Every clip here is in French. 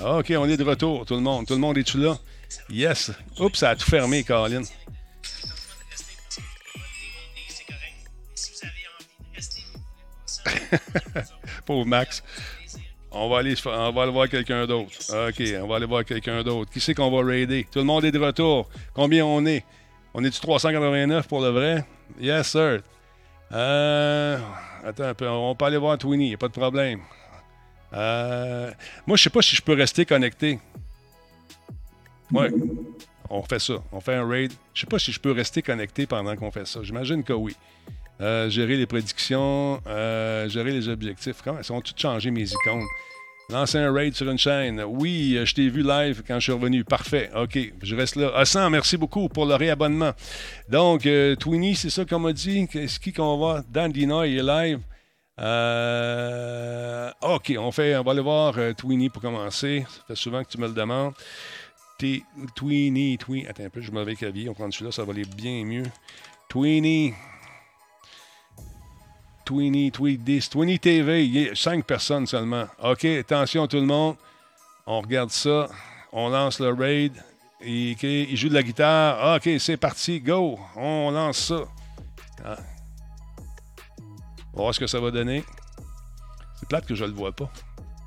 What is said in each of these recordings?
OK, on est de retour, tout le monde. Tout le monde est-tu là? Yes. Oups, ça a tout fermé, Colin. Pauvre Max. On va aller voir quelqu'un d'autre. OK, on va aller voir quelqu'un d'autre. Qui c'est qu'on va raider? Tout le monde est de retour. Combien on est? On est-tu 389 pour le vrai? Yes, sir. Attends un peu. On peut aller voir Twinny, il a pas de problème. Moi, je sais pas si je peux rester connecté. Ouais. On fait ça. On fait un raid. Je sais pas si je peux rester connecté pendant qu'on fait ça. J'imagine que oui. Gérer les prédictions, gérer les objectifs. Comment ils ont tous changé mes icônes? Lancer un raid sur une chaîne. Oui, je t'ai vu live quand je suis revenu. Parfait. OK, je reste là. Hassan, merci beaucoup pour le réabonnement. Donc, Twinny, c'est ça qu'on m'a dit. Qu'est-ce qu'on va? Dan Dinoy est live. OK, on va aller voir Twinny pour commencer. Ça fait souvent que tu me le demandes. Twinny. Attends un peu, je m'en vais cavier. On prend celui-là, ça va aller bien mieux. Twinny TV, 5 personnes seulement. OK, attention tout le monde. On regarde ça. On lance le raid. Il joue de la guitare. OK, c'est parti. Go. On lance ça. On va voir ce que ça va donner. C'est plate que je le vois pas.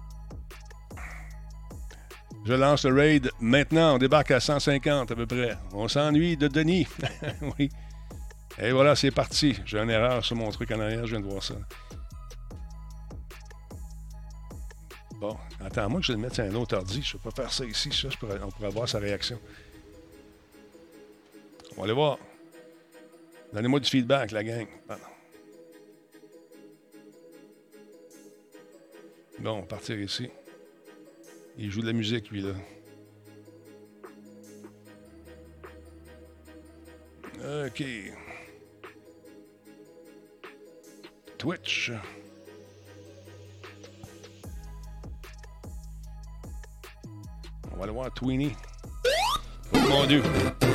Je lance le raid. Maintenant, on débarque à 150 à peu près. On s'ennuie de Denis. Oui. Et voilà, c'est parti. J'ai une erreur sur mon truc en arrière, je viens de voir ça. Bon, attends, moi que je vais le mettre sur un autre ordi. Je ne vais pas faire ça ici. Ça, on pourrait voir sa réaction. On va aller voir. Donnez-moi du feedback, la gang. Bon, on va partir ici. Il joue de la musique, lui, là. OK. Twitch. On va aller voir Twinny. Oh mon Dieu.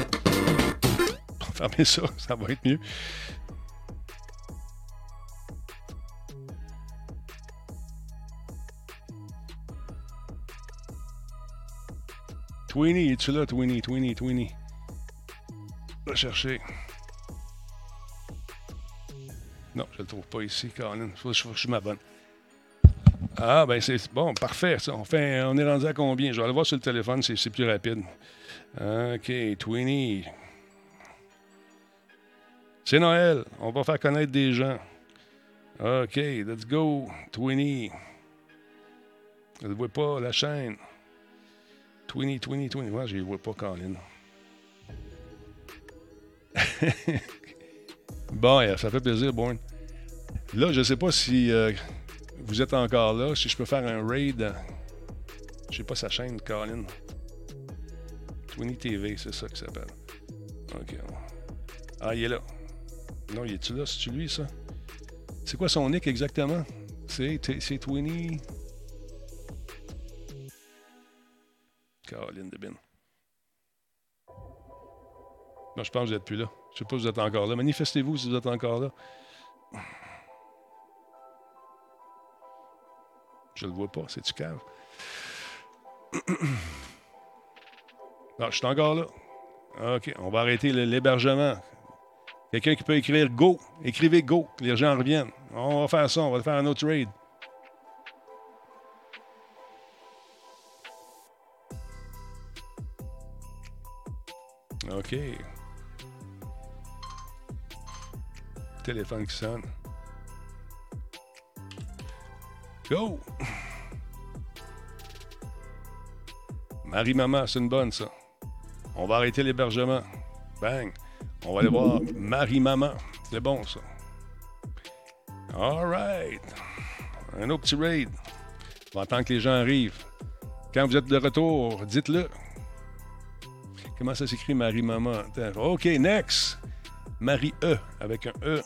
Fermez ça, ça va être mieux. Twinny, es-tu là, Twinny? Va chercher. Non, je le trouve pas ici, Colin. Faut que je m'abonne. Ah, ben c'est bon, parfait. Ça. On est rendu à combien? Je vais aller voir sur le téléphone, c'est plus rapide. OK, Twinny. C'est Noël. On va faire connaître des gens. OK, let's go, Twinny. Je ne vois pas la chaîne. Twinny. Moi, je ne vois pas, Colin. Bon, ça fait plaisir, Born. Là, je sais pas si vous êtes encore là, si je peux faire un raid. Je sais pas sa chaîne, Colin. Twinny TV, c'est ça qui s'appelle. OK. Ah, il est là. Non, il est-tu là? C'est-tu lui, ça? C'est quoi son nick exactement? C'est Twinny. Colin de Bin. Non, je pense que vous n'êtes plus là. Je sais pas si vous êtes encore là. Manifestez-vous si vous êtes encore là. Je le vois pas, c'est-tu cave? Non, je suis encore là. OK, on va arrêter l'hébergement. Quelqu'un qui peut écrire Go. Écrivez Go, que les gens reviennent. On va faire ça, on va faire un autre raid. OK. Téléphone qui sonne. Go! Marie-Maman, c'est une bonne, ça. On va arrêter l'hébergement. Bang! On va aller voir Marie-Maman. C'est bon, ça. All right. Un autre petit raid. On va attendre que les gens arrivent. Quand vous êtes de retour, dites-le. Comment ça s'écrit Marie-Maman? OK, next! Marie-E, avec un E.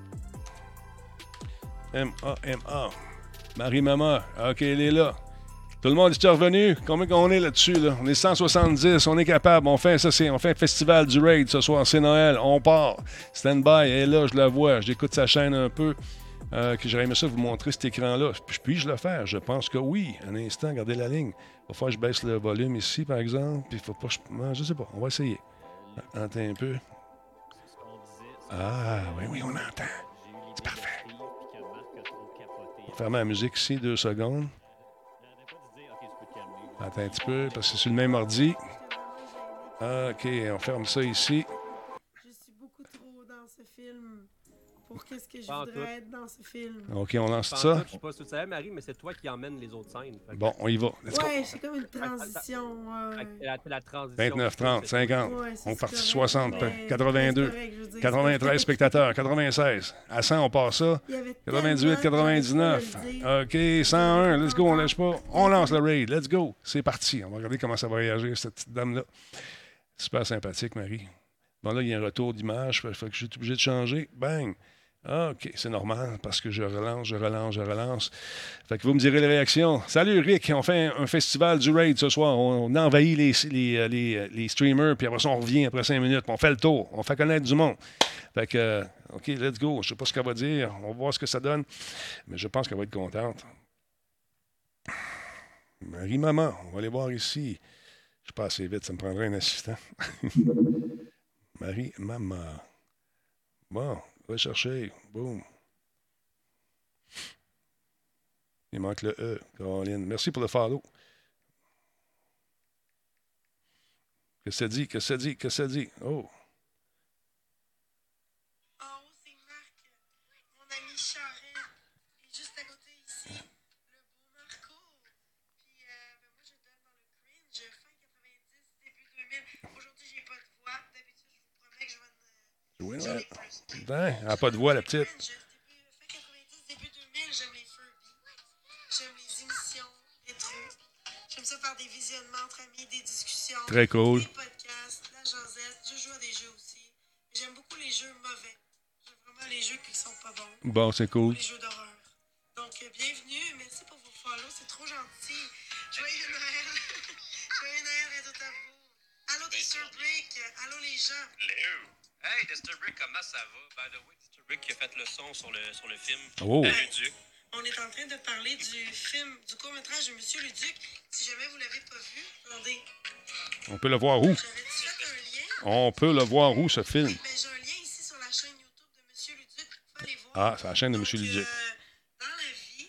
M-A-M-A. Marie-Maman. OK, elle est là. Tout le monde est revenu? Combien qu'on est là-dessus? Là? On est 170, on est capable. On fait un festival du raid ce soir. C'est Noël, on part. Stand-by, elle est là, je la vois. J'écoute sa chaîne un peu. que j'aurais aimé ça vous montrer cet écran-là. Puis-je le faire? Je pense que oui. Un instant, gardez la ligne. Il va falloir que je baisse le volume ici, par exemple. Puis il faut pas que je sais pas. On va essayer. Attends un peu. Ah, oui, on entend. C'est parfait. On va fermer la musique ici, 2 secondes. Attends un petit peu, parce que c'est sur le même ordi. OK, on ferme ça ici. Je suis beaucoup trop dans ce film pour qu'est-ce que je voudrais être dans ce film. OK, on lance ça. Je sais pas si tu savais, Marie, mais c'est toi qui emmène les autres scènes. Bon, on y va. Ouais, c'est comme une transition. La transition. 29, 30, 50. Ouais, On part correct, 60, mais 82, correct, je veux dire, 93 spectateurs, 96. À 100, on part ça. 98, 99. OK, 101. Let's go, on lâche pas. On lance le raid. Let's go. C'est parti. On va regarder comment ça va réagir, cette petite dame-là. Super sympathique, Marie. Bon, là, il y a un retour d'image. Fait que je suis obligé de changer. Bang. OK, c'est normal parce que je relance. Fait que vous me direz les réactions. Salut Rick, on fait un festival du raid ce soir. On envahit les streamers, puis après ça, on revient après 5 minutes, puis on fait le tour. On fait connaître du monde. Fait que, OK, let's go. Je sais pas ce qu'elle va dire. On va voir ce que ça donne. Mais je pense qu'elle va être contente. Marie-Maman, on va aller voir ici. Je suis pas assez vite, ça me prendrait un assistant. Marie-Maman. Bon. Va chercher. Boum. Il manque le E, Caroline. Merci pour le follow. Qu'est-ce que ça dit? Oh. En haut, c'est Marc, mon ami Charest. Et juste à côté ici, le beau Marco. Puis, moi, je donne dans le cringe, fin 90, début 2000. Aujourd'hui, j'ai pas de voix. D'habitude, je vous promets que je vais Ouais. Ben, elle n'a pas de voix, la petite. Fin 90, début 2000, j'aime les Furby. J'aime les émissions, les trucs. J'aime ça faire des visionnements entre amis, des discussions. Très cool. Des podcasts, la jasette. Je joue à des jeux aussi. J'aime beaucoup les jeux mauvais. J'aime vraiment les jeux qui sont pas bons. Bon, c'est cool. Les jeux d'horreur. Donc, bienvenue. Merci pour vos follow. C'est trop gentil. Joyeux Noël. Joyeux Noël à tout à vous. Allô, Disturbrick. Allô, les gens. Hello. Hey, Disturbrick, comment ça va? By the way, Disturbrick qui a fait le son sur le film. Oh. Luduc. On est en train de parler du film, du court-métrage de Monsieur Luduc. Si jamais vous l'avez pas vu, attendez. On peut le voir où? J'avais fait un lien. On peut le voir où, ce film? Ben, j'ai un lien ici sur la chaîne YouTube de Monsieur Luduc. Faut aller voir. Ah, c'est la chaîne de Donc, Monsieur Luduc. Dans la vie,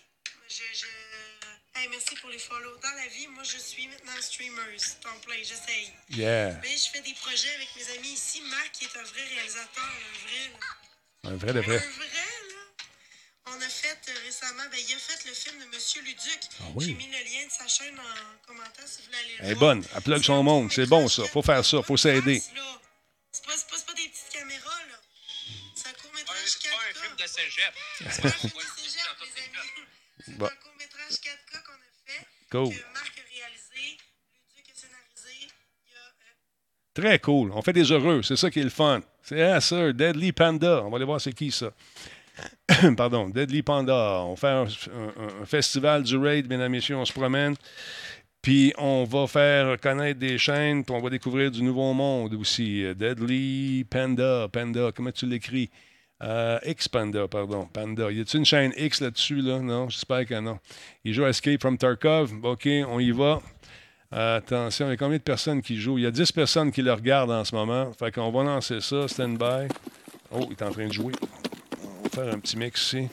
Hey, merci pour les follow. Dans la vie, moi, je suis maintenant streamer, temps plein, j'essaye. Yeah. Mais je fais des projets avec mes amis ici. Marc, qui est un vrai réalisateur, un vrai, là. Un vrai de vrai. Un vrai, là. On a fait récemment, il a fait le film de Monsieur Luduc. Ah oui. J'ai mis le lien de sa chaîne en commentaire si vous voulez aller le voir. Elle est bonne. Elle plug son monde. C'est bon, ça. Faut faire ça. Faut s'aider. C'est pas des petites caméras, là. C'est un court-métrage 4K. C'est pas un film de cégep. C'est pas un film de cégep, les amis. C'est Bon. un court-métrage 4K qu'on a fait. Cool. Que Marc a réalisé. Luduc a scénarisé. Il y a... Très cool. On fait des heureux. C'est ça qui est le fun. C'est ça, Deadly Panda. On va aller voir c'est qui, ça. Pardon, Deadly Panda. On fait un festival du raid, mesdames et messieurs. On se promène. Puis on va faire connaître des chaînes, puis on va découvrir du nouveau monde aussi. Deadly Panda. Panda, comment tu l'écris? X-Panda, pardon. Panda. Y a-t-il une chaîne X là-dessus, là? Non, j'espère que non. Il joue à Escape from Tarkov. OK, on y va. Attention, il y a combien de personnes qui jouent? Il y a 10 personnes qui le regardent en ce moment. Fait qu'on va lancer ça. Stand-by. Oh, il est en train de jouer. On va faire un petit mix ici.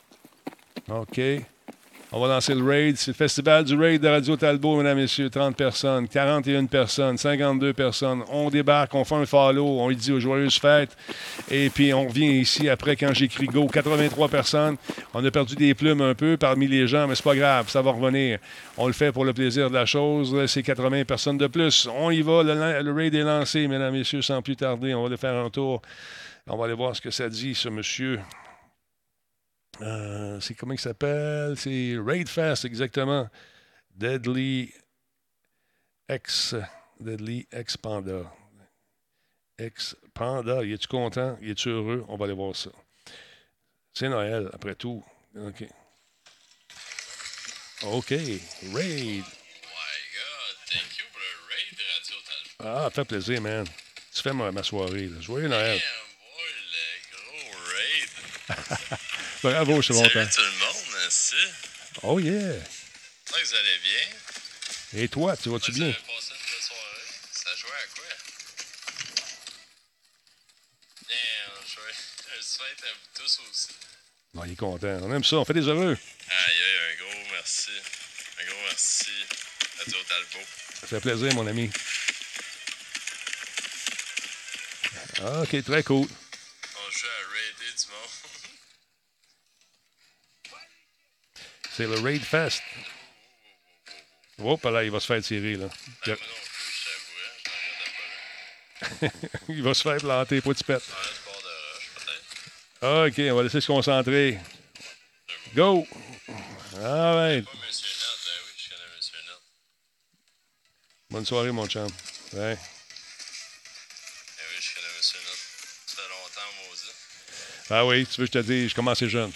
OK. On va lancer le raid. C'est le festival du raid de Radio Talbot, mesdames et messieurs. 30 personnes, 41 personnes, 52 personnes. On débarque, on fait un follow, on lui dit aux joyeuses fêtes. Et puis, on revient ici après quand j'écris go. 83 personnes. On a perdu des plumes un peu parmi les gens, mais c'est pas grave, ça va revenir. On le fait pour le plaisir de la chose. C'est 80 personnes de plus. On y va. Le raid est lancé, mesdames et messieurs, sans plus tarder. On va aller faire un tour. On va aller voir ce que ça dit, ce monsieur. C'est comment il s'appelle? C'est Raid Fest, exactement. Deadly X Panda. X Panda. Y es-tu content? Y es-tu heureux? On va aller voir ça. C'est Noël, après tout. OK. OK. Raid. My God, thank you for the raid, Radio Talbot. Ah, fait plaisir, man. Tu fais ma soirée. Là. Joyeux Noël. Damn, boy, le gros raid. Bravo, je suis Salut content. tout le monde, merci. Oh yeah! J'espère que vous allez bien. Et toi, tu vas-tu Vous bien? avez passé une bonne soirée. Ça jouait à quoi? Bien, on jouait. Je souhaite à vous tous aussi. Non, il est content. On aime ça, on fait des heureux. Aïe, un gros merci. Un gros merci à Joe Talbot. Ça fait plaisir, mon ami. Ah, OK, très cool. On joue à Raider du monde. C'est le Raid Fest. Hop là, il va se faire tirer, là. Moi non plus, je t'avouais. Je regardais pas là. Il va se faire planter, pas de pète. Ouais, je pars de rush, peut-être. OK, on va laisser se concentrer. Go! Ah ouais. Pas Monsieur Nott, ben oui, je connais Monsieur Nott. Bonne soirée, mon chum. Ouais. Ben oui, je connais Monsieur Nott. Ça fait longtemps, moi aussi. Ah oui, tu veux que je te dise, je commençais jeune.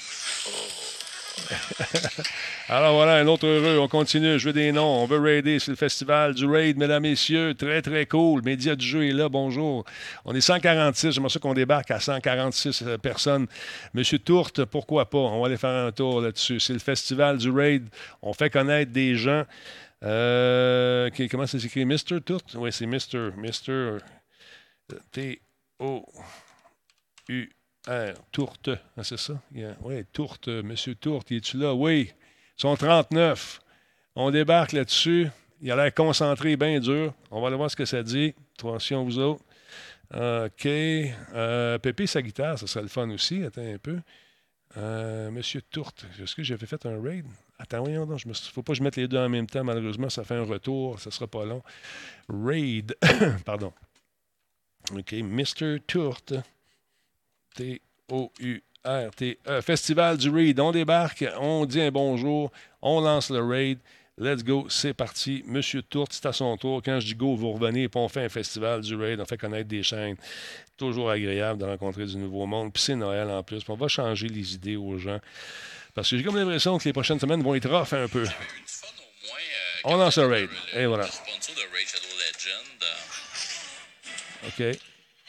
Alors voilà, un autre heureux. On continue. Je veux des noms. On veut raider. C'est le festival du raid, mesdames, messieurs. Très, très cool. Média du jeu est là. Bonjour. On est 146. J'aimerais ça qu'on débarque à 146 personnes. Monsieur Tourte, pourquoi pas? On va aller faire un tour là-dessus. C'est le festival du raid. On fait connaître des gens. Comment ça s'écrit? Mr. Tourte? Oui, c'est Mr. T-O-U. Tourte, ah, c'est ça? Yeah. Oui, Tourte, Monsieur Tourte, es-tu là? Oui, ils sont 39. On débarque là-dessus. Il a l'air concentré, bien dur. On va aller voir ce que ça dit. Attention, vous autres. OK. Pépé, sa guitare, ça serait le fun aussi. Attends un peu. Monsieur Tourte, est-ce que j'avais fait un raid? Attends, voyons donc. Il ne faut pas que je mette les deux en même temps, malheureusement. Ça fait un retour. Ça ne sera pas long. Raid. Pardon. OK. Mr. Tourte. T-O-U-R-T-E. Festival du Raid. On débarque, on dit un bonjour, on lance le raid. Let's go, c'est parti. Monsieur Tourte, c'est à son tour. Quand je dis go, vous revenez, puis on fait un festival du raid, on fait connaître des chaînes. Toujours agréable de rencontrer du nouveau monde. Puis c'est Noël en plus. Puis on va changer les idées aux gens. Parce que j'ai comme l'impression que les prochaines semaines vont être rough un peu. J'avais eu du fun au moins. On lance le raid. Et voilà. Le sponsor de Raid Shadow Legend. OK.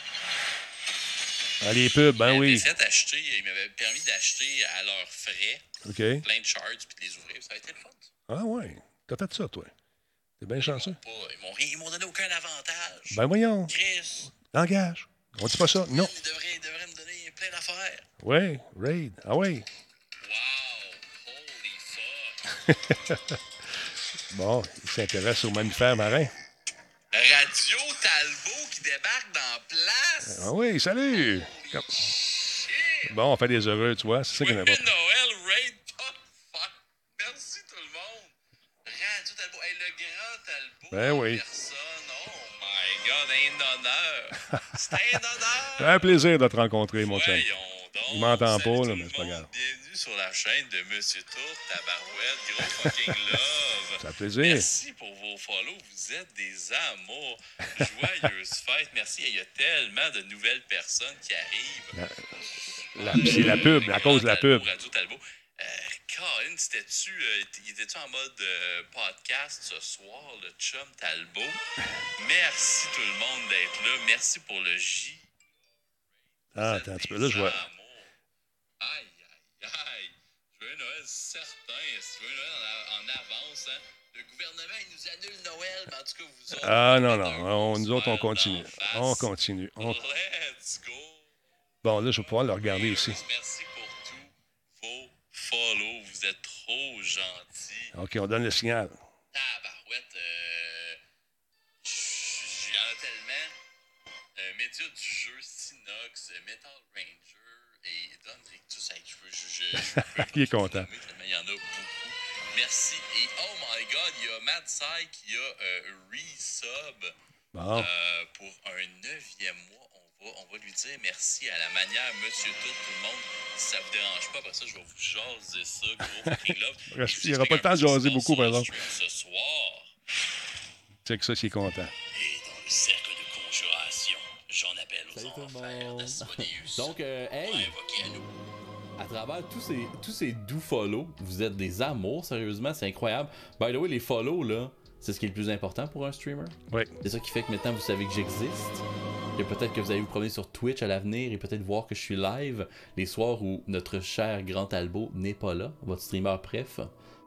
Ah, les pubs, ben oui. Ils m'avaient permis d'acheter à leurs frais OK. plein de charts puis de les ouvrir. Ça a été le fun. Ah ouais. T'as fait ça, toi. T'es bien chanceux. Ils m'ont donné aucun avantage. Ben voyons. Chris. Engage. On dit pas ça. Non. Ils devraient me donner plein d'affaires. Oui, raid. Ah oui. Wow. Holy fuck. Bon, il s'intéresse aux mammifères marins. Radio Talbot qui débarque dans place. Ah oui, salut! Bon, on fait des heureux, tu vois. C'est ça qu'on a pas. Noël, Raid, fuck. Merci tout le monde. Radio Talbot. Hey, le grand Talbot. Ben oui. Personne. Oh my God, un honneur. C'est un honneur. C'est un plaisir de te rencontrer, mon chum. Voyons donc. Il m'entend Salut pas, tout là, le mais c'est pas monde. grave. Bienvenue sur la chaîne de Monsieur Tourte, Tabarouette. Gros fucking love. Ça fait plaisir. Merci pour vos follow. Vous êtes des amours. Joyeuses fêtes. Merci. Il y a tellement de nouvelles personnes qui arrivent. C'est la pub, à cause de la pub. Radio Talbot. Colin, était-tu en mode podcast ce soir, le chum Talbot? Merci tout le monde d'être là. Merci pour le J. Ah, attends un petit peu. Là, je vois. Aïe. Joyeux Noël, certain. Joyeux Noël en avance. Hein? Le gouvernement, il nous annule Noël, mais en tout cas, vous autres... Ah, non. Nous autres, on continue. On continue. Let's go. Bon, là, je vais pouvoir le regarder ici. Merci pour tous vos follow. Vous êtes trop gentils. OK, on donne le signal. Tabarouette, il y en a tellement. Média du jeu, Sinox, Metal Ranger et Don Rictus. Hey, Il est content. Il y en a beaucoup. Merci. Et oh my God, il y a Mad Sai qui a resub Bon. pour un 9e mois. On va lui dire merci à la manière Monsieur Tout le monde. Si ça vous dérange pas, après ça, je vais vous jaser ça, gros fucking love. Il n'y aura pas le temps de jaser beaucoup, par exemple. Ce soir. C'est que ça, c'est content. Et dans le cercle de conjuration, j'en appelle aux Salut tout le enfers monde. d'Asmodeus. Donc, hey, Invoqué à nous. à travers tous ces doux follow, vous êtes des amours, sérieusement, c'est incroyable. By the way, les follow, là, c'est ce qui est le plus important pour un streamer. Oui. C'est ça qui fait que maintenant, vous savez que j'existe. que peut-être que vous allez vous promener sur Twitch à l'avenir et peut-être voir que je suis live les soirs où notre cher Grand Talbot n'est pas là, votre streamer préf.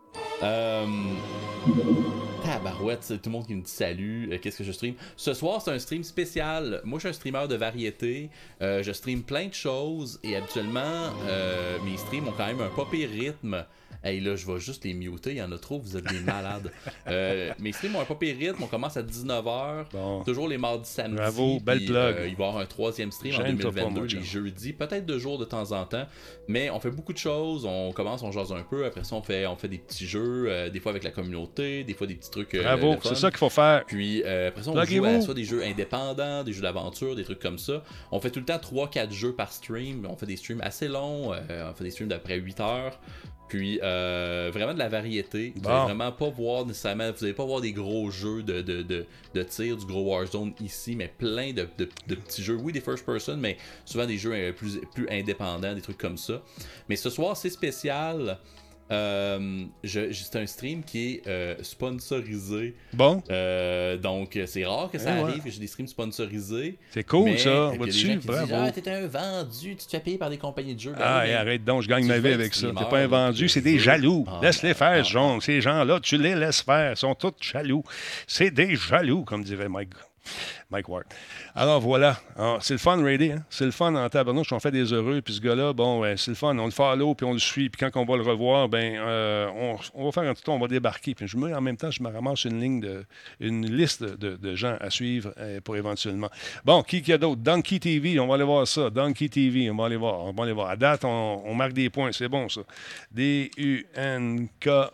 Tabarouette, c'est tout le monde qui me dit salut, qu'est-ce que je stream? Ce soir, c'est un stream spécial. Moi, je suis un streamer de variété. Je stream plein de choses et habituellement, mes streams ont quand même un pas pire rythme. Hey là, je vais juste les muter, il y en a trop, vous êtes des malades. Mes streams ont un pas pire rythme, on commence à 19h, Bon. toujours les mardis, samedis. Bravo, belle puis, plug. il va y avoir un 3e stream en Gêne-toi pas, 2022, mon chum. les jeudis, peut-être 2 jours de temps en temps. Mais on fait beaucoup de choses, on commence, on jase un peu, après ça on fait des petits jeux, des fois avec la communauté, des fois des petits trucs. Bravo, le fun. c'est ça qu'il faut faire. Puis après ça, on joue à soit des jeux indépendants, des jeux d'aventure, des trucs comme ça. On fait tout le temps 3-4 jeux par stream. On fait des streams assez longs. On fait des streams d'après 8 heures. Puis vraiment de la variété. Vous allez vraiment pas voir nécessairement. Vous allez pas voir des gros jeux de tir, du gros Warzone ici, mais plein de petits jeux. Oui, des first person, mais souvent des jeux plus indépendants, des trucs comme ça. Mais ce soir, c'est spécial. C'est un stream qui est sponsorisé. Bon. Donc c'est rare que ça arrive que j'ai des streams sponsorisés. C'est cool mais ça. il y a des Vois-tu? gens qui Bravo. disent, t'es un vendu, tu te fais payer par des compagnies de jeux. Ah, et arrête donc, je gagne ma vie avec ça. T'es pas un vendu, c'est des jaloux. Laisse-les faire, Jean. Ces gens-là, tu les laisses faire. Ils sont tous jaloux. C'est des jaloux, comme dirait Mike Ward. Alors voilà, c'est le fun, Raider. Hein? C'est le fun en tabarnouche, on fait des heureux. Puis ce gars-là, bon, ben, c'est le fun. On le follow, puis on le suit. Puis quand on va le revoir, ben, on va faire un tout on va débarquer. Puis en même temps, je me ramasse une liste de gens à suivre pour éventuellement. Bon, qui y a d'autre? Donkey TV, on va aller voir ça. Donkey TV, on va aller voir. À date, on marque des points, c'est bon ça. D-U-N-K-I-E.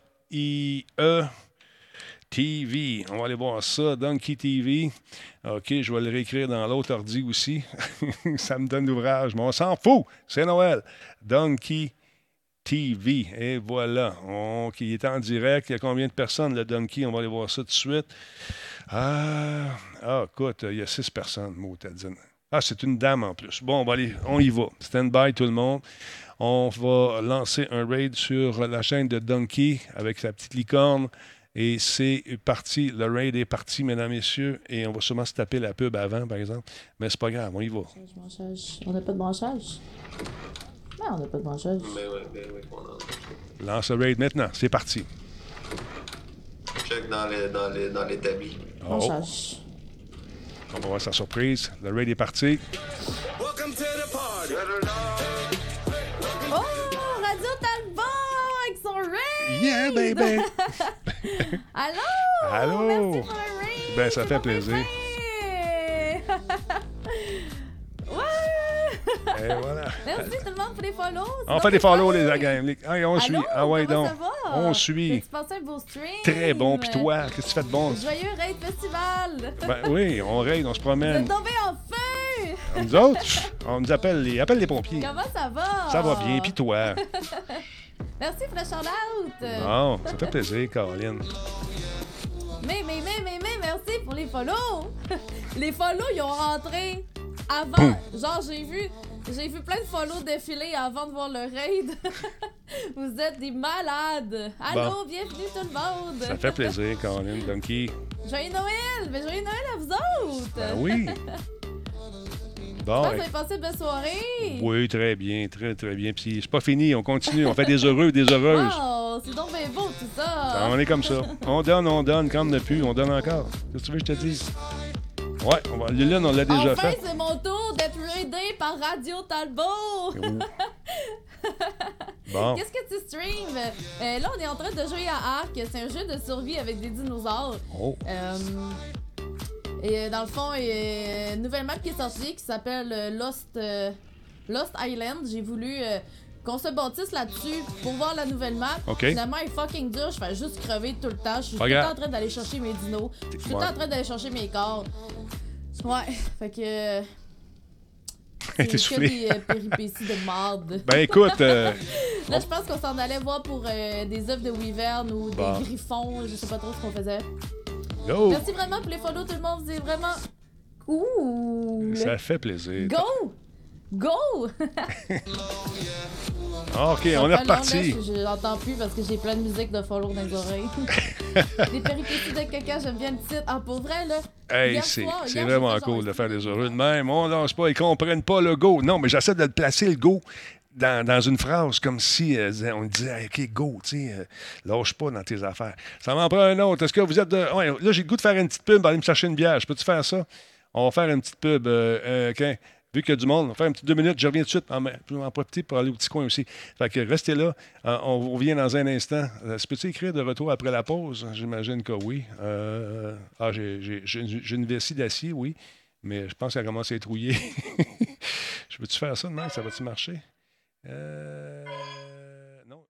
TV. On va aller voir ça. Donkey TV. OK, je vais le réécrire dans l'autre ordi aussi. Ça me donne l'ouvrage, mais on s'en fout. C'est Noël. Donkey TV. Et voilà. Il est en direct. Il y a combien de personnes, le Donkey? On va aller voir ça tout de suite. Écoute, il y a 6 personnes, Motadine. C'est une dame en plus. Bon, on y va. Stand by tout le monde. On va lancer un raid sur la chaîne de Donkey avec sa petite licorne. Et c'est parti, le raid est parti, mesdames, messieurs, et on va sûrement se taper la pub avant, par exemple. Mais c'est pas grave, on y va. On n'a pas de branchage. Non, on n'a pas de branchage. Ben oui, on en a. Lance le raid maintenant, c'est parti. Check dans l'établi. Branchage. On va voir sa surprise. Le raid est parti. Oh, Radio Talbot avec son raid! Yeah, baby! Allô? Allô? Merci pour le raid! Ben, ça fait plaisir. Ouais! Et voilà. Merci tout le monde pour les follow. On fait des follows, les games. On suit. Allô? Ouais, Comment donc. ça va? On suit. Tu passé un beau stream? Très bon. Puis toi, qu'est-ce que tu fais de bon? Joyeux raid festival! Ben oui, on raid, on se Vous promène. êtes tombés en feu! Nous autres, on nous appelle les pompiers. Comment ça va? Ça va bien, puis toi? Merci pour le shout-out! Bon, ça fait plaisir, Caroline. Mais, merci pour les follow! Les follow, ils ont rentré avant. Genre, j'ai vu plein de follow défiler avant de voir le raid. Vous êtes des malades! Allô, bienvenue tout le monde! Ça fait plaisir, Caroline, Donkey. Joyeux Noël! Mais joyeux Noël à vous autres! Ben oui! Bon, Vous avez passé une belle soirée? oui, très bien, très, très bien. Puis c'est pas fini, on continue, on fait des heureux, des heureuses. Wow, c'est donc bien beau tout ça! On est comme ça. On donne, quand on n'a plus, on donne encore. Qu'est-ce que tu veux que je te dise? Ouais, Lune, on l'a déjà Enfin, fait. c'est mon tour d'être raidé par Radio Talbot! Bon. Qu'est-ce que tu streams? Là, on est en train de jouer à Ark. C'est un jeu de survie avec des dinosaures. Oh. Et dans le fond, il y a une nouvelle map qui est sortie qui s'appelle Lost Island. J'ai voulu qu'on se bâtisse là-dessus pour voir la nouvelle map. OK. Finalement, elle est fucking dure. Je fais juste crever tout le temps. Je suis tout le Regarde. temps en train d'aller chercher mes dinos. Je suis tout le temps en train d'aller chercher mes corps. Ouais, fait que... T'es c'est que soufflé. des péripéties de marde. Ben écoute, Là, je pense qu'on s'en allait voir pour des œufs de wyvern ou Bon. des griffons. Je sais pas trop ce qu'on faisait. go! Merci vraiment pour les follow, tout le monde. C'est vraiment cool. Ça fait plaisir. Go! Go! OK, on est reparti. Je l'entends plus parce que j'ai plein de musique de follow dans les oreilles. Des péripéties de caca, j'aime bien le titre. Ah, pour vrai, là, Hey, Hier c'est soir, c'est hier, vraiment j'étais cool genre de faire des heureux de même. On lâche pas, ils comprennent pas le go. Non, mais j'essaie de le placer, le go, dans une phrase comme si on disait, OK, go, tu sais, lâche pas dans tes affaires. Ça m'en prend un autre. Est-ce que vous êtes de. Ouais, là, j'ai le goût de faire une petite pub, aller me chercher une bière. Je peux-tu faire ça? On va faire une petite pub. OK. Vu qu'il y a du monde, on va faire une petite 2 minutes. Je reviens tout de suite. Je vais en profiter pour aller au petit coin aussi. Fait que restez là. On revient dans un instant. Peux-tu écrire de retour après la pause? J'imagine que oui. J'ai une vessie d'acier, oui. Mais je pense qu'elle commence à être rouillée. Je peux-tu faire ça demain? Ça va-tu marcher? Non.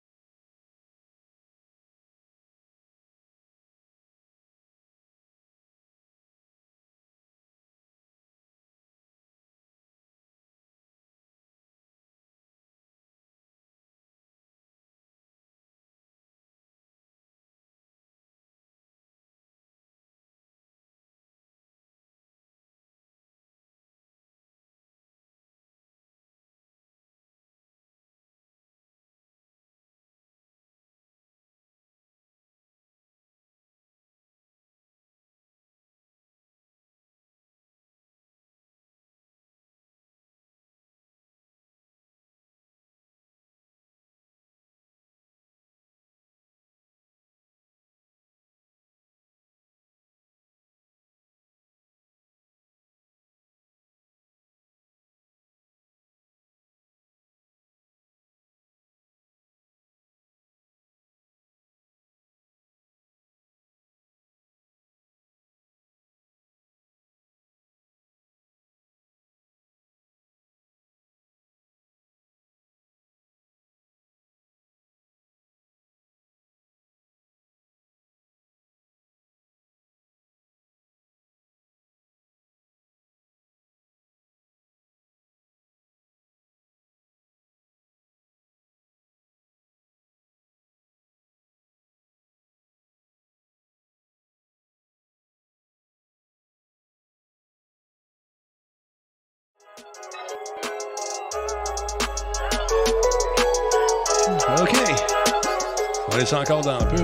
OK. On va laisser encore dans la pub.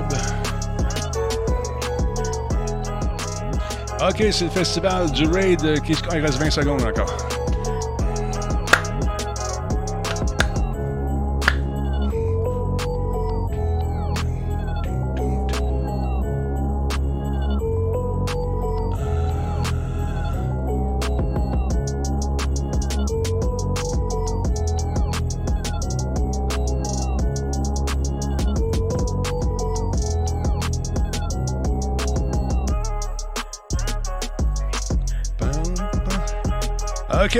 OK, c'est le festival du Raid. Il reste 20 secondes encore. OK.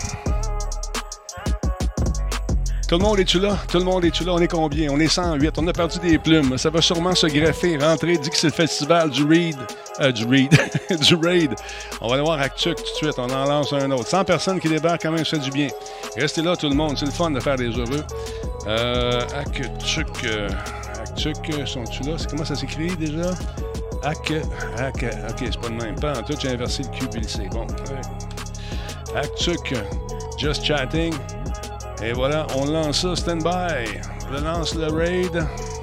Tout le monde est-tu là? Tout le monde est-tu là? On est combien? On est 108. On a perdu des plumes. Ça va sûrement se greffer. Rentrer, dit que c'est le festival du Raid. Du Raid. On va aller voir Actuc tout de suite. On en lance un autre. 100 personnes qui débarquent, quand même, ça fait du bien. Restez là, tout le monde. C'est le fun de faire des heureux. Actuc, sont-tu là? Comment ça s'écrit déjà? OK, c'est pas de même. Pas en tout, j'ai inversé le Q et le C. Bon, Actuc, just chatting. Et voilà, on lance ça, stand-by. Je lance le raid.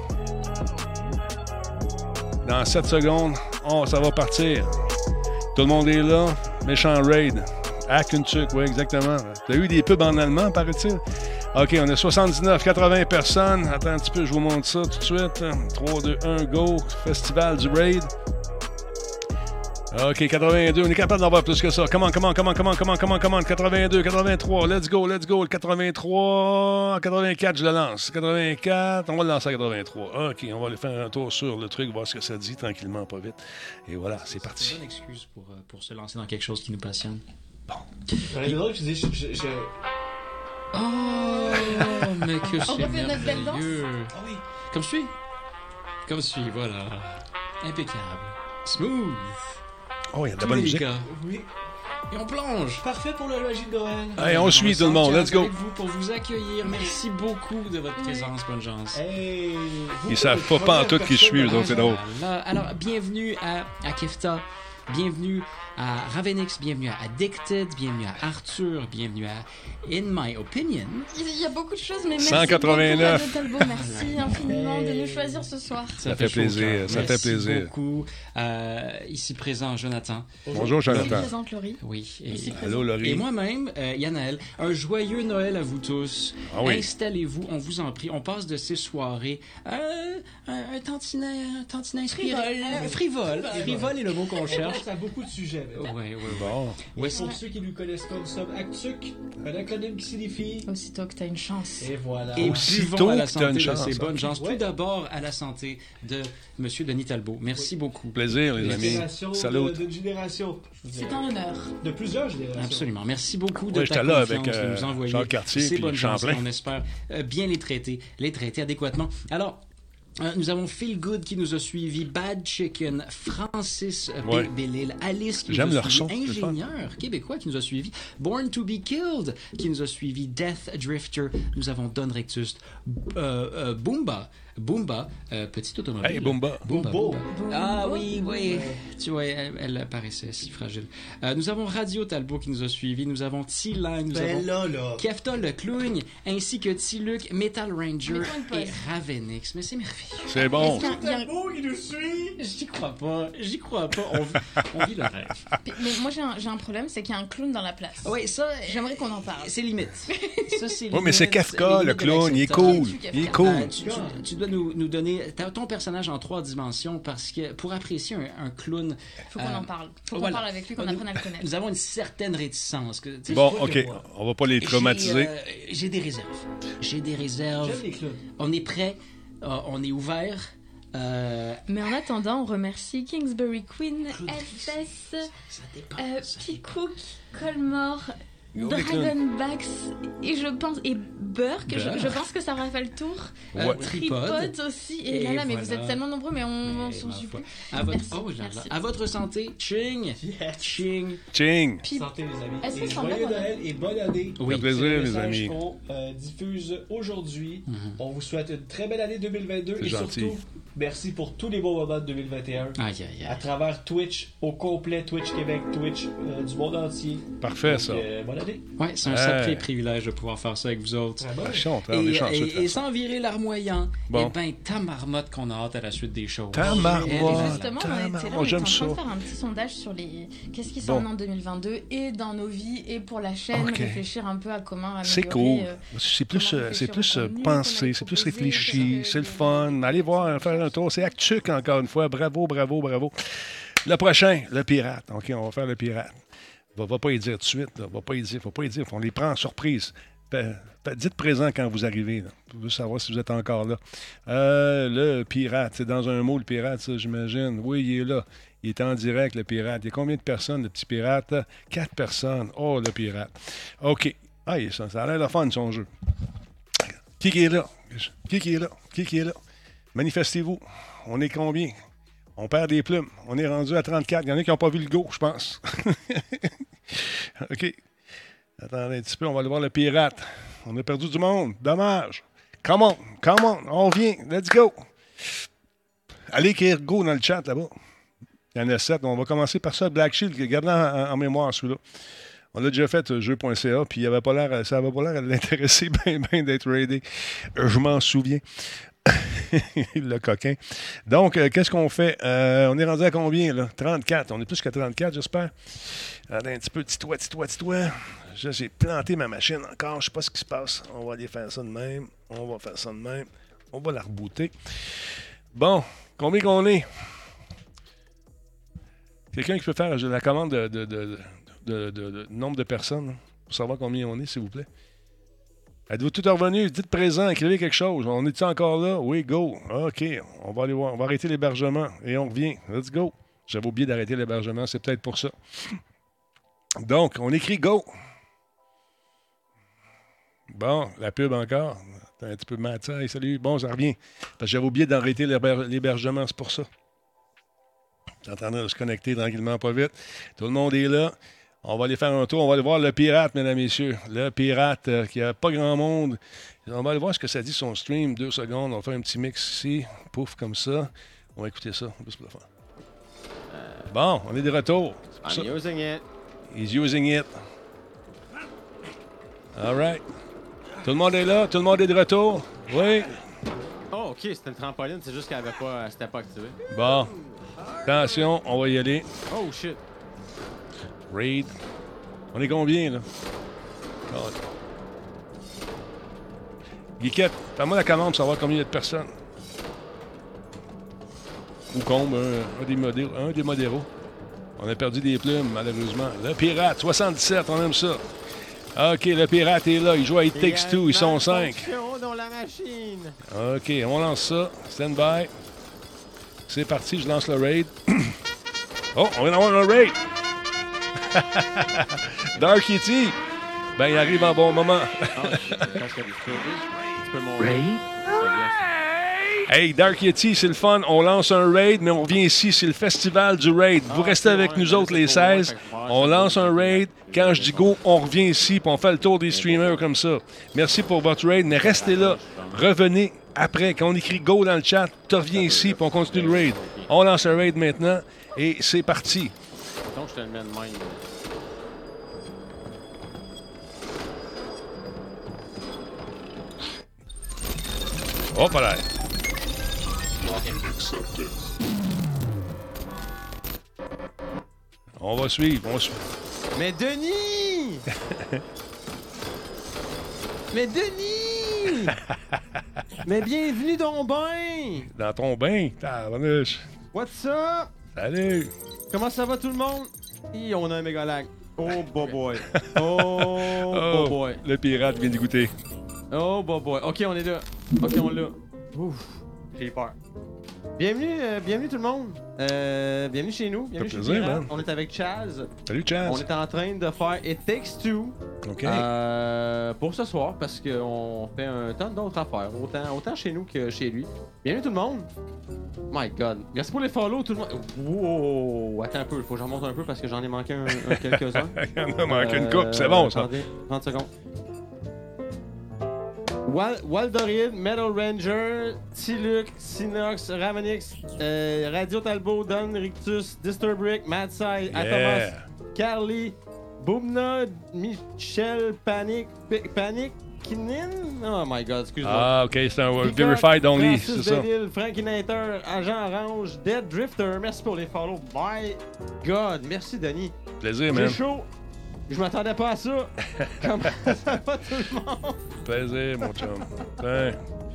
Dans 7 secondes, ça va partir. Tout le monde est là. Méchant raid. Actuc, oui, exactement. T'as eu des pubs en allemand, paraît-il? OK, on a 79, 80 personnes. Attends un petit peu, je vous montre ça tout de suite. 3, 2, 1, go. Festival du raid. OK, 82, on est capable d'en avoir plus que ça. Come on. 82, 83, let's go. Le 83, 84, je le lance. 84, on va le lancer à 83. OK, on va aller faire un tour sur le truc, voir ce que ça dit, tranquillement, pas vite. Et voilà, c'est parti. C'est une bonne excuse pour se lancer dans quelque chose qui nous passionne. Bon. C'est drôle que tu dis, oh, mais que c'est merveilleux. Ah oui. Comme je suis, voilà. Impeccable. Smooth. Oh, il y a de la bonne musique. Oui. Et on plonge. Parfait pour le logis de Noël. Hey, on suit tout le monde. Let's go. Avec vous pour vous accueillir. Merci beaucoup de votre présence. Bonne chance. Ils savent pas en tout qui je suis, donc c'est drôle. Alors, bienvenue à Kefta. bienvenue à Ravenix, bienvenue à Addicted, bienvenue à Arthur, bienvenue à In My Opinion. Il y a beaucoup de choses, mais merci 189. beaucoup, Radio Talbot. Merci infiniment de nous choisir ce soir. Ça fait plaisir, ça fait plaisir. Merci beaucoup. Ici présent, Jonathan. Bonjour, Jonathan. Ici présente Laurie. Oui. Allô, Laurie. Et moi-même, Yanaël. Un joyeux Noël à vous tous. Ah oui. Installez-vous, on vous en prie. On passe de ces soirées un tantinet inspiré. Frivole. Frivole est le mot qu'on cherche. Ça a beaucoup de sujets. Oui. Bon. Et pour ceux qui ne nous connaissent pas, nous sommes Actuc, un acronyme qui signifie... Aussitôt que t'as une chance. Et voilà. Et Aussitôt buvons à la que t'as une santé de chance, ces bonnes gens. Ouais. Tout d'abord à la santé de Monsieur Denis Talbot. Merci beaucoup. Plaisir, les amis. Salut. D'une génération. C'est un honneur. De plusieurs générations. Absolument. Merci beaucoup de Ouais, ta j'étais là confiance avec, de nous envoyer Jacques Cartier ces puis bonnes gens. Champlain. On espère bien les traiter adéquatement. Alors, nous avons Feel Good qui nous a suivis, Bad Chicken, Francis Ouais. Bellil, Alice qui J'aime nous a leur suivis, son, c'est le fun. ingénieur québécois qui nous a suivis, Born to be Killed qui nous a suivis, Death Drifter, nous avons Don Rectus, Boomba, petit automobile. Hey, Boomba. Boombo. Ah oui. Tu vois, elle paraissait si fragile. Nous avons Radio Talbot qui nous a suivis, nous avons T-Line, nous avons là. Kefta le clown, ainsi que T-Luc, Metal Ranger Mets-toi une pause. et Ravenix. Mais c'est merveilleux. C'est bon. Est-ce qu'il y a- Talbot, il nous suit. J'y crois pas. On vit le rêve. Mais moi j'ai un problème, c'est qu'il y a un clown dans la place. Oui, ça, J'aimerais qu'on en parle. c'est limite. Ça, c'est Oui, mais c'est limite. Kafka, Les le limites de clown. Il est l'acceptable. cool. Il est cool. Tu dois nous donner ton personnage en 3 dimensions parce que pour apprécier un clown, Faut qu'on en parle. Faut qu'on voilà. parle avec lui, qu'on apprenne à le connaître. nous avons une certaine réticence. Tu sais, Bon, je vois OK. le voir. On va pas les traumatiser. J'ai des réserves. J'aime les clowns. On est prêt. On est ouvert. Mais en attendant, on remercie Kingsbury Queen, SS, Ça dépend. Peacock, Colmore, Oh, les clowns. Dragonbacks et je pense et Burke. Je pense que ça va faire le tour. Ouais. Tripod aussi. Et là, mais vous êtes tellement nombreux, mais on s'en supplie. À votre, Merci, merci. À votre santé. Ching. Yes. Ching. Ching. Puis, Santé, les amis. Est-ce Et qu'on s'en joyeux va, Noël et bonne année. Oui. Un plaisir, C'est le les message amis. qu'on diffuse aujourd'hui. On vous souhaite une très belle année 2022 C'est et gentil. surtout, merci pour tous les bons moments de 2021. Aïe, À aïe. travers Twitch au complet, Twitch Québec, Twitch du monde entier. Parfait, Donc, ça. bonne année. Ouais, c'est un sacré privilège de pouvoir faire ça avec vous autres. Très bon. On est chanceux de Et faire ça. sans virer larmoyant, Bon. eh ben, ta marmotte qu'on a hâte à la suite des choses. Ta et marmotte. justement, on était là, on était en j'aime train ça. de faire un petit sondage sur les qu'est-ce qui s'en Bon. en 2022 et dans nos vies et pour la chaîne, Ok. réfléchir un peu à comment améliorer. C'est cool. C'est plus, comment c'est réfléchir plus au contenu, pensé, comment c'est plus proposer, réfléchi, qu'est-ce c'est le que- fun. Allez voir, faire un tour. C'est Actuc, encore une fois. Bravo. Le prochain, le pirate. OK, on va faire le pirate. Va pas y dire tout de suite. Là. Faut pas y dire. On les prend en surprise. Dites présent quand vous arrivez. Là. Je veux savoir si vous êtes encore là. Le pirate, c'est dans un mot, le pirate, ça, j'imagine. Oui, il est là. Il est en direct, le pirate. Il y a combien de personnes, le petit pirate? 4 personnes. Oh, le pirate. OK. Ah, ça a l'air de fun, son jeu. Qui est là? Qui est là? Manifestez-vous. On est combien? On perd des plumes. On est rendu à 34. Il y en a qui n'ont pas vu le go, je pense. OK. Attendez un petit peu, on va aller voir le pirate. On a perdu du monde. Dommage. Come on. On vient. Let's go. Allez écrire go dans le chat là-bas. Il y en a 7. On va commencer par ça. Black Shield, gardez en mémoire celui-là. On l'a déjà fait, jeu.ca, puis ça n'avait pas l'air de l'intéresser bien d'être raidé. Je m'en souviens. Le coquin. Donc, qu'est-ce qu'on fait? On est rendu à combien, là? 34. On est plus qu'à 34, j'espère. Attends un petit peu. Tis-toi. J'ai planté ma machine encore. Je ne sais pas ce qui se passe. On va aller faire ça de même. On va la rebooter. Bon, combien qu'on est? Quelqu'un qui peut faire la commande de nombre de personnes, hein, pour savoir combien on est, s'il vous plaît. Êtes-vous tout revenu? Dites présent, écrivez quelque chose. On est-tu encore là? Oui, go. OK, on va aller voir. On va arrêter l'hébergement et on revient. Let's go. J'avais oublié d'arrêter l'hébergement, c'est peut-être pour ça. Donc, on écrit go. Bon, la pub encore. Attends un petit peu de matière. Salut. Bon, ça revient. Parce que j'avais oublié d'arrêter l'hébergement, c'est pour ça. Je suis en train de se connecter tranquillement, pas vite. Tout le monde est là. On va aller faire un tour. On va aller voir le pirate, mesdames et messieurs. Le pirate qui n'a pas grand monde. On va aller voir ce que ça dit son stream. 2 secondes. On va faire un petit mix ici. Pouf, comme ça. On va écouter ça. Juste pour le faire. Bon, on est de retour. I'm using it. He's using it. All right. Tout le monde est là? Tout le monde est de retour? Oui? Oh, OK, c'était une trampoline, c'est juste qu'elle avait pas... C'était pas activé. Bon. Attention, on va y aller. Oh, shit. Raid. On est combien, là? Oh. Geekette, fais-moi la commande pour savoir combien il y a de personnes. Ou combe, un des modéraux. On a perdu des plumes, malheureusement. Le pirate, 77, on aime ça. OK, le pirate est là. Il joue à It Takes Two. Ils sont 5. Dans la machine. OK, on lance ça. Stand by. C'est parti, je lance le raid. Oh, on vient d'avoir le raid. Dark Yeti. Ben, il arrive en bon moment. Hey, Dark Yeti, c'est le fun. On lance un raid, mais on vient ici, c'est le festival du raid. Vous restez avec nous autres les 16. On lance un raid. Quand je dis go, on revient ici, puis on fait le tour des streamers comme ça. Merci pour votre raid, mais restez là. Revenez après. Quand on écrit go dans le chat, tu reviens ici, puis on continue le raid. On lance un raid maintenant, et c'est parti. Donc, je te le mets de même. Hop là. On va suivre, Mais Denis! Mais Denis! Mais bienvenue dans mon bain! Dans ton bain? Tabarnouche. What's up? Salut! Comment ça va tout le monde? Et on a un méga lag. Oh, boy. Oh, boy. Le pirate vient d'écouter. Oh, boy. OK, on est là. OK, on l'a. Ouf, j'ai peur. Bienvenue tout le monde. Bienvenue chez nous. Bienvenue chez plaisir, Pirate. man. On est avec Chaz. Salut, Chaz. On est en train de faire It Takes Two. OK. Pour ce soir, parce qu'on fait un ton d'autres affaires. Autant chez nous que chez lui. Bienvenue tout le monde. My God. Merci pour les follow, tout le monde. Wow. Attends un peu, il faut que j'en monte un peu parce que j'en ai manqué quelques-uns. Il y en a manqué une coupe, c'est bon ça. Attendez, 30 secondes. Waldorid, Metal Ranger, Tiluk, Sinox, Ramonix, Radio Talbot, Don Rictus, Disturbrick, Madside, Atomas, Carly, Boomna, Michel, Panic, Kinin? Oh my God, excuse-moi. Ah, OK, c'est un Verified Only, c'est ça. Frankinator, Agent Orange, Dead Drifter, merci pour les follow. My God, merci Denis. Plaisir, man. J'ai chaud. Je m'attendais pas à ça. Comment ça va tout le monde? Plaisir, mon chum. Tiens.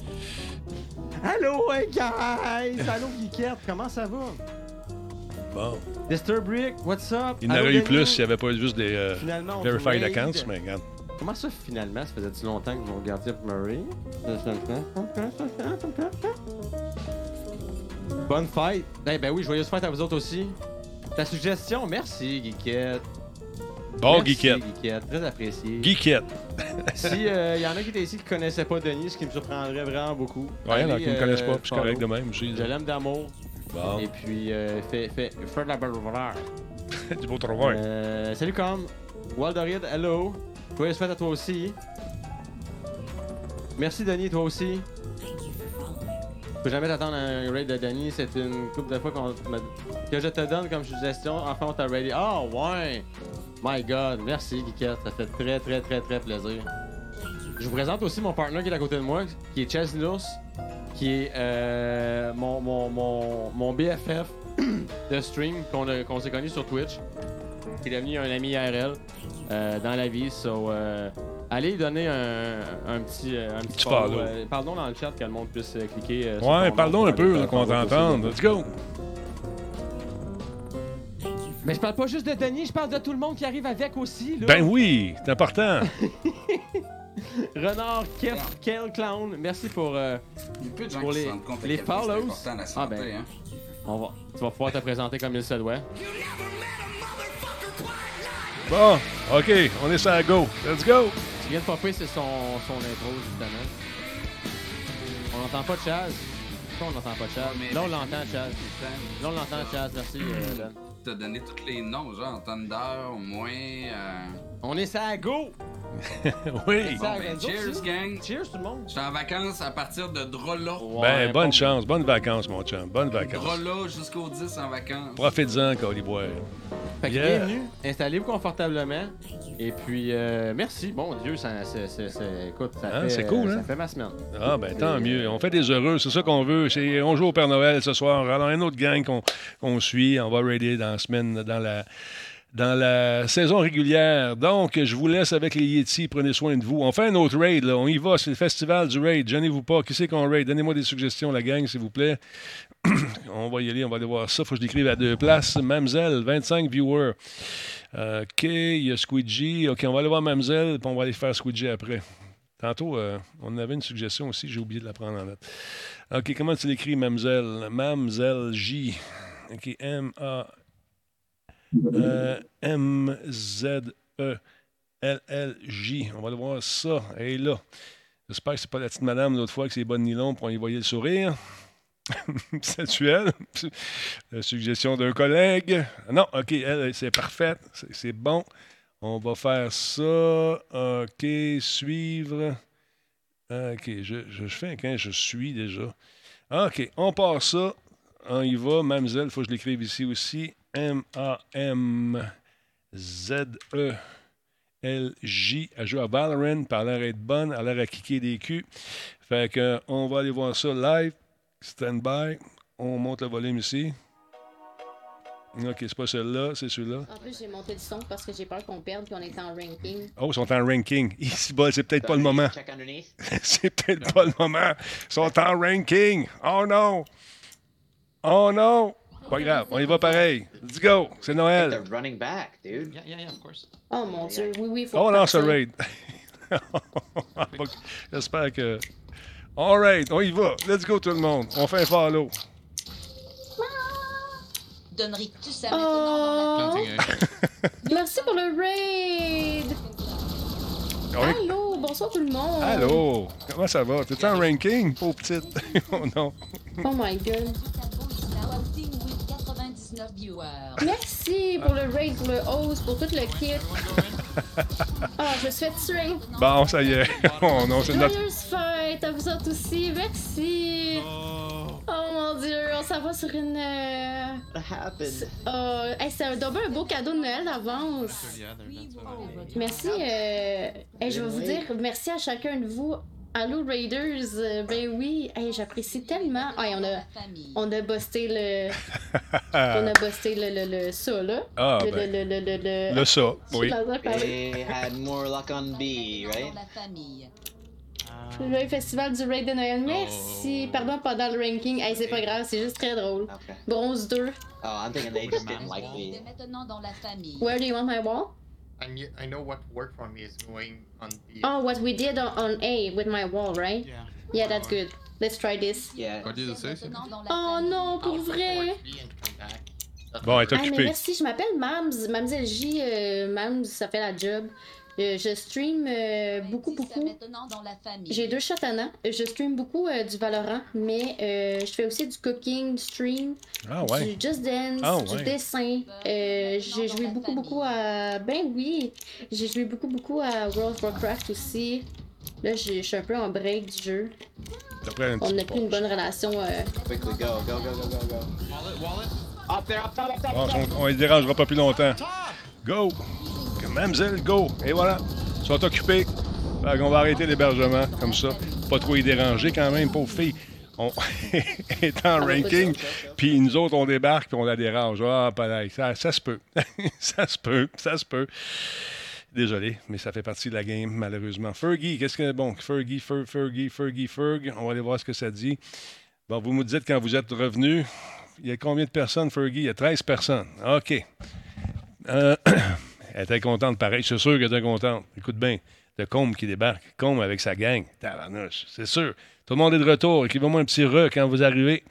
Allô, hey guys! Allô, Geekette, comment ça va? Bon. Disturbrick, what's up? Il n'aurait eu plus s'il n'y avait pas juste des Verified raid. Accounts, mais regarde. Comment ça, finalement? Ça faisait-tu longtemps que vous regardiez Murray? Bonne fête! Ben oui, joyeuse fête à vous autres aussi. Ta suggestion, merci, Geekette. Bon, merci, Geekette. Très apprécié. Geekette. Si y en a qui étaient ici qui connaissaient pas Denis, ce qui me surprendrait vraiment beaucoup. Ouais, il y en a qui ne me connaissent pas, puis je suis correct de même. Je l'aime d'amour. Bon. Et puis, fais de la belle valeur. Du beau travail. Salut, Com. Waldorid, hello. Joyeuse fête à toi aussi. Merci, Denis, toi aussi. Faut jamais t'attendre à un raid de Denis. C'est une couple de fois que je te donne comme suggestion. Enfin, on t'a raidé. Ah, ouais! My God, merci, Geekette. Ça fait très, très, très, très plaisir. Je vous présente aussi mon partenaire qui est à côté de moi, qui est Chaz Nous, qui est mon BFF de stream qu'on s'est connu sur Twitch, qui est devenu un ami IRL dans la vie. So, allez lui donner un petit follow. Parlons dans le chat que le monde puisse cliquer. Ouais, parlons un peu, qu'on t'entende. Let's go! Mais je parle pas juste de Denis, je parle de tout le monde qui arrive avec aussi. Là. Ben oui, c'est important. Renard, Kel Clown, merci pour les follows. Ah ben, tu vas pouvoir te présenter comme il se doit. Bon, OK, on est sur la go. Let's go! Ce qui vient de popper, c'est son intro, justement. On n'entend pas de Chaz. Pourquoi on n'entend pas de Chaz? Là, on l'entend, Chaz. Là, on l'entend, Chaz. Merci, Ben. t'as donné tous les noms, genre Thunder, moi. On est ça à go! Oui! Bon, ben, cheers, gang! Cheers, tout le monde! Je suis en vacances à partir de Drola. Ben, bonne chance, bonnes vacances, mon chum. Bonnes vacances. Drola jusqu'au 10 en vacances. Profites-en, Caliboire. Fait que bienvenue, installez-vous confortablement. Et puis, merci. Bon Dieu, écoute, c'est cool, ça fait ma semaine. Ah, ben tant mieux. On fait des heureux, c'est ça qu'on veut. On joue au Père Noël ce soir. Alors, un autre gang qu'on suit. On va raider dans la semaine, dans la saison régulière. Donc, je vous laisse avec les Yetis. Prenez soin de vous. On fait un autre raid, là. On y va. C'est le festival du raid. Gênez-vous pas. Qui c'est qu'on raid? Donnez-moi des suggestions, la gang, s'il vous plaît. On va y aller. On va aller voir ça. Faut que je l'écrive à 2 places. Mamzelle, 25 viewers. OK, il y a Squidgy. OK, on va aller voir Mamzelle, puis on va aller faire Squidgy après. Tantôt, on avait une suggestion aussi. J'ai oublié de la prendre en note. OK, comment tu l'écris, Mamzelle? Mamzelle J. OK, M-Z-E-L-L-J. On va aller voir ça. Elle est là. J'espère que c'est pas la petite madame l'autre fois avec ses bonnes nylons pour y voyer le sourire. Sensuel. La suggestion d'un collègue. Non, OK, elle, c'est parfait. C'est bon. On va faire ça. OK, suivre. OK, je fais quand je suis déjà. OK, on part ça. On y va. Mamzelle, il faut que je l'écrive ici aussi. M-A-M-Z-E-L-J. Elle joue à Valorant. Elle a l'air d'être bonne. Elle a l'air à kicker des culs. Fait que on va aller voir ça live. Stand by. On monte le volume ici. OK, c'est pas celui-là, c'est celui-là. En plus, j'ai monté le son parce que j'ai peur qu'on perde puis on est en ranking. Oh, ils sont en ranking. Ici, c'est peut-être pas le moment. C'est peut-être pas le moment. Ils sont en ranking. Oh non! Oh non! Pas grave, on y va pareil. Let's go! C'est Noël. They're running back, dude. Yeah, of course. Oh mon Dieu, oui, faut on lance passer. un raid. J'espère que... All right, on y va. Let's go tout le monde. On fait un follow. Donnerais-tu ça maintenant dans la... Merci pour le raid! Oui. Allô, bonsoir tout le monde! Allô, comment ça va? T'es en ranking, pauvre petite? Oh non. Oh my god. 99 viewers. Merci pour le raid, pour le host, pour tout le kit. Ah, je me suis fait tuer. Bon, ça y est. Oh non, c'est notre... Joyeuse fête à vous autres aussi, merci! Oh mon Dieu, on s'en va sur une... c'est un beau cadeau de Noël d'avance. Merci, je vais vous dire merci à chacun de vous. Allô Raiders, ben oui, j'apprécie tellement. On a busté le... on a busté le ça, là. Ah, le ça, oui. They had more luck on B, right? Le festival du Raid de Noël, merci. Pardon, pas dans le ranking. C'est pas grave, c'est juste très drôle. Okay. Bronze 2. Oh, I'm thinking they just didn't like B. Maintenant dans la famille. Where do you want my wall? I know what worked for me is going on B. Oh, what we did on A with my wall, right? Yeah. Yeah, that's good. Let's try this. Yeah. Oh non, pour vrai? Bon, elle est Mais occupée. merci, je m'appelle Mams. Mamzelle J. Mams, ça fait la job. Je stream beaucoup. J'ai 2 chatanans. Je stream beaucoup du Valorant, mais je fais aussi du cooking, du stream, du Just Dance, du dessin. J'ai joué beaucoup à... Ben oui! J'ai joué beaucoup à World of Warcraft aussi. Là, je suis un peu en break du jeu. On n'a plus une bonne relation. Quickly, go. Up there. On les dérangera pas plus longtemps. Go! Mamzelle, go! Et voilà. Ils sont occupés. Fait qu'on va arrêter l'hébergement comme ça. Pas trop y déranger quand même, pauvre fille. On est en ranking, puis nous autres, on débarque puis on la dérange. Ah, pareil, ça se peut. ça se peut. Désolé, mais ça fait partie de la game, malheureusement. Fergie, qu'est-ce que... Bon, Fergie. On va aller voir ce que ça dit. Bon, vous me dites quand vous êtes revenus. Il y a combien de personnes, Fergie? Il y a 13 personnes. OK. Elle était contente, pareil. Je suis sûr qu'elle était contente. Écoute bien, de Combe qui débarque. Combe avec sa gang. Tabarnouche, c'est sûr. Tout le monde est de retour. Écrivez-moi un petit quand vous arrivez.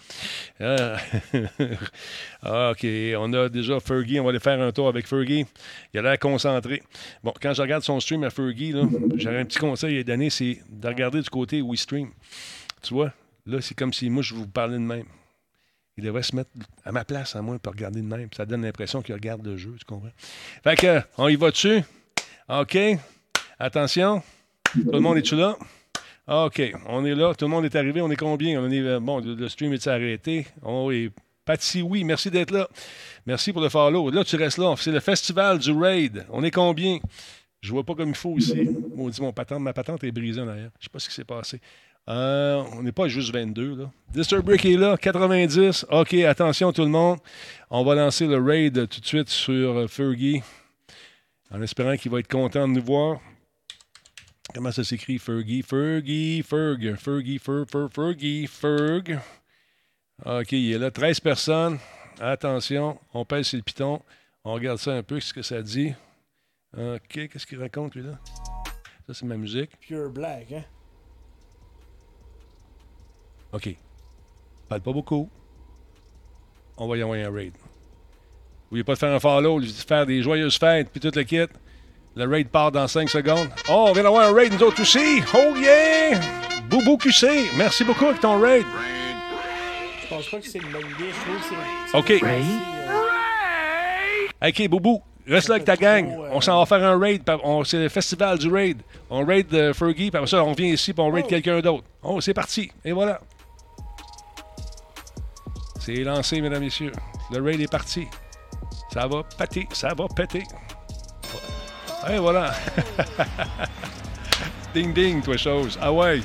OK, on a déjà Fergie. On va aller faire un tour avec Fergie. Il a l'air concentré. Bon, quand je regarde son stream à Fergie, là, j'aurais un petit conseil à donner, c'est de regarder du côté où il stream. Tu vois, là, c'est comme si moi, je vous parlais de même. Il devrait se mettre à ma place, à moi, pour regarder de même. Ça donne l'impression qu'il regarde le jeu, tu comprends? Fait que, on y va dessus? OK. Attention. Tout le monde est-tu là? OK. On est là. Tout le monde est arrivé. On est combien? On est, bon, le stream est arrêté. On est... Patty, oui, merci d'être là. Merci pour le follow. Là, tu restes là. C'est le festival du Raid. On est combien? Je vois pas comme il faut ici. Maudit, ma patente est brisée en arrière. Je sais pas ce qui s'est passé. On n'est pas juste 22, là. Disturbrick est là, 90. OK, attention tout le monde. On va lancer le raid tout de suite sur Fergie, en espérant qu'il va être content de nous voir. Comment ça s'écrit, Fergie? Fergie. OK, il est là. 13 personnes. Attention, on pèse sur le piton. On regarde ça un peu, ce que ça dit. OK, qu'est-ce qu'il raconte, lui, là? Ça, c'est ma musique. Pure Black, hein? OK. Parle pas beaucoup. On va y envoyer un raid. Vous voulez pas faire un follow, faire des joyeuses fêtes, puis tout le kit. Le raid part dans 5 secondes. Oh, on vient d'avoir un raid, nous autres aussi. Oh yeah! Boubou QC, merci beaucoup avec ton raid. Je pense pas que c'est une bonne idée. Je trouve que c'est... OK. OK, Boubou, reste là avec ta gang. On s'en va faire un raid. C'est le festival du raid. On raid Fergie, puis après ça, on vient ici, puis on raid quelqu'un d'autre. Oh, c'est parti. Et voilà. C'est lancé, mesdames et messieurs. Le raid est parti. Ça va péter, ça va péter. Et voilà. Ding ding, toi chose. Ah ouais.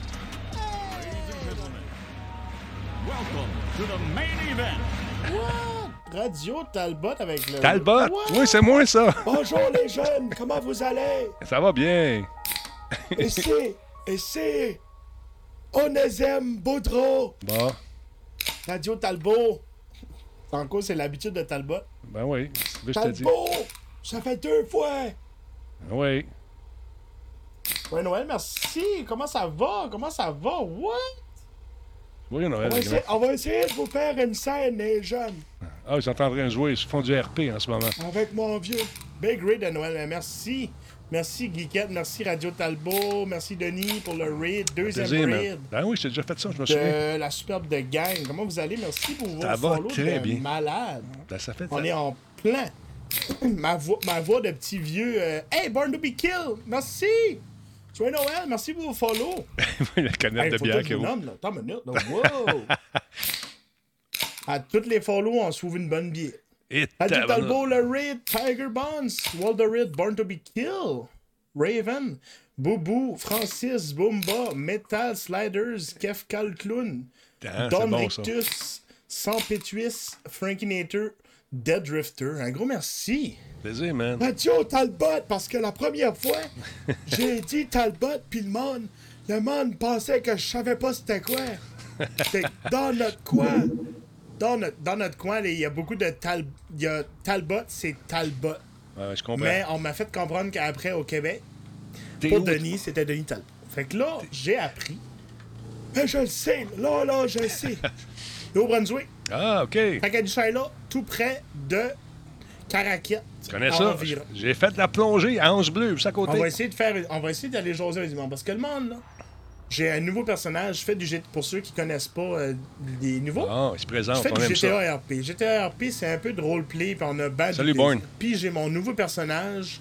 Welcome to the main event. What? Radio Talbot avec le... Talbot? What? Oui, c'est moi ça. Bonjour les jeunes, comment vous allez? Ça va bien. Et c'est Onésime Boudreau. Bon. Radio Talbot. En gros, c'est l'habitude de Talbot. Ben oui, je te dis. Talbot, ça fait 2 fois. Oui. Ouais, Noël, merci. Comment ça va? What? Oui, Noël. On va essayer de vous faire une scène, les jeunes. Ah, ils sont en train de jouer. Ils font du RP en ce moment. Avec mon vieux. Big raid de Noël. Merci. Merci, Geekette. Merci, Radio Talbot. Merci, Denis, pour le raid. Deuxième raid. Ben oui, j'ai déjà fait ça, je me souviens. De la superbe de gang. Comment vous allez? Merci pour vos ça va follow très de bien. malade. Ben, ça fait On est en plein. ma voix de petit vieux. Hey, Born to be Killed. Merci. Joyeux Noël. Merci pour vos follow. La canette de bière que vous. Attends une minute. Wow. À toutes les follow, on se trouve une bonne bière. Radio Talbot, le Raid, Tiger Bonds, Walderid, Born to be Killed, Raven, Boubou, Francis, Boomba, Metal Sliders, Kefkal Clown, Don Rictus, Sampétuis, Frankinator, Dead Drifter. Un gros merci. Plaisir, man. Radio Talbot, parce que la première fois, j'ai dit Talbot, puis le monde pensait que je savais pas c'était quoi. C'est dans notre coin. Dans notre coin, il y a beaucoup de Talbot, c'est Talbot. Ouais, je comprends. Mais on m'a fait comprendre qu'après, au Québec, pour Denis, c'était Denis Talbot. Fait que là, j'ai appris. Mais je le sais, là, je le sais. Au Brunswick. Ah, OK. Fait qu'il y a du Charlotte, tout près de Caraquette. Tu connais ça? J'ai fait de la plongée à Anse Bleu, juste à côté. On va essayer d'aller jaser avec du monde. Parce que le monde, là, j'ai un nouveau personnage. Je fais du GTA. Pour ceux qui connaissent pas les nouveaux. Ah, il se présente. Je fais du GTA RP. GTA RP, c'est un peu de roleplay. Puis on a bad. Salut, Born. Puis j'ai mon nouveau personnage.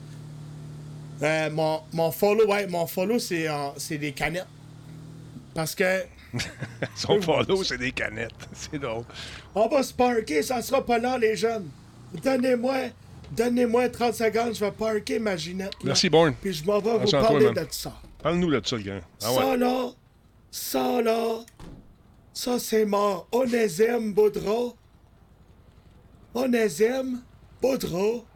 Mon follow, c'est des canettes. Parce que. Son follow, c'est des canettes. C'est drôle. On va se parker, ça sera pas là, les jeunes. Donnez-moi 30 secondes, je vais parker ma Ginette. Là. Merci, Born. Puis je m'en vais vous parler de ça. Parle-nous là de ça, le grand. Ah, ouais. Ça, c'est mon Onésime Boudreau. Onésime Boudreau.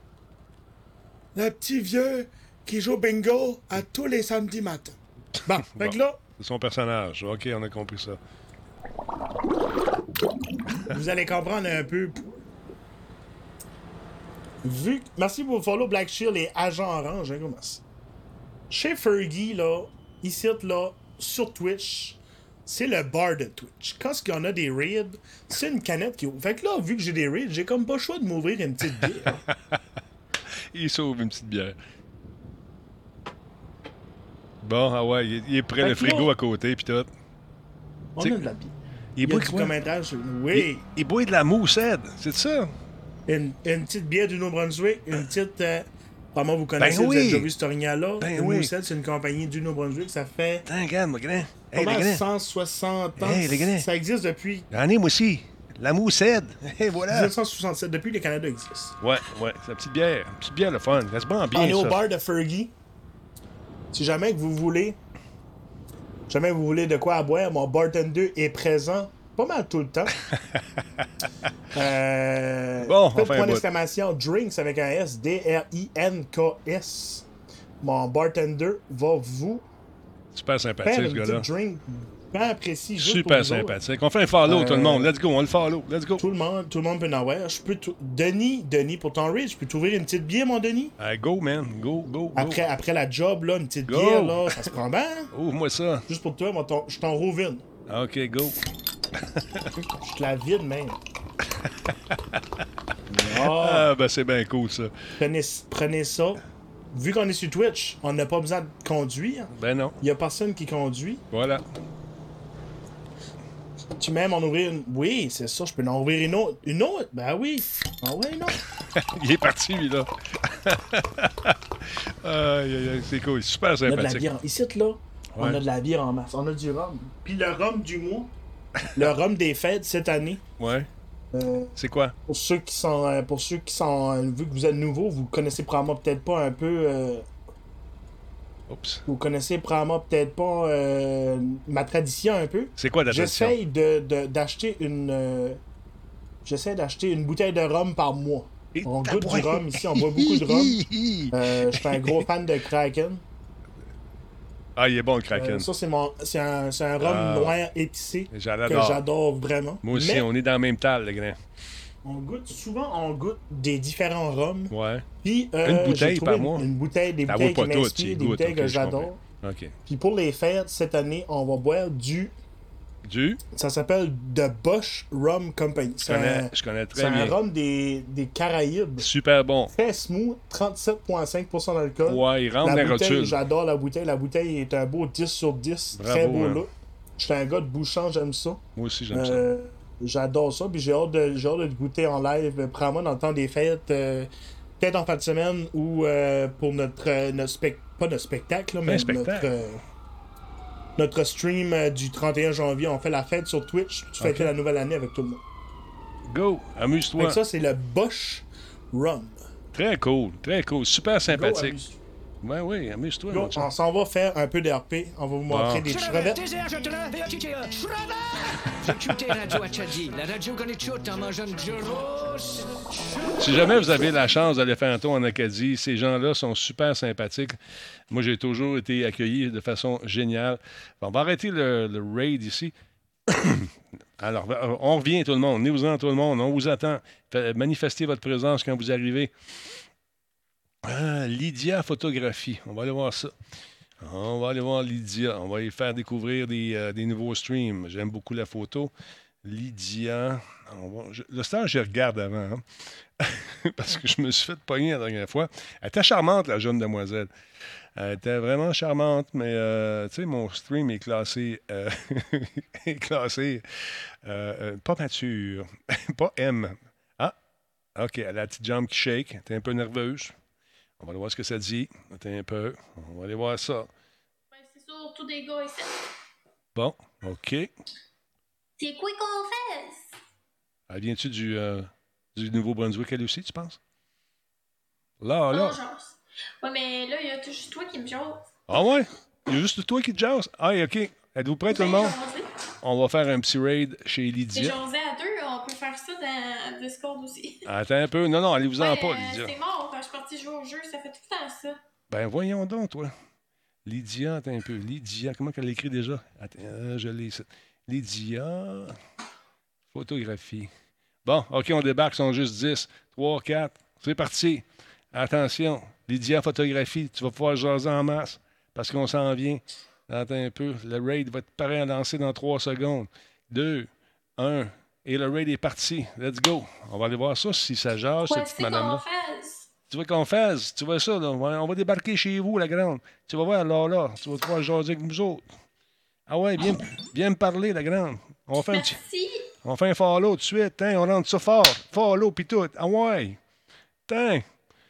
Le petit vieux qui joue bingo à tous les samedis matins. Bon, fait que là... C'est son personnage. OK, on a compris ça. Vous allez comprendre un peu. Merci pour follow Black Shield et Agent Orange. Hein, merci. Chez Fergie, là, ici, là, sur Twitch, c'est le bar de Twitch. Quand il y en a des raids, c'est une canette qui ouvre. Fait que là, vu que j'ai des raids, j'ai comme pas le choix de m'ouvrir une petite bière. Il s'ouvre une petite bière. Bon, ah ouais, il est prêt, le frigo à côté, puis tout. On a de la bière. Il boit du quoi? commentaire sur... Oui. Il boit de la moussette, c'est ça? Une petite bière du Nouveau-Brunswick, une petite... Comment vous connaissez, Ben vous avez oui. déjà vu ce orignal-là? Ben une oui. moussette, c'est une compagnie du Nouveau-Brunswick, ça fait... Regarde, mon grand. Hey, Comment les gars. 160 ans? Hey, les gars. Ça existe depuis J'en ai, moi aussi. La moussette. Et voilà. 1967, depuis que le Canada existe. Ouais, c'est la petite bière. Une petite bière, le fun. Reste bien bien, On est au ça. bar de Fergie. Si jamais que vous voulez... Jamais vous voulez de quoi à boire, mon bartender est présent pas mal tout le temps. Bon, faites enfin, point bout. d'exclamation, drinks avec un S, D-R-I-N-K-S. Mon bartender va vous Super faire sympathique, une ce gars-là. petite drink bien précis. juste Super pour vous autres. sympathique. On fait un follow, tout le monde. Let's go, on le follow. Let's go. Tout le monde peut en avoir. Je peux Denis, pour ton raid, je peux t'ouvrir une petite bière, mon Denis? Go, man. Go. Après la job, là, une petite Go. bière, là, ça se prend bien. Ouvre-moi ça. Juste pour toi, je t'en rouvre une. OK, go. Je te la vide, même. Ah, ben c'est bien cool, ça. Prenez ça. Vu qu'on est sur Twitch, on n'a pas besoin de conduire. Ben non. Il n'y a personne qui conduit. Voilà. Tu m'aimes en ouvrir une... Oui, c'est ça, je peux en ouvrir une autre. Une autre? Ben oui. Ah ouais, non. Il est parti, lui, là. C'est cool. Super On a de la sympathique. bière. Ici, là, on Ouais. a de la bière en masse. On a du rhum. Puis le rhum du mois, le rhum des fêtes cette année. Ouais. C'est quoi? Pour ceux qui sont, vu que vous êtes nouveau, vous connaissez probablement peut-être pas un peu. Oups. Vous connaissez probablement peut-être pas ma tradition un peu. C'est quoi la tradition? J'essaye d'acheter une. J'essaie d'acheter une bouteille de rhum par mois. On goûte du rhum ici, on boit beaucoup de rhum. Je suis un gros fan de Kraken. Ah, il est bon, le Kraken. Ça, c'est un rhum noir épicé que j'adore vraiment. Moi aussi, Mais on est dans le même tal, le grand. on goûte des différents rhums. Ouais. Puis, une bouteille j'ai trouvé par mois? des bouteilles Ça qui vaut pas toutes, m'inspirent, tu des goûtes, bouteilles que ok, je j'adore. comprends. OK. Puis pour les fêtes, cette année, on va boire ça s'appelle The Bush Rum Company. Je connais très bien. C'est un rhum des Caraïbes. Super bon. Très smooth, 37,5% d'alcool. Ouais, il rentre dans la bouteille, rotule. j'adore la bouteille. La bouteille est un beau 10 sur 10. Bravo, très beau hein. look. Je suis un gars de bouchon, j'aime ça. Moi aussi, j'aime ça. J'adore ça. Puis j'ai hâte de le goûter en live. Probablement dans le temps des fêtes. Peut-être en fin de semaine ou pour pas notre spectacle, là, mais notre stream du 31 janvier. On fait la fête sur Twitch. Tu fêtes la nouvelle année avec tout le monde. Go, amuse-toi. Donc ça, c'est le Bush Rum. Très cool, super sympathique. Ben oui, amuse-toi. Go, on s'en va faire un peu de RP. On va vous montrer des crevettes. Si jamais vous avez la chance d'aller faire un tour en Acadie, ces gens-là sont super sympathiques. Moi, j'ai toujours été accueilli de façon géniale. On va arrêter le raid ici. Alors, on revient tout le monde. Venez-vous-en tout le monde. On vous attend. Manifestez votre présence quand vous arrivez. Lydia Photographie. On va aller voir ça. On va aller voir Lydia. On va lui faire découvrir des nouveaux streams. J'aime beaucoup la photo. Lydia. Le stage, je regarde avant. Hein? Parce que je me suis fait pogner la dernière fois. Elle était charmante, la jeune demoiselle. Elle était vraiment charmante, mais tu sais, mon stream est classé, pas mature, pas M. Ah, OK, elle a la petite jambe qui shake. Elle était un peu nerveuse. On va aller voir ce que ça dit. Attends un peu. On va aller voir ça. Ben, c'est surtout des gars ici. Bon, OK. C'est quoi qu'on fait? Elle vient-tu du Nouveau-Brunswick, elle aussi, tu penses? Là. Non, genre. Ouais, mais là, il y a juste toi qui me jase. Ah ouais? Il y a juste toi qui te jase? Ah, OK. Êtes-vous prêts, tout le monde? On va faire un petit raid chez C'est Lydia. jasé à deux, on peut faire ça dans Discord aussi. Attends un peu. Non, allez-vous-en pas, Lydia. C'est mort, quand je suis partie jouer au jeu, ça fait tout le temps ça. Ben, voyons donc, toi. Lydia, attends un peu. Lydia, comment qu'elle l'écrit déjà? Attends, je l'ai ici. Lydia. Photographie. Bon, OK, on débarque, ils sont juste 10. 3, 4. C'est parti. Attention. Lydia Photographie, tu vas pouvoir jaser en masse parce qu'on s'en vient. Attends un peu. Le raid va être prêt à lancer dans 3 secondes. 2, 1. Et le raid est parti. Let's go. On va aller voir ça si ça jase, cette petite madame-là. Tu veux qu'on fasse? Tu vois ça, là? On va débarquer chez vous, la grande. Tu vas voir, là. Tu vas pouvoir jaser avec nous autres. Ah ouais, viens me parler, la grande. On fait un Merci. On fait un follow tout de suite. Hein? On rentre ça fort. Follow pis tout. Ah ouais. Tiens.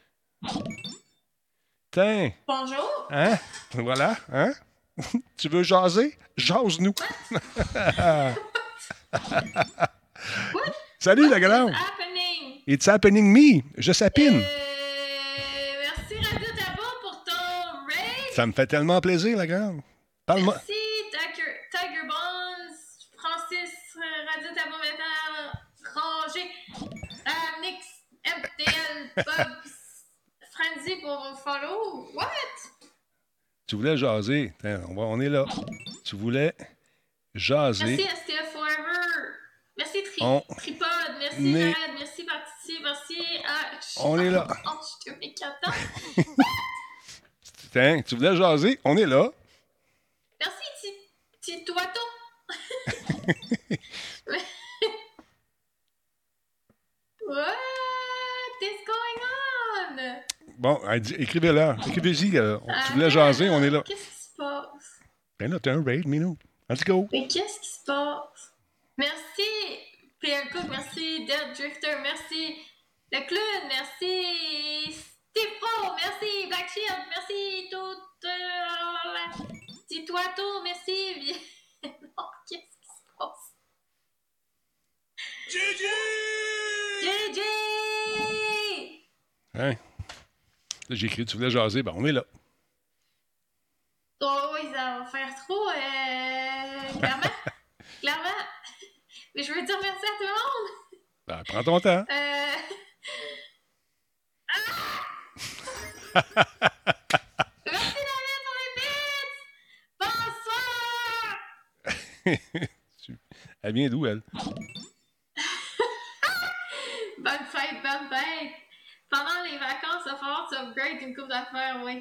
Tiens. Bonjour. Hein? Voilà. Hein? Tu veux jaser? Jase-nous. Salut, la grande. What's happening? It's happening me. Je sapine. Merci Radio Tabo pour ton raid. Ça me fait tellement plaisir, la grande. Parle-moi. Merci Tiger Bones, Francis, Radio Tabo Metal, Roger, Nix, MTL, Bob, Frenzy pour vos follow. What? Tu voulais jaser. Tiens, on est là. Tu voulais jaser. Merci STF Forever. Merci Tripod. Merci Red. Merci Partici. Merci On est là. Je te mets 4 ans. Tiens, tu voulais jaser. On est là. Merci Titoato. What is going on? Bon, écrivez-le. Écrivez-y. Tu voulais jaser, on est là. Qu'est-ce qui se passe? Ben là, t'as un raid, Minou. Let's go. Mais qu'est-ce qui se passe? Merci PR Cook, merci Dead Drifter, merci Le Clown, merci Steve Pro, merci Black Shield, merci tout. Dis-toi tout, merci. Non, qu'est-ce qui se passe? JJ! Hein? Là, j'ai écrit, tu voulais jaser, ben on est là. Oh oui, ça va faire trop, clairement. Clairement. Mais je veux dire merci à tout le monde. Ben, prends ton temps. Merci David pour les bits! Bonsoir! Elle vient d'où, elle? Bonne fête, bonne fête! Pendant les vacances, il va falloir que tu upgrades une coupe d'affaires, oui.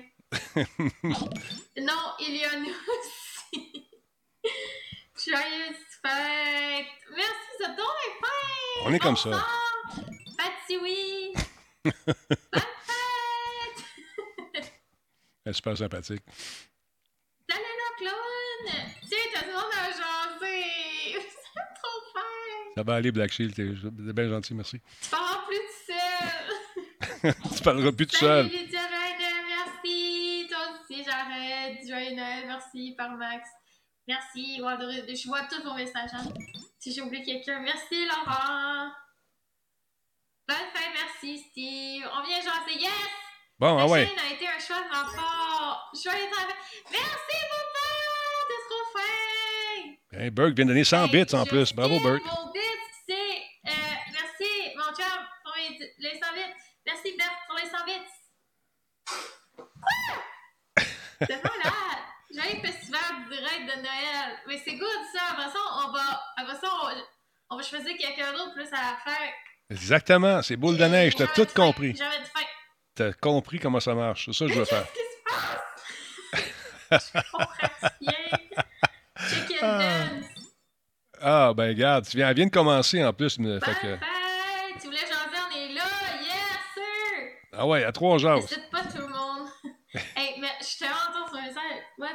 Non, il y a nous aussi. Joyeuse fête! Merci, c'est ton fête! On est comme ça. Patsy, oui! Bonne fête! Elle est super sympathique. Salut le clown! Tiens, t'as tout le monde à jaser! C'est trop fin! Ça va aller, Black Shield. T'es bien gentil, merci. Tu parleras plus tout seul! Tu parleras plus tout seul. Salut Lydia Rainer, merci! Toi aussi, j'arrête. Joyeux Noël, merci par Max. Merci, Waldoris. Je vois tous vos messages. Hein. Si j'ai oublié quelqu'un, merci Laurent! Bonne fête, merci Steve! On vient jaser, yes! Bon, ah ouais. La chaîne a été un choix de ma part. Joyeux Noël! Merci, mon père! T'es trop fin! Hey, Burke vient de donner 100 bits en plus. Bravo, Burke. Mon bits, c'est... merci, mon chum, pour les 100 bits. Merci, Berthe, pour les 100 bits. Quoi? C'est malade! J'ai un festival direct de Noël. Mais c'est good, ça. Après ça, on va choisir quelqu'un d'autre plus à la fin. Exactement. C'est boule de neige. T'as tout compris. J'avais de faim. T'as compris comment ça marche. C'est ça que je veux faire. Qu'est-ce qui se passe? Je comprends rien. Chicken dance. Ah, ben regarde. Elle vient de commencer en plus. Fait que... Tu voulais jaser, on est là. Yes, sir. Ah ouais, à 3 jours. C'est pas tout le monde. Hey, mais je te entends sur un message. What?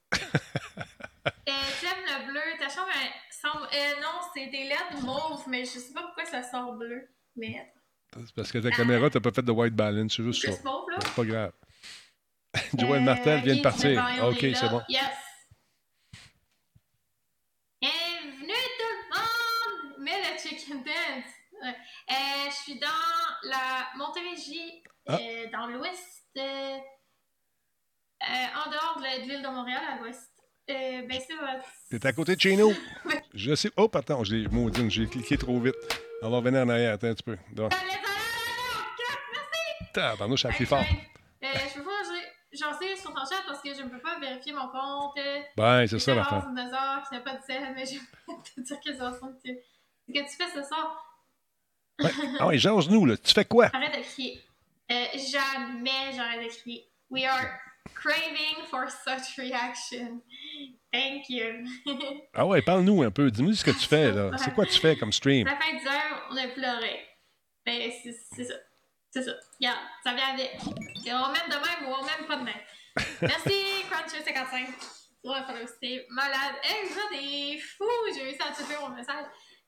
Tu aimes le bleu. Ta chambre semble... non, c'est des lettres mauves, mais je sais pas pourquoi ça sort bleu. Mais... C'est parce que ta caméra, t'as pas fait de white balance. C'est juste ça. C'est pas grave. Joël Martel vient de partir. OK, c'est bon. Yes. Bienvenue tout le monde! Mais le chicken dance. Je suis dans la Montérégie, dans l'ouest, en dehors de l'île de Montréal, à l'ouest. Ben c'est T'es à côté de chez nous. Je sais. Oh, attends, j'ai cliqué trop vite. On va revenir en arrière. Attends un petit peu. Donc. Pardon, je suis appelé fort. Je peux pas jaser sur ton chat parce que je ne peux pas vérifier mon compte. Ben, c'est ça l'affaire. C'est 2 qui n'a pas de sel, mais je vais te dire que ce que tu fais ce soir. Ouais. Ah ouais, jase-nous, là. Tu fais quoi? Arrête de crier. Jamais j'arrête de crier. We are craving for such reaction. Thank you. Ah ouais, parle-nous un peu. Dis-nous ce que tu fais, là. C'est quoi tu fais comme stream? Ça fait 10 heures, on a pleuré. Ben, c'est ça. C'est ça. Regarde, ça vient avec. On va mettre de même ou on même pas de même. Merci, Cruncher55. sur le follow. C'est malade. Hey, vous êtes des fous! J'ai réussi à tuer mon message.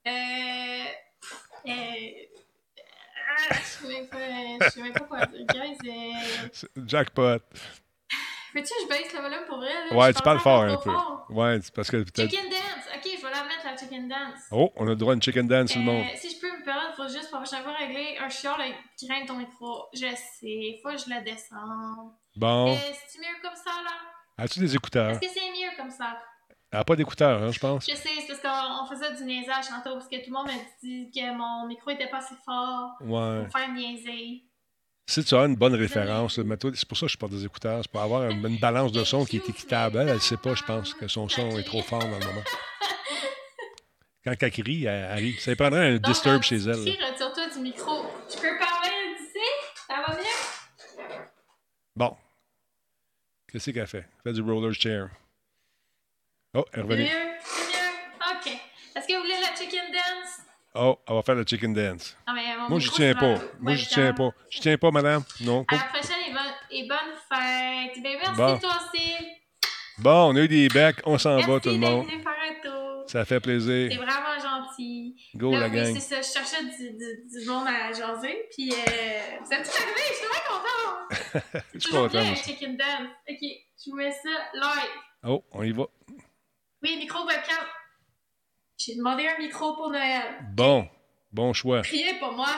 Je sais même pas quoi dire, guys. Jackpot. Peux-tu que je baisse le volume pour vrai? Là? Ouais, tu parles fort un peu. Ouais, c'est parce que peut-être. Chicken Dance! Ok, je vais la mettre, la Chicken Dance. Oh, on a le droit à une Chicken Dance, tout le monde. Si je peux me permettre, il faut juste pour chaque fois régler un chiant qui graine ton micro. Je sais, faut que je la descende. Bon. C'est mieux comme ça, là? As-tu des écouteurs? Est-ce que c'est mieux comme ça? Elle n'a pas d'écouteurs, hein, je pense. Je sais, c'est parce qu'on faisait du niaisage tantôt, parce que tout le monde m'a dit que mon micro était pas assez fort Ouais. pour faire niaiser. Si tu as une bonne référence, mais toi, c'est pour ça que je porte des écouteurs. C'est pour avoir une balance de son qui est équitable. Elle ne sait pas, je pense, que son son est trop fort dans le moment. Quand elle crie, elle rit. Ça prendrait un disturb chez elle. Retire-toi du micro. Je peux parler d'ici? Ça va mieux? Bon. Qu'est-ce qu'elle fait? Elle fait du roller chair. Oh, elle est revenue. C'est mieux? OK. Est-ce que vous voulez la chicken dance? Oh, elle va faire le chicken dance. Ah, mais moi, je tiens pas. Moi, je tiens pas. Je tiens pas, madame. Non. À la prochaine et bonne fête. Ben, merci, bon. toi aussi. Bon, on a eu des becs. On s'en va, tout le Merci monde. d'être venu faire un tour. Ça fait plaisir. C'est vraiment gentil. Go, là, la oui, gang. c'est ça. Je cherchais du monde à jaser. Puis, vous êtes tout arrivé. Je suis vraiment contente. Je suis toujours content. bien un chicken dance. OK. Je vous mets ça live. Oh, on y va. Oui, micro webcam. J'ai demandé un micro pour Noël. Bon. Bon choix. Priez pour moi.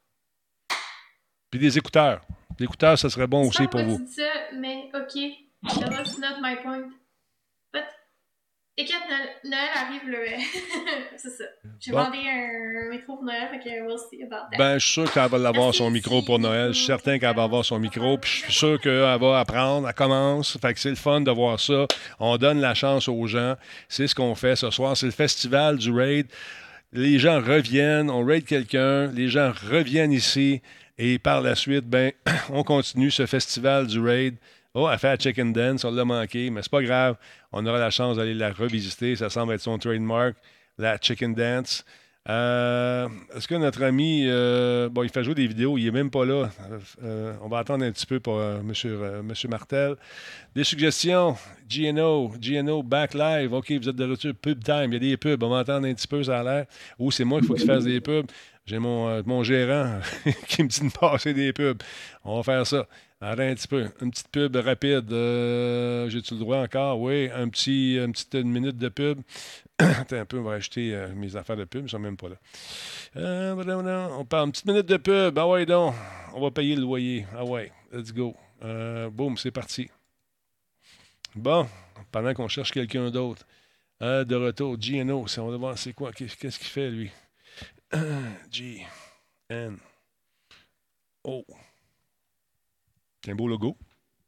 Puis des écouteurs. Des écouteurs, ça serait bon aussi pour vous. Je sais pas ça, mais OK. That's not my point. But, et quand Noël arrive, c'est ça. J'ai demandé un micro pour Noël, fait que we'll see about that. Ben, je suis sûr qu'elle va l'avoir son micro pour Noël. Je suis certain qu'elle va avoir son micro. Puis je suis sûr qu'elle va apprendre. Elle commence. Fait que c'est le fun de voir ça. On donne la chance aux gens. C'est ce qu'on fait ce soir. C'est le festival du raid. Les gens reviennent, on raid quelqu'un, les gens reviennent ici et par la suite, ben, on continue ce festival du raid. Oh, elle fait la Chicken Dance, on l'a manqué, mais c'est pas grave. On aura la chance d'aller la revisiter. Ça semble être son trademark, la Chicken Dance. Est-ce que notre ami, bon, il fait jouer des vidéos, il n'est même pas là. On va attendre un petit peu pour Monsieur Martel. Des suggestions, GNO, back live. OK, vous êtes de retour, pub time, il y a des pubs. On va attendre un petit peu, ça a l'air. Ou c'est moi qu'il faut qu'il fasse des pubs. J'ai mon gérant qui me dit de passer des pubs. On va faire ça. Attends un petit peu. Une petite pub rapide. J'ai-tu le droit encore? Oui, une petite minute de pub. Attends un peu, on va acheter mes affaires de pub. Ils ne sont même pas là. On parle une petite minute de pub. Ah ouais, donc. On va payer le loyer. Ah ouais, let's go. Boum, c'est parti. Bon, pendant qu'on cherche quelqu'un d'autre. De retour, GNO. On va voir c'est quoi. Qu'est-ce qu'il fait, lui? GNO. C'est un beau logo.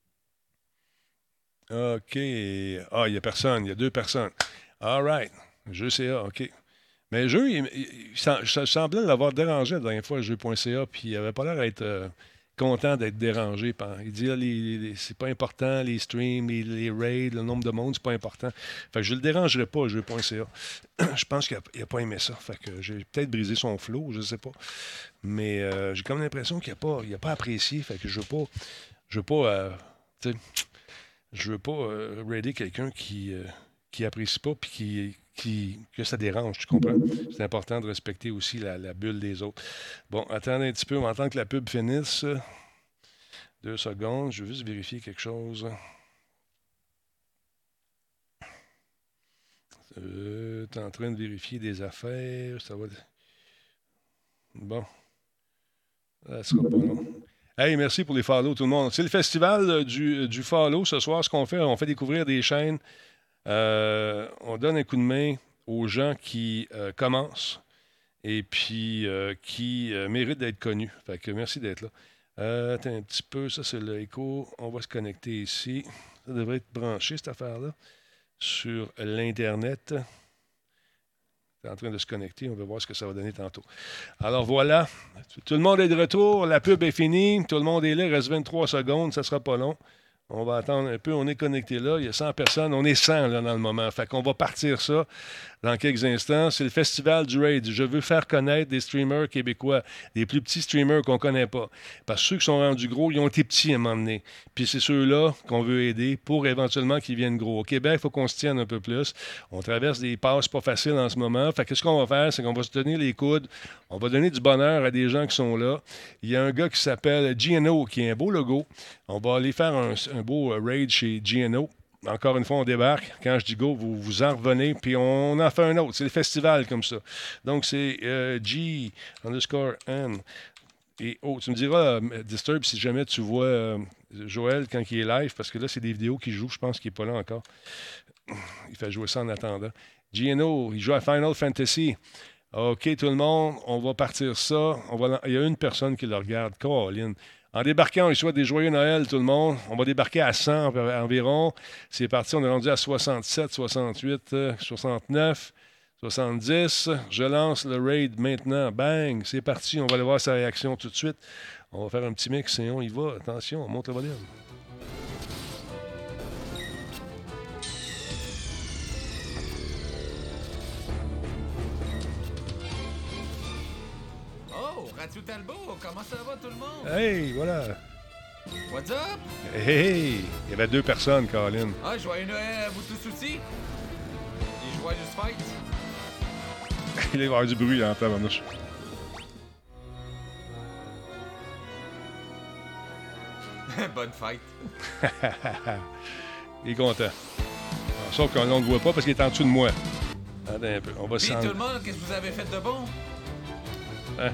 OK. Ah, il n'y a personne. Il y a 2 personnes. All right. Jeu CA, OK. Mais le jeu, il semblait l'avoir dérangé la dernière fois, le jeu.ca, puis il n'avait pas l'air d'être content d'être dérangé. Il dit, là, c'est pas important, les streams, les raids, le nombre de monde, c'est pas important. Fait que je le dérangerai pas, le jeu.ca. Je pense qu'il n'a pas aimé ça. Fait que j'ai peut-être brisé son flow, je sais pas. Mais j'ai comme l'impression qu'il n'a pas apprécié. Fait que je veux pas raider quelqu'un qui apprécie pas puis que ça dérange, tu comprends? C'est important de respecter aussi la bulle des autres. Bon, attendez un petit peu, on va attendre que la pub finisse. 2 secondes, je veux juste vérifier quelque chose. T'es en train de vérifier des affaires, ça va... Bon. Ça sera pas long. Hey, merci pour les follow, tout le monde. C'est le festival du follow. Ce soir, ce qu'on fait, on fait découvrir des chaînes. On donne un coup de main aux gens qui commencent et puis qui méritent d'être connus. Fait que merci d'être là. Attends un petit peu, ça c'est l'écho. On va se connecter ici. Ça devrait être branché, cette affaire-là, sur l'Internet. C'est en train de se connecter. On va voir ce que ça va donner tantôt. Alors voilà. Tout le monde est de retour. La pub est finie. Tout le monde est là. Il reste 23 secondes. Ça ne sera pas long. On va attendre un peu. On est connecté là. Il y a 100 personnes. On est 100 là, dans le moment. Fait qu'on va partir ça. dans quelques instants. C'est le Festival du Raid. Je veux faire connaître des streamers québécois, des plus petits streamers qu'on ne connaît pas. Parce que ceux qui sont rendus gros, ils ont été petits à un moment donné. Puis c'est ceux-là qu'on veut aider pour éventuellement qu'ils viennent gros. Au Québec, il faut qu'on se tienne un peu plus. On traverse des passes pas faciles en ce moment. Fait que ce qu'on va faire, c'est qu'on va se tenir les coudes. On va donner du bonheur à des gens qui sont là. Il y a un gars qui s'appelle GNO, qui a un beau logo. On va aller faire un beau raid chez GNO. Encore une fois, on débarque. Quand je dis go, vous vous en revenez, puis on en fait un autre. C'est le festival comme ça. Donc, c'est G_N. Et tu me diras, Disturb, si jamais tu vois Joël quand il est live, parce que là, c'est des vidéos qu'il joue, je pense qu'il n'est pas là encore. Il fait jouer ça en attendant. GNO, il joue à Final Fantasy. OK, tout le monde, on va partir ça. Il y a une personne qui le regarde, Caroline. En débarquant, on souhaite des joyeux Noël, tout le monde. On va débarquer à 100 environ. C'est parti, on est rendu à 67, 68, 69, 70. Je lance le raid maintenant. Bang, c'est parti. On va aller voir sa réaction tout de suite. On va faire un petit mix et on y va. Attention, on monte le volume. Radio Talbot, comment ça va tout le monde? Hey, voilà. What's up? Hey, il y avait 2 personnes, Caroline. Ah, joyeux Noël à vous tous aussi. Et joyeuse fête. Il va y avoir du bruit en tabarnouche. Bonne fête. Il est content. Sauf qu'on ne le voit pas parce qu'il est en dessous de moi. Attends un peu, on va s'en... tout le monde, qu'est-ce que vous avez fait de bon? Hein?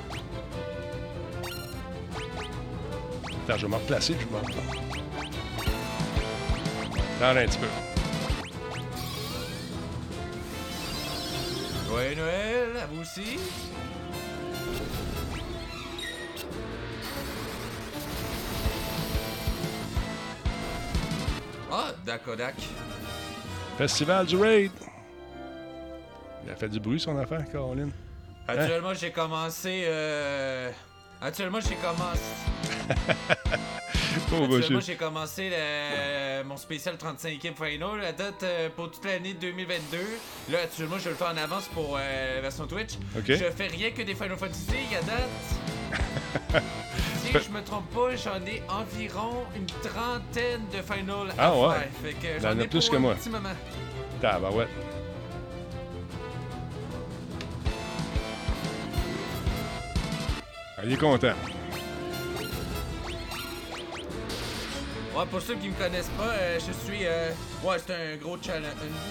Attends, je vais me replacer, je vais me replacer. Attends un petit peu. Joyeux Noël, à vous aussi. Ah, Dakodak. Festival du Raid. Il a fait du bruit, son affaire, Caroline. Actuellement, j'ai commencé... Actuellement, j'ai commencé mon spécial 35e Final. La date pour toute l'année 2022. Là, actuellement, je le fais en avance pour la version Twitch. Okay. Je fais rien que des Final Fantasy. À date, si je me trompe pas, j'en ai environ une trentaine de Final à faire. Fait que j'en ai plus pour que moi. Un petit moment. Tabarouette. Il est content. Ouais, pour ceux qui me connaissent pas, je suis... Ouais, c'est un gros challenge.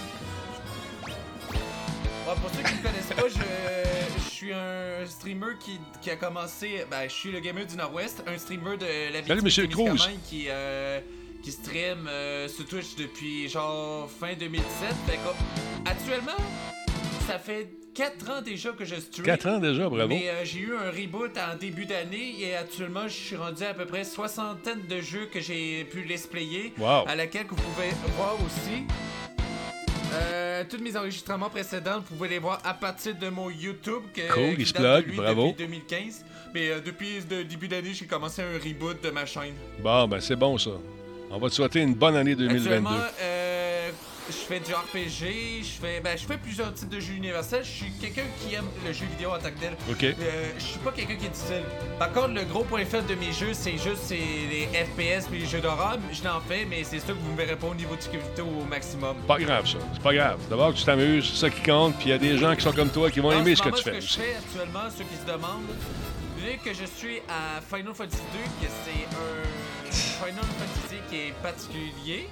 Ouais, pour ceux qui me connaissent pas, je suis un streamer qui a commencé... Ben, je suis le gamer du Nord-Ouest, un streamer de la vie qui stream sur Twitch depuis genre fin 2017. Fait que, actuellement, ça fait 4 ans déjà que je stream. 4 ans déjà, bravo. Mais j'ai eu un reboot en début d'année et actuellement, je suis rendu à peu près 60 de jeux que j'ai pu let's player. Wow. À laquelle que vous pouvez voir aussi. Tous mes enregistrements précédents, vous pouvez les voir à partir de mon YouTube. Cool, il se plug, bravo. Depuis 2015. Mais depuis le début d'année, j'ai commencé un reboot de ma chaîne. Bon, ben c'est bon ça. On va te souhaiter une bonne année 2022. Actuellement, je fais du RPG, je fais plusieurs types de jeux universels. Je suis quelqu'un qui aime le jeu vidéo en tant que tel. OK. Je suis pas quelqu'un qui est difficile. Par contre, le gros point faible de mes jeux, c'est les FPS et les jeux d'horreur. Je n'en fais, mais c'est ça que vous ne verrez pas au niveau de difficulté au maximum. Pas grave ça, c'est pas grave. D'abord que tu t'amuses, c'est ça qui compte, puis il y a des gens qui sont comme toi qui vont aimer ce que tu fais. Ce que je fais actuellement, ceux qui se demandent, vu que je suis à Final Fantasy 2, que c'est un Final Fantasy qui est particulier,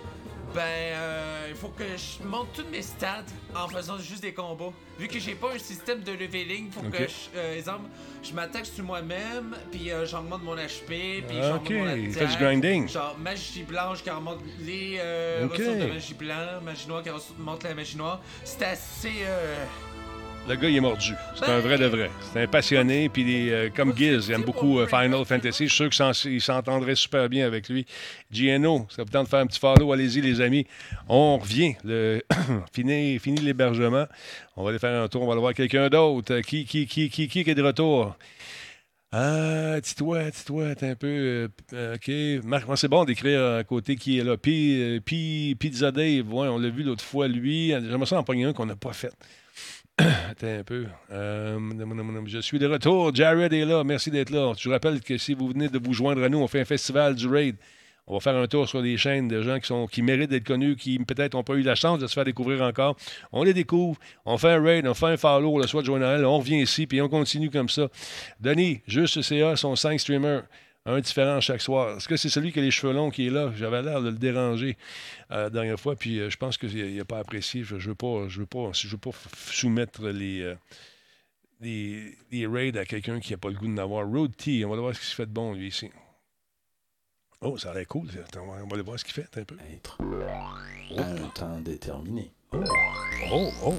il faut que je monte toutes mes stats en faisant juste des combats. Vu que j'ai pas un système de leveling, faut que je m'attaque sur moi-même, puis j'augmente mon HP, puis j'augmente mon attaque. Fais du grinding. Genre magie blanche qui remonte les ressources de magie blanche, magie noire qui remonte la magie noire. C'est assez... Le gars, il est mordu. C'est un vrai de vrai. C'est un passionné. Puis, comme Giz, il aime beaucoup Final Fantasy. Je suis sûr qu'il s'entendrait super bien avec lui. GNO, ça vous tente de faire un petit follow. Allez-y, les amis. On revient. Fini l'hébergement. On va aller faire un tour. On va aller voir quelqu'un d'autre. Qui est de retour? Dis-toi, t'es un peu... OK. Marc, c'est bon d'écrire à côté qui est là. Pizza Dave, ouais, on l'a vu l'autre fois, lui. J'aimerais ça en pogner un qu'on n'a pas fait. Attends un peu. Je suis de retour. Jared est là. Merci d'être là. Je vous rappelle que si vous venez de vous joindre à nous, on fait un festival du Raid. On va faire un tour sur des chaînes de gens qui méritent d'être connus, qui peut-être n'ont pas eu la chance de se faire découvrir encore. On les découvre, on fait un raid, on fait un follow le soir de Joël, on revient ici, puis on continue comme ça. Denis, juste CA, sont 5 streamers, un différent chaque soir. Est-ce que c'est celui qui a les cheveux longs qui est là? J'avais l'air de le déranger la dernière fois, puis je pense qu'il n'a pas apprécié. Je veux pas soumettre les raids à quelqu'un qui n'a pas le goût d'en avoir. Road T, on va voir ce qu'il se fait de bon, lui, ici. Oh, ça a l'air cool. On va aller voir ce qu'il fait un peu. Être un temps déterminé. Oh,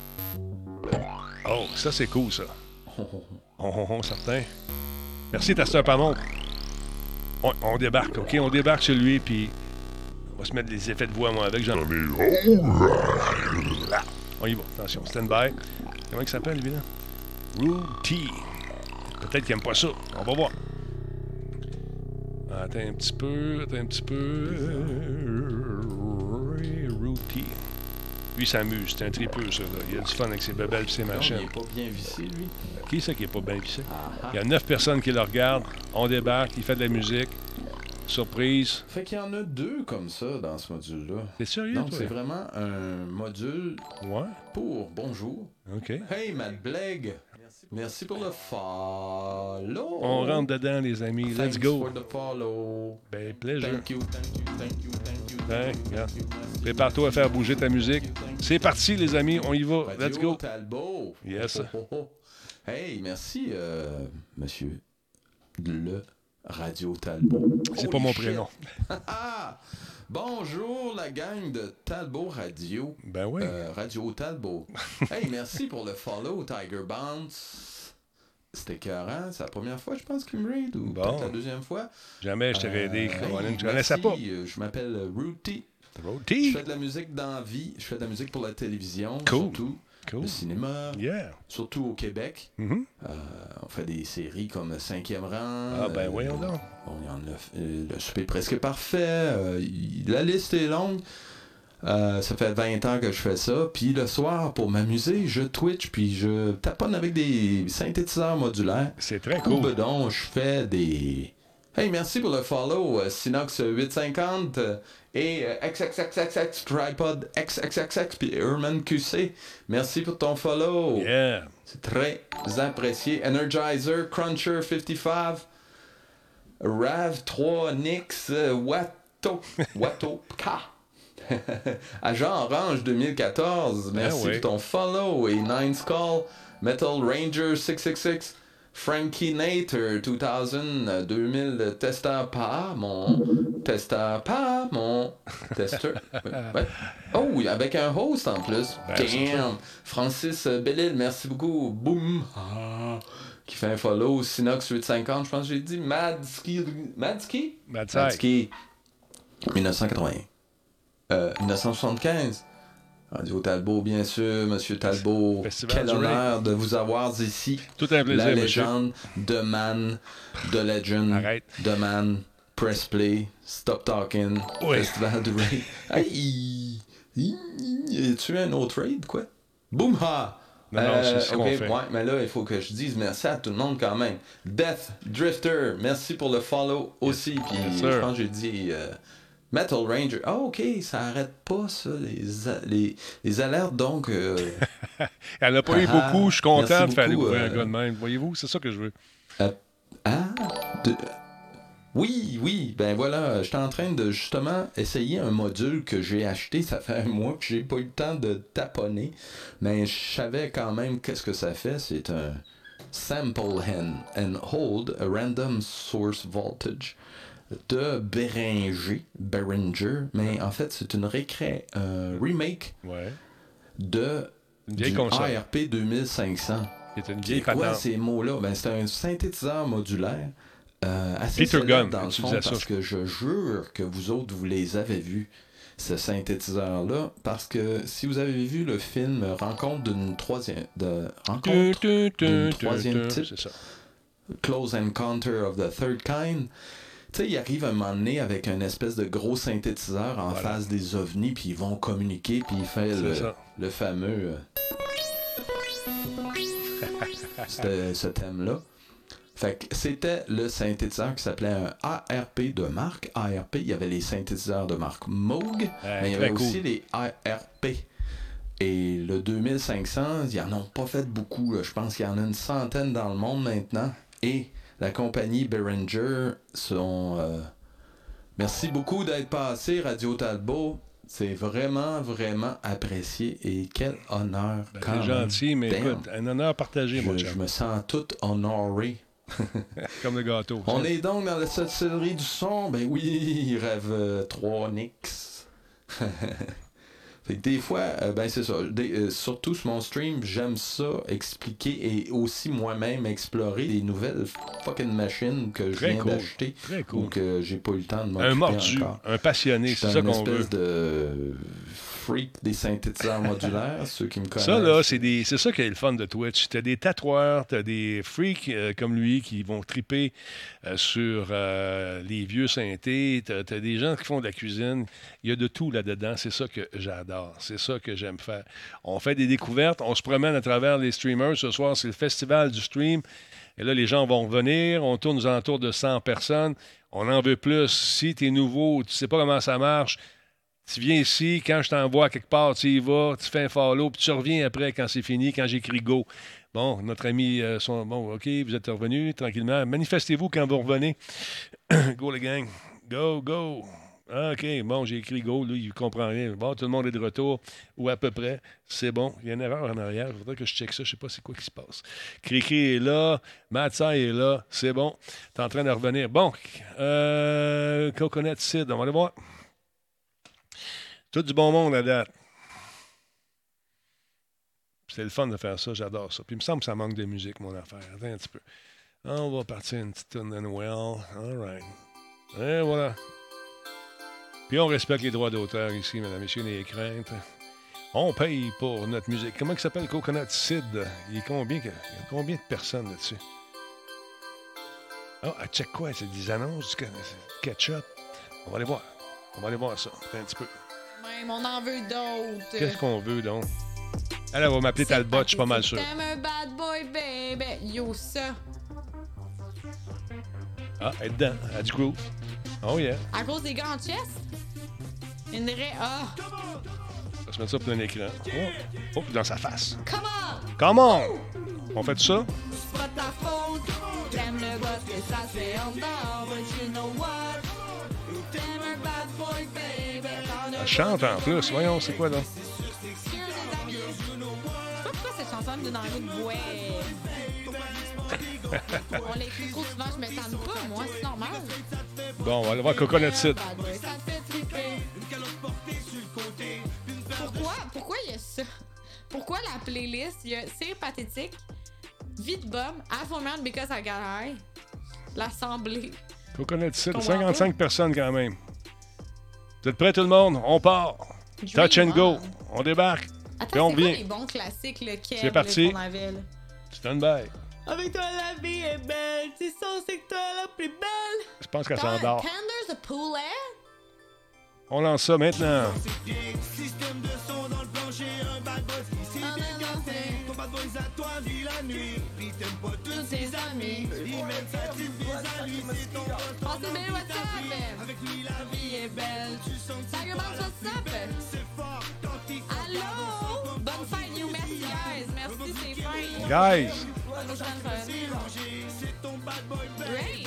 ça c'est cool, ça. Certain. Merci, Tasteur Pamon. On débarque, OK? On débarque chez lui, puis on va se mettre des effets de voix, moi, avec Jean. On y va. Attention, stand-by. Comment il s'appelle, lui, là? Ruti. Peut-être qu'il n'aime pas ça. On va voir. Attends un petit peu. Ruti. Lui, il s'amuse. C'est un tripeux, ça. Là. Il a du fun avec ses bebelles et ses machines. Il n'est pas bien vissé, lui. Qui c'est qui n'est pas bien vissé? Il y a 9 personnes qui le regardent. On débarque. Il fait de la musique. Surprise. Fait qu'il y en a 2 comme ça dans ce module-là. T'es sérieux, donc, toi? c'est vraiment un module pour bonjour. OK. Hey, Matt Bleg. Merci pour le follow. On rentre dedans, les amis. Let's go. For the follow. Ben, plaisir. Thank you. Prépare-toi à faire bouger ta musique. C'est parti, les amis. On y va. Radio Let's go. Talbot. Yes. Hey, merci, monsieur le Radio Talbot. C'est pas mon prénom. Bonjour, la gang de Talbot Radio. Ben oui. Radio Talbot. Hey, merci pour le follow, Tiger Bounce. C'était écœurant. C'est la première fois, je pense, qu'il me raid, ou peut-être la deuxième fois. Jamais je t'ai raidé. Je connaissais pas. Je m'appelle Ruti. Ruti. Je fais de la musique dans la vie. Je fais de la musique pour la télévision, cool. surtout. Cool. Le cinéma, surtout au Québec. Mm-hmm. On fait des séries comme 5e rang. Ah ben voyons donc. Il y en a le souper presque parfait. La liste est longue. Ça fait 20 ans que je fais ça. Puis le soir, pour m'amuser, je Twitch puis je taponne avec des synthétiseurs modulaires. C'est très cool. Ou donc, je fais des... Hey, merci pour le follow, Sinox 850 et XXXX Tripod XXXX puis Herman QC. Merci pour ton follow. Yeah. C'est très apprécié. Energizer, Cruncher 55, Rav 3, Nix, Watto K. Agent Orange 2014. Merci pour ton follow. Et Nine Skull, Metal Ranger 666. Frankie Nater 2000 testeur pas mon testeur. Ouais. Oh, avec un host en plus. Damn. Francis Bellil, merci beaucoup. Boom. Qui fait un follow. Sinox 850, je pense que j'ai dit. Madski 1975. Radio Talbot, bien sûr, Monsieur Talbot. Quel honneur de vous avoir ici. Tout un plaisir, la légende de Man, de Legend, de Man, Press Play, Stop Talking, Festival du Raid. Hey, tu un autre raid, quoi? Boom ha! Non, c'est ce qu'on fait. Ouais, mais là, il faut que je dise merci à tout le monde quand même. Death Drifter, merci pour le follow aussi. Puis je pense que j'ai dit... Metal Ranger. Ah, OK, ça arrête pas, ça, les alertes, donc... Elle n'a pas eu beaucoup, je suis content de faire découvrir un gars de même. Voyez-vous, c'est ça que je veux. Oui, ben voilà, j'étais en train de, justement, essayer un module que j'ai acheté, ça fait un mois que j'ai pas eu le temps de taponner, mais je savais quand même qu'est-ce que ça fait. C'est un Sample and Hold a Random Source Voltage de Behringer, mais en fait c'est une remake de du ARP 2500. C'est une vieille patente. Quoi ces mots-là? Ben, c'est un synthétiseur modulaire assez célèbre dans le fond, parce que je jure que vous autres, vous les avez vus, ce synthétiseur-là, parce que si vous avez vu le film Rencontre d'une troisième type, Close Encounter of the Third Kind. Tu sais, il arrive un moment donné avec une espèce de gros synthétiseur en face des ovnis, puis ils vont communiquer, puis il fait le fameux... ce thème-là. Fait que c'était le synthétiseur qui s'appelait un ARP de marque. ARP, il y avait les synthétiseurs de marque Moog, mais il y avait aussi les ARP. Et le 2500, ils n'en ont pas fait beaucoup. Je pense qu'il y en a une centaine dans le monde maintenant. Et la compagnie Behringer sont... Merci beaucoup d'être passé, Radio Talbot. C'est vraiment, vraiment apprécié. Et quel honneur. C'est gentil, mais écoute, un honneur partagé, mon chum. Je me sens tout honoré. Comme le gâteau. On est donc dans la sorcellerie du son. Ben oui, rêve 3 Nix. Fait que des fois, ben c'est ça. Surtout sur mon stream, j'aime ça expliquer et aussi moi-même explorer des nouvelles fucking machines que je viens d'acheter ou que j'ai pas eu le temps de m'occuper. Un mordu, un passionné, c'est ça qu'on veut. Une espèce de freak des synthétiseurs modulaires, ceux qui me connaissent. Ça, là, c'est ça qui est le fun de Twitch. T'as des tatoueurs, t'as des freaks comme lui qui vont triper sur les vieux synthés. T'as des gens qui font de la cuisine. Il y a de tout là-dedans. C'est ça que j'adore. C'est ça que j'aime faire. On fait des découvertes. On se promène à travers les streamers. Ce soir, c'est le festival du stream. Et là, les gens vont revenir. On tourne aux alentours de 100 personnes. On en veut plus. Si tu es nouveau, tu sais pas comment ça marche, tu viens ici, quand je t'envoie quelque part, tu y vas, tu fais un follow, puis tu reviens après quand c'est fini, quand j'écris go. Bon, notre ami sont... Bon, OK, vous êtes revenus tranquillement. Manifestez-vous quand vous revenez. Go, les gang. Go, go. Ah, OK, bon, j'ai écrit go, lui, il comprend rien. Bon, tout le monde est de retour, ou à peu près. C'est bon. Il y a une erreur en arrière. Il faudrait que je check ça. Je sais pas c'est quoi qui se passe. Cricri est là. Matza est là. C'est bon. T'es en train de revenir. Bon. Coconut Sid, on va aller voir. Tout du bon monde à date. C'est le fun de faire ça, j'adore ça. Puis il me semble que ça manque de musique, mon affaire. Attends un petit peu. On va partir une petite tune de Noël. All right. Et voilà. Puis on respecte les droits d'auteur ici, mesdames et messieurs, les craintes. On paye pour notre musique. Comment il s'appelle Coconut Sid? Il y a combien de personnes là-dessus? Ah, oh, check quoi? C'est des annonces du ketchup. On va aller voir. On va aller voir ça. Attends un petit peu. Même, on en veut d'autres. Qu'est-ce qu'on veut, donc? Elle va m'appeler Talbot, je suis pas mal sûr. T'aimes un bad boy, baby. Yo, ça. Ah, elle est dedans. Elle a du groove. Oh, yeah. À cause des grands chests? Une vraie... Ah! On va se mettre ça plein écran. Oh, puis dans sa face. Come on! Come on! On fait ça? C'est pas ta faute. T'aimes le gars que ça se fait en dehors, but you know what? T'aimes un bad boy, baby. Elle chante en plus. Voyons, c'est quoi, là? Pourquoi cette chanson me donne envie de boire? On l'écrit trop souvent, je m'étonne pas, moi, c'est normal. Bon, on va aller voir Coconut Sid. Pourquoi il y a ça? Pourquoi la playlist, il y a C'est pathétique, Vite Bum, Afro-Man Because I Got High, L'Assemblée. Coconut Sid, 55 personnes quand même. Vous êtes prêts tout le monde? On part. Touch and go. On débarque. Attends, on vient. C'est les bons classiques, le Kev, c'est parti. qu'on avait, là. Stand by. Avec toi, la vie est belle. Tu sais, c'est que toi la plus belle. Je pense qu'elle s'endort. Tenders de poulet. On lance ça maintenant. Système de son dans le plancher, un bad boy ici décanté. Ton bad boy à toi vit la nuit. Puis t'aimes pas tous ses amis. Il mène sa petite vie à lui, c'est ton boss. Pensez bien, what's up? Avec lui la vie est belle. Tu sens que Tiger Bombs, what's up? C'est fort quand il Allô? Bonne fête, you. Merci, guys. Merci, c'est fin. Guys. C'est ton bad boy Raid.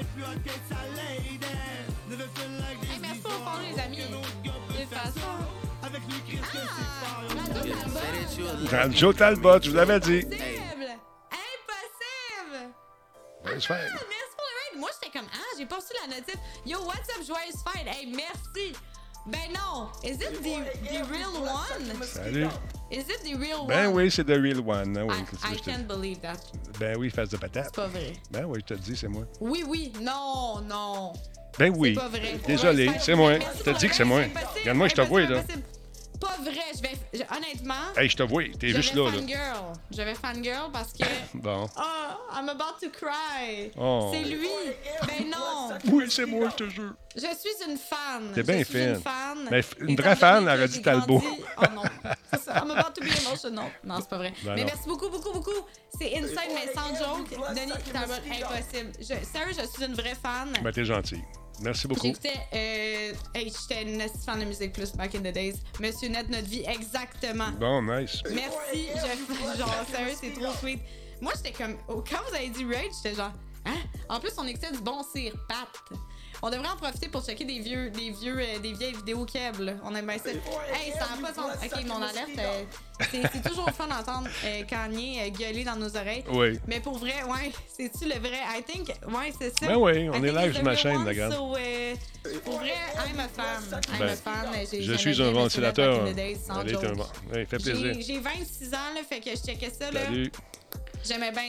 Hey, merci pour le les amis. De façon. Joe Talbot, je vous l'avais dit. Impossible! Joyeuse fête. Merci pour le raid. Moi, j'étais comme, j'ai pas reçu la notif. Yo, what's up, joyeuse fête? Hey, merci. Ben non. Is it the real one? Salut. Is it the real one? Ben oui, c'est the real one. Oui, I can't believe that. Ben oui, face de patate. C'est pas vrai. Ben oui, je te le dis, c'est moi. Oui. Non. Ben oui. C'est pas vrai. Désolé, c'est moi. Je te dis que c'est moi. Regarde-moi, je te vois, là. Pas vrai, honnêtement... Hey, je te vois, t'es juste là. Je vais fangirl parce que... Bon. Oh, I'm about to cry. Oh. C'est lui. Ben non. Oui, c'est moi, je te jure. Je suis une fan. T'es bien fan. Mais une vraie fan, elle aurait dit Talbot. Oh non, c'est ça. I'm about to be emotional. Non, c'est pas vrai. Ben mais non. merci beaucoup. C'est insane, mais sans joke. Denis Talbot, impossible. Sérieux, je suis une vraie fan. Ben, t'es gentil. Merci beaucoup. J'écoutais, j'étais une fan de Musique Plus back in the days. Monsieur Net, notre vie, exactement. Bon, nice. Merci, genre, sérieux, c'est trop sweet. Moi, j'étais comme, quand vous avez dit Rage, j'étais genre, hein? En plus, on écoutait du bon cire, Pat. On devrait en profiter pour checker des vieilles vidéos Keb, là. On aime bien ça. Hey, ça n'a pas de sens. Ok, mon alerte, c'est toujours fun d'entendre Kanye gueuler dans nos oreilles. Oui. Mais pour vrai, ouais, c'est-tu le vrai? I think, ouais, c'est ça. Ben oui, on est live sur ma chaîne, la grande. Pour vrai, I'm a fan. I'm a fan. Je suis un ventilateur. Allez, fait plaisir. J'ai 26 ans, là, fait que je checkais ça, là. Salut. J'aimais bien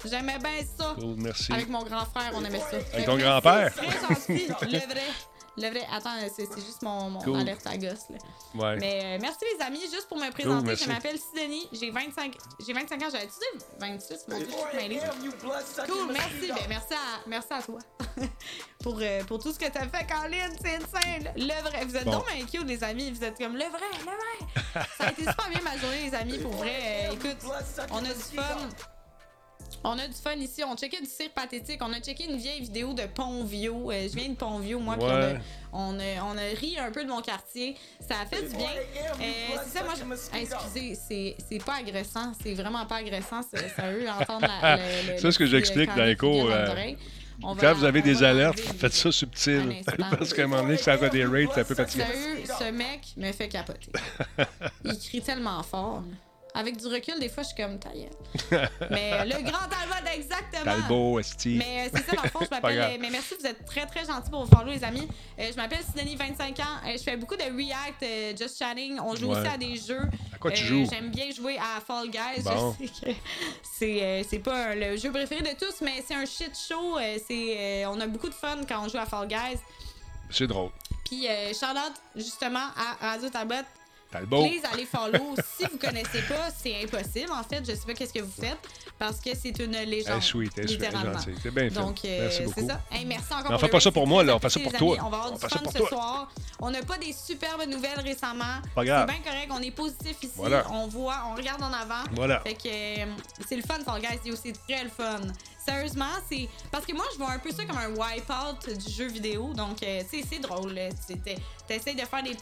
ça. Cool, merci. Avec mon grand frère, on aimait ça. Avec ton grand-père? Très gentil. Le vrai. Attends, c'est juste mon alerte à gosse, là. Ouais. Mais merci les amis, juste pour me présenter, je m'appelle Sidonie, j'ai 25 ans, j'avais dit 26, mon Dieu, je suis mêlée. Cool, merci. Ben, merci à toi. pour tout ce que t'as fait, Colin, c'est insane. Le vrai. Vous êtes donc bien cute, les amis. Vous êtes comme le vrai. Ça a été super bien ma journée, les amis, pour vrai. Écoute, on a du fun. On a du fun ici. On checkait du cirque pathétique. On a checké une vieille vidéo de Pont-Vieux. Je viens de Pont-Vieux, moi. Ouais. Puis on a ri un peu de mon quartier. Ça a fait du bien. C'est ça, moi, excusez, c'est pas agressant. C'est vraiment pas agressant. Sérieux, entendre c'est ce que j'explique dans les cours. Quand vous avez des alertes, faites ça subtil. Parce qu'à un moment donné, ça a des rates, c'est un peu fatigant. Sérieux, ce mec me fait capoter. Il crie tellement fort. Avec du recul, des fois, je suis comme taillette. Mais le grand Talbot, exactement. Talbot, esti. Mais c'est ça, dans le fond, je m'appelle. Mais merci, vous êtes très, très gentils pour vos follow, les amis. Je m'appelle Sidonie, 25 ans. Je fais beaucoup de React, Just Chatting. On joue aussi à des jeux. À quoi tu joues? J'aime bien jouer à Fall Guys. Bon. Je sais que c'est pas le jeu préféré de tous, mais c'est un shit show. On a beaucoup de fun quand on joue à Fall Guys. C'est drôle. Puis, shout-out justement à Radio Talbot. Talbot. Please, allez follow. Si vous connaissez pas, c'est impossible. En fait, je sais pas qu'est-ce que vous faites parce que c'est une légende. Littéralement. C'est bien fait. Donc, merci beaucoup. c'est ça. Hey, merci encore. On fait pas ça pour moi, là. On fait ça pour toi. On va avoir du fun ce soir. On n'a pas des superbes nouvelles récemment. Pas grave. C'est bien correct. On est positif ici. Voilà. On regarde en avant. Voilà. Fait que c'est le fun, Fall Guys. C'est très le fun. Sérieusement, c'est parce que moi je vois un peu ça comme un wipe-out du jeu vidéo, donc tu sais, c'est drôle. T'essayes de faire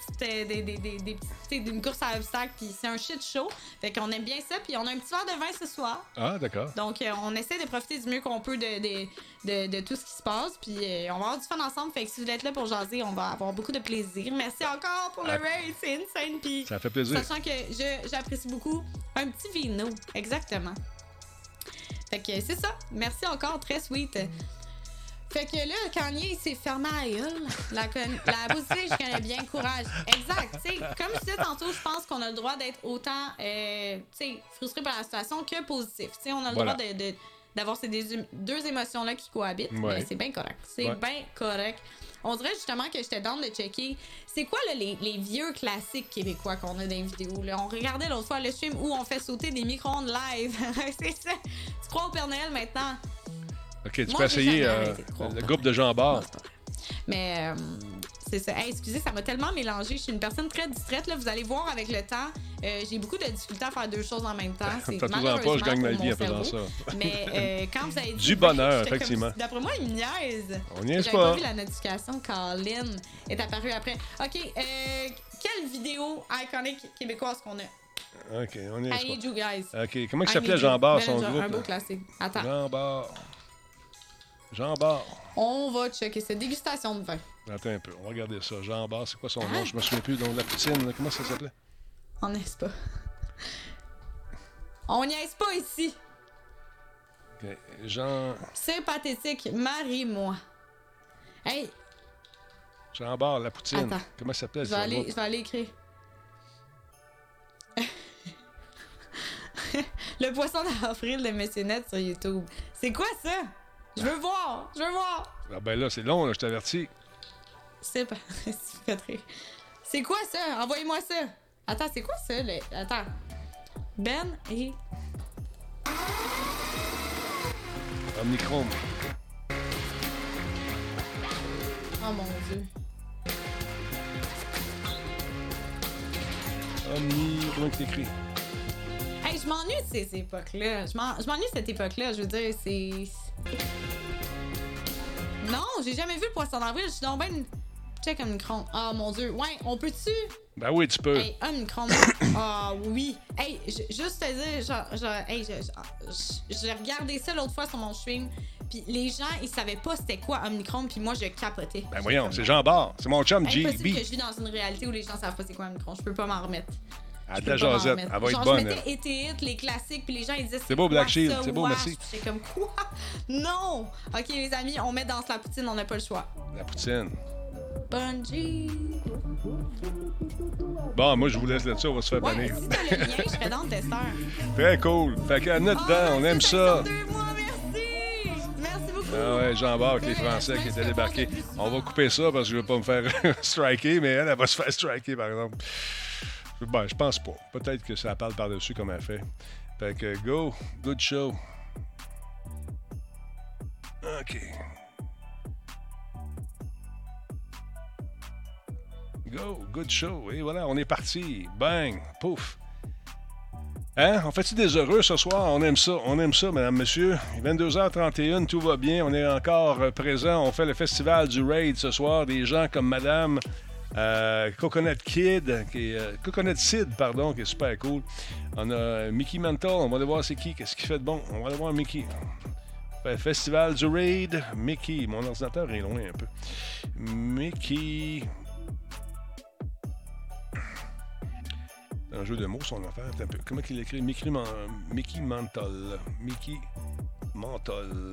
une course à obstacles, puis c'est un shit show. Fait qu'on aime bien ça, puis on a un petit verre de vin ce soir. Ah, d'accord. Donc on essaie de profiter du mieux qu'on peut de tout ce qui se passe, puis on va avoir du fun ensemble. Fait que si vous êtes là pour jaser, on va avoir beaucoup de plaisir. Merci encore pour le raid, c'est insane, puis ça fait plaisir. Sachant que j'apprécie beaucoup un petit vino, exactement. Fait que c'est ça. Merci encore, très sweet. Fait que là, Kanye, il s'est fermé à la gueule. La positive, je connais bien, courage. Exact. T'sais, comme je disais tantôt, je pense qu'on a le droit d'être autant frustré par la situation que positif. T'sais, on a le droit d'avoir ces deux émotions-là qui cohabitent. Ouais. Mais c'est bien correct. C'est bien correct. On dirait justement que j'étais down de checker. C'est quoi là, les vieux classiques québécois qu'on a dans les vidéos? Là? On regardait l'autre fois le stream où on fait sauter des micro-ondes live. C'est ça. Tu crois au Père Noël maintenant? Ok, tu peux essayer le groupe de Jean Bart. Mais c'est ça. Hey, excusez, ça m'a tellement mélangé. Je suis une personne très distraite. Là. Vous allez voir avec le temps. J'ai beaucoup de difficultés à faire deux choses en même temps. C'est malheureusement pas, je gagne ma vie en faisant ça. Mais quand vous avez dit... Du bonheur, effectivement. D'après moi, il me niaise. On niaise pas. J'avais pas vu la notification. Colin est apparue après. OK. Quelle vidéo iconique québécoise qu'on a? OK, on niaise pas. I need you guys. OK, comment il s'appelait Jean Bart, son groupe? Un beau classique. Attends. Jean Bart. On va checker cette dégustation de vin. Attends un peu, on va regarder ça. Jean Bart, c'est quoi son nom? Je me souviens plus. Donc, la poutine, là, comment ça s'appelait? On niaise pas. On niaise pas ici. OK, Jean... C'est pathétique. Marie-moi. Hey! Jean Bart, la poutine. Attends. Comment ça s'appelle? Je vais aller écrire. Le poisson d'avril de Monsieur Net sur YouTube. C'est quoi ça? Je veux voir! Ah ben là, c'est long, là, je t'avertis. C'est pas... C'est quoi ça? Envoyez-moi ça! Attends, c'est quoi ça? Attends. Ben et... Omnichrome. Oh mon Dieu. Comment c'est écrit? Hey, je m'ennuie de ces époques-là. Je m'ennuie de cette époque-là. Je veux dire, c'est... Non, j'ai jamais vu le poisson d'avril. Je suis donc ben... Check Omnicron. Ah, mon Dieu. Ouais, on peut-tu... Ben oui, tu peux. Hey, Omnicron. Ah, oui. Hey, juste te dire, hey, j'ai regardé ça l'autre fois sur mon stream, puis les gens, ils savaient pas c'était quoi Omnicron, puis moi, je capotais. Ben voyons, c'est Jean Barre. C'est mon chum, GB. GB. Que je vis dans une réalité où les gens savent pas c'est quoi Omnicron. Je peux pas m'en remettre. À de la jasette. Elle va être bonne. Je mettais ET, les classiques, puis les gens, ils disaient c'est beau, Black Shield. C'est beau, merci. J'étais comme quoi? Non! Ok, les amis, on met dans la poutine, on n'a pas le choix. La poutine. Bungie. Bon, moi, je vous laisse là-dessus, on va se faire bannir. Si t'as le lien, je serais dans le testeur. Très cool. Fait qu'à notre dedans, on aime ça. Merci beaucoup. Ah ouais, Jean Barre avec les Français qui étaient débarqués. On va couper ça parce que je veux pas me faire striker, mais elle va se faire striker, par exemple. Ben, je pense pas. Peut-être que ça parle par-dessus comme elle fait. Fait que go. Good show. OK. Go, good show. Et voilà, on est parti. Bang, pouf. Hein? On fait-tu des heureux ce soir? On aime ça, mesdames, messieurs. 22h31, tout va bien. On est encore présent. On fait le festival du Raid ce soir. Des gens comme madame Coconut Kid, Coconut Sid, pardon, qui est super cool. On a Mickey Mental. On va aller voir c'est qui. Qu'est-ce qu'il fait de bon? On va aller voir Mickey. Festival du Raid. Mickey. Mon ordinateur est loin un peu. Mickey... Un jeu de mots, son affaire. Comment il écrit? Mickey Mental. Mickey Mental.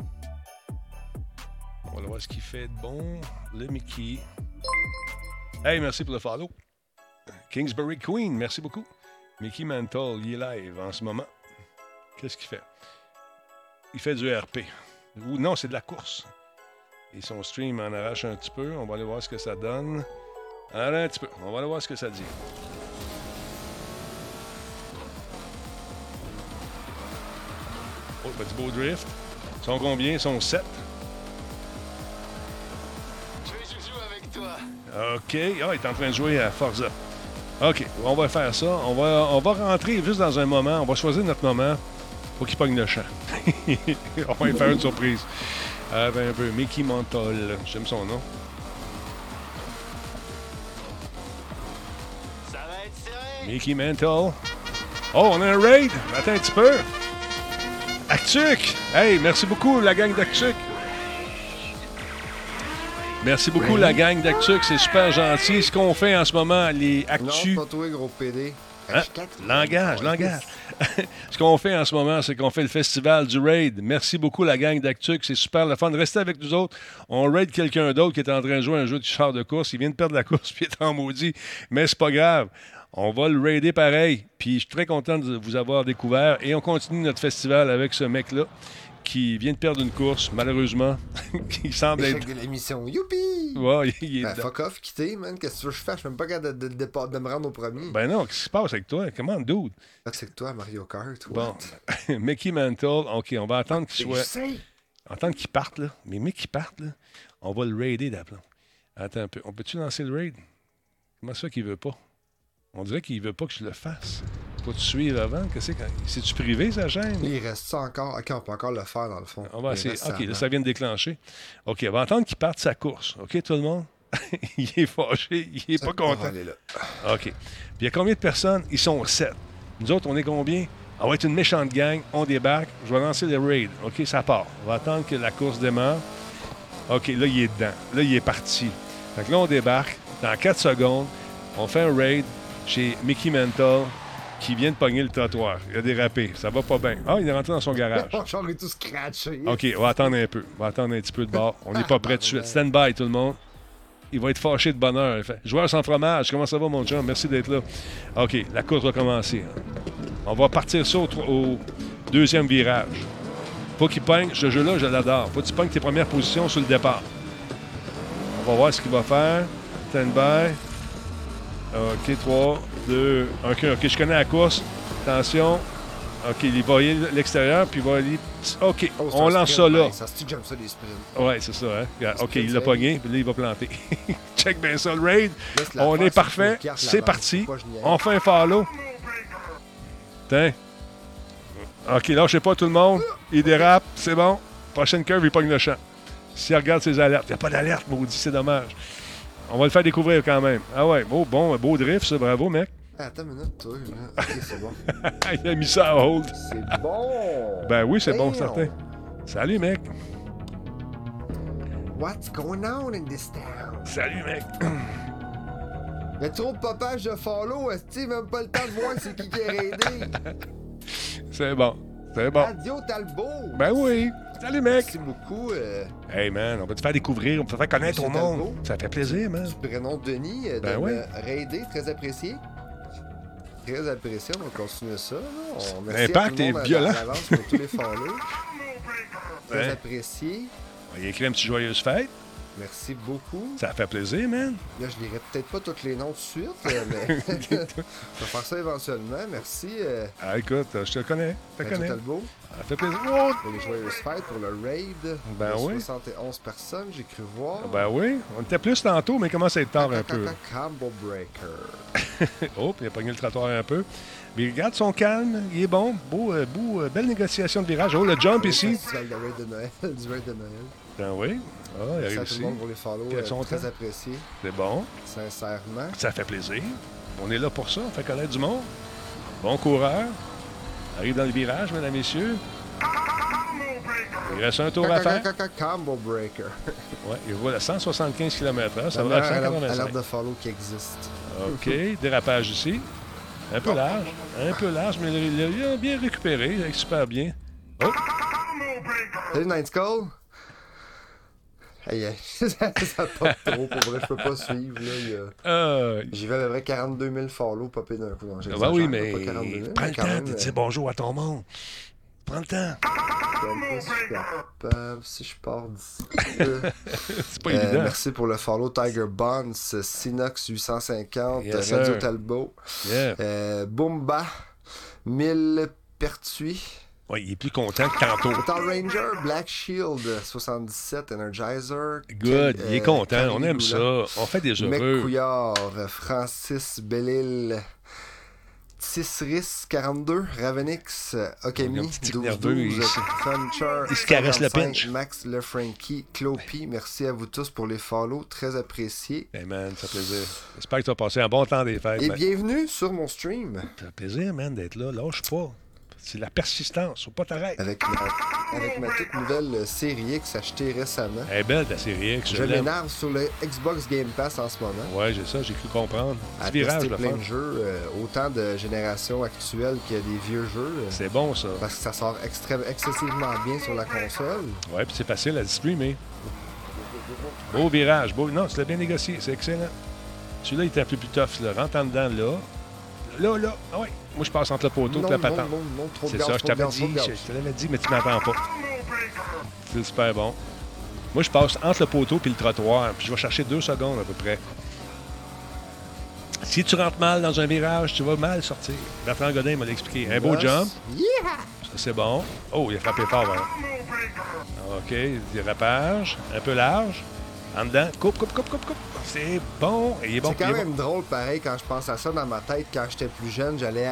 On va voir ce qu'il fait de bon. Le Mickey. Hey, merci pour le follow. Kingsbury Queen, merci beaucoup. Mickey Mental, il est live en ce moment. Qu'est-ce qu'il fait? Il fait du RP. Ou non, c'est de la course. Et son stream en arrache un petit peu. On va aller voir ce que ça donne. Alors, un petit peu. On va aller voir ce que ça dit. Oh, du beau drift. Ils sont combien? Ils sont 7. Je vais jouer avec toi. OK. Ah, il est en train de jouer à Forza. OK. On va faire ça. On va rentrer juste dans un moment. On va choisir notre moment pour qu'il pogne le champ. On va lui faire une surprise. Un peu. Mickey Mental. J'aime son nom. Ça va être serré. Mickey Mental. Oh, on a un raid. Attends un petit peu. Actuc! Hey, merci beaucoup, la gang d'Actuc. Merci beaucoup, la gang d'Actuc. C'est super gentil. Ce qu'on fait en ce moment, les Actus... Non, pas toi, gros PD. Hein? Langage. Ce qu'on fait en ce moment, c'est qu'on fait le festival du raid. Merci beaucoup, la gang d'Actuc. C'est super le fun. Restez avec nous autres. On raid quelqu'un d'autre qui est en train de jouer un jeu de char de course. Il vient de perdre la course puis il est en maudit. Mais c'est pas grave. On va le raider pareil. Puis je suis très content de vous avoir découvert. Et on continue notre festival avec ce mec-là qui vient de perdre une course, malheureusement. Il semble être... de l'émission. Youpi! Ouais, il est fuck off, quitter, man. Qu'est-ce que tu veux que je fasse? Je suis même pas capable de me rendre au premier. Ben non, qu'est-ce qui se passe avec toi? Comment, dude? C'est que toi, Mario Kart. Bon, Mickey Mental. OK, on va attendre qu'il soit... Attendre qu'il parte, là. Mais Mickey parte, là, on va le raider d'aplomb. Attends un peu. On peut-tu lancer le raid? Comment ça qu'il veut pas? On dirait qu'il veut pas que je le fasse. Faut te suivre avant. Qu'est-ce que c'est? C'est-tu privé, sa chaîne? Il reste ça encore. OK, on peut encore le faire, dans le fond. On va essayer. OK, là, ça vient de déclencher. OK, on va attendre qu'il parte sa course. OK, tout le monde? Il est fâché. Il est pas content. Là. OK. Puis il y a combien de personnes? Ils sont 7. Nous autres, on est combien? On va être une méchante gang. On débarque. Je vais lancer le raid. OK, ça part. On va attendre que la course démarre. OK, là, il est dedans. Là, il est parti. Fait que là, on débarque. Dans 4 secondes, on fait un raid chez Mickey Mental qui vient de pogner le trottoir. Il a dérapé. Ça va pas bien. Ah, il est rentré dans son garage. Mon char est tout scratché. OK, on va attendre un peu. On va attendre un petit peu de bord. On n'est pas prêt tout de suite. Stand by, tout le monde. Il va être fâché de bonheur. Joueur sans fromage, comment ça va, mon chum? Merci d'être là. OK, la course va commencer. On va partir ça au deuxième virage. Faut qu'il pogne. Ce jeu-là, je l'adore. Faut que tu pognes tes premières positions sur le départ. On va voir ce qu'il va faire. Stand by. OK, 3, 2, 1. OK, je connais la course. Attention. OK, il va aller l'extérieur, puis il va aller... OK, on lance ça là. Ça se j'aime ça, les sprints. Ouais, c'est ça, hein? OK, il l'a pogné, puis là, il va planter. Check bien ça, le raid. On est parfait. C'est parti. On fait un follow. Tiens. OK, lâchez pas tout le monde. Il dérape, c'est bon. Prochaine curve, il pogne le champ. S'il regarde ses alertes. Il n'y a pas d'alerte, maudit, c'est dommage. On va le faire découvrir quand même. Ah ouais, beau drift, ça. Bravo, mec. Attends une minute, toi. Là. OK, c'est bon. Il a mis ça à hold. C'est bon. Ben oui, c'est bon, certain. Salut, mec. What's going on in this town? Salut, mec. Il y a trop de popage de follow, est-ce même pas le temps de voir c'est qui est raidé? C'est bon. C'est bon. Radio Talbot. Ben oui. Salut, mec. Merci beaucoup. Hey, man, on va te faire découvrir, on va te faire connaître au monde. Ça fait plaisir, man. Du prénom de Denis, de me raider, très apprécié. Très apprécié, on va continuer ça. L'impact est violent. Pour tous les follow. Très apprécié. On va y écrire un petit joyeuse fête. Merci beaucoup. Ça fait plaisir, man. Là, je lirai peut-être pas tous les noms tout de suite, mais je vais faire ça éventuellement. Merci. Ah, écoute, je te connais. Je te connais. Talbot. Ça fait plaisir. Pour les joyeuses fêtes, pour le raid. Ben oui. 71 personnes, j'ai cru voir. Ben oui. On était plus tantôt, mais il commence à être tard un peu. Combo Breaker. Oh, puis il a pogné le trottoir un peu. Mais regarde son calme, il est bon. Belle négociation de virage. Oh, le jump ici. Du raid de Noël. Du raid de Noël. Ben oui. Ah, il a réussi. Merci à tout le monde pour les follow. Très apprécié. C'est bon. Sincèrement. Ça fait plaisir. On est là pour ça. On fait connaître du monde. Bon coureur. Arrive dans le virage, mesdames et messieurs. Il reste un tour à faire. Combo Breaker. Ouais, il roule à 175 km/h. Ça va à 185. Alerte de follow qui existe. OK. Dérapage ici. Un peu large, mais il a bien récupéré. Il est super bien. Oh! Salut, Night Skull. Ça pop trop, pour vrai, je peux pas suivre. J'y vais à peu près 42 000 follow popés d'un coup. Ben oui, mais prends le temps de dire bonjour à ton monde. Prends le temps. Je suis capable si je pars d'ici. C'est pas évident. Merci pour le follow Tiger Bonds, Sinox 850, yes, Radio sir. Talbot, Boomba, 1000 Pertuis. Oui, il est plus content que tantôt. Total Ranger, Black Shield 77, Energizer. Good, il est content, on aime ça. On fait des heureux. Mec Couillard, Francis Bellil, Tisris 42, Ravenix, Okami, 12, Funcher, il se caresse le pinch. Max Le Frankie, Clopi, merci à vous tous pour les follows, très apprécié. Hey man, ça fait plaisir. J'espère que tu as passé un bon temps des fêtes. Et bienvenue sur mon stream. Ça fait plaisir, man, d'être là. Lâche pas. C'est la persistance, faut pas t'arrêter. Avec ma toute nouvelle série X achetée récemment. Elle est belle, ta série X. Je m'énerve sur le Xbox Game Pass en ce moment. Ouais, j'ai ça, j'ai cru comprendre. À tester plein de jeux, autant de générations actuelles que des vieux jeux. C'est bon, ça. Parce que ça sort excessivement bien sur la console. Ouais, puis c'est facile à streamer. Beau virage, beau... Non, tu l'as bien négocié, c'est excellent. Celui-là, il était un peu plus tough, là. Rentre en dedans, là. Là, ah ouais. Moi, je passe entre le poteau et la patente. Non, trop c'est ça, je t'avais dit, je te l'avais dit, mais tu m'entends pas. C'est super bon. Moi, je passe entre le poteau et le trottoir, puis je vais chercher 2 secondes à peu près. Si tu rentres mal dans un virage, tu vas mal sortir. Bertrand Godin m'a expliqué. Un beau jump. Ça, c'est bon. Oh, il a frappé fort, hein. OK, dérapage. Un peu large. En dedans. Coupe. C'est bon. Il est bon. C'est quand même drôle, pareil, quand je pense à ça dans ma tête. Quand j'étais plus jeune, j'allais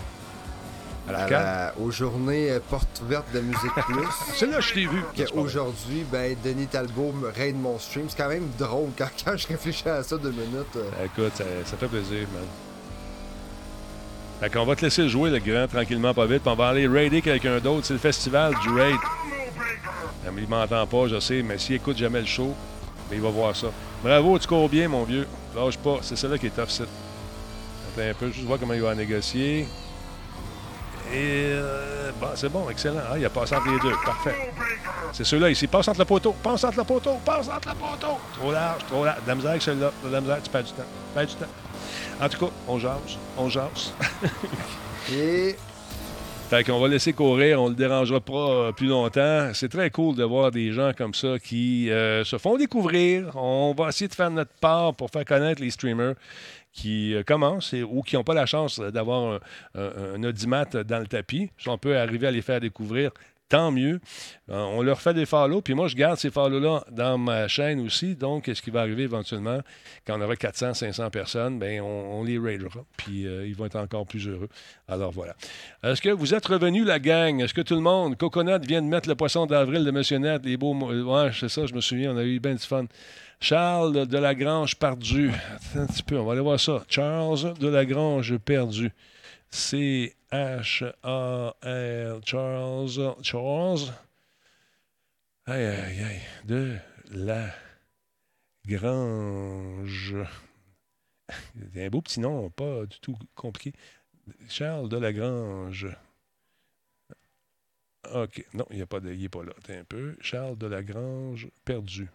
aux journées portes ouvertes de Musique Plus. C'est là que je t'ai vu. Aujourd'hui, Denis Talbot me raid mon stream. C'est quand même drôle quand je réfléchis à ça 2 minutes. Écoute, ça fait plaisir, man. Fait qu'on va te laisser jouer, le grand, tranquillement, pas vite. Puis on va aller raider quelqu'un d'autre. C'est le festival du raid. Il m'entend pas, je sais, mais s'il écoute jamais le show, il va voir ça. Bravo, tu cours bien, mon vieux. Lâche pas. C'est celle-là qui est tough, sit. Attends un peu, juste voir comment il va négocier. Et c'est bon, excellent. Ah, il a passé entre les deux. Parfait. C'est ceux-là ici. Passe entre le poteau. Trop large. De la misère avec celui-là. De la misère, tu perds du temps. En tout cas, on jase. Et... Fait qu'on va laisser courir, on le dérangera pas plus longtemps. C'est très cool de voir des gens comme ça qui se font découvrir. On va essayer de faire notre part pour faire connaître les streamers qui commencent ou qui n'ont pas la chance d'avoir un audimat dans le tapis. Si on peut arriver à les faire découvrir, tant mieux. On leur fait des follow, puis moi, je garde ces follow-là dans ma chaîne aussi. Donc, ce qui va arriver éventuellement, quand on aura 400, 500 personnes, bien, on les raidera, puis ils vont être encore plus heureux. Alors, voilà. Est-ce que vous êtes revenus, la gang? Est-ce que tout le monde, Coconut vient de mettre le poisson d'avril de Monsieur Net, les beaux... Ouais, c'est ça, je me souviens, on a eu bien du fun. Charles de Lagrange perdu. Attends un petit peu, on va aller voir ça. Charles de Lagrange perdu. C-H-A-R, Charles. Aïe, aïe, aïe. De la Grange. C'est un beau petit nom, pas du tout compliqué. Charles de la Grange. OK. Non, il n'est pas là. Attends un peu. Charles de la Grange perdu.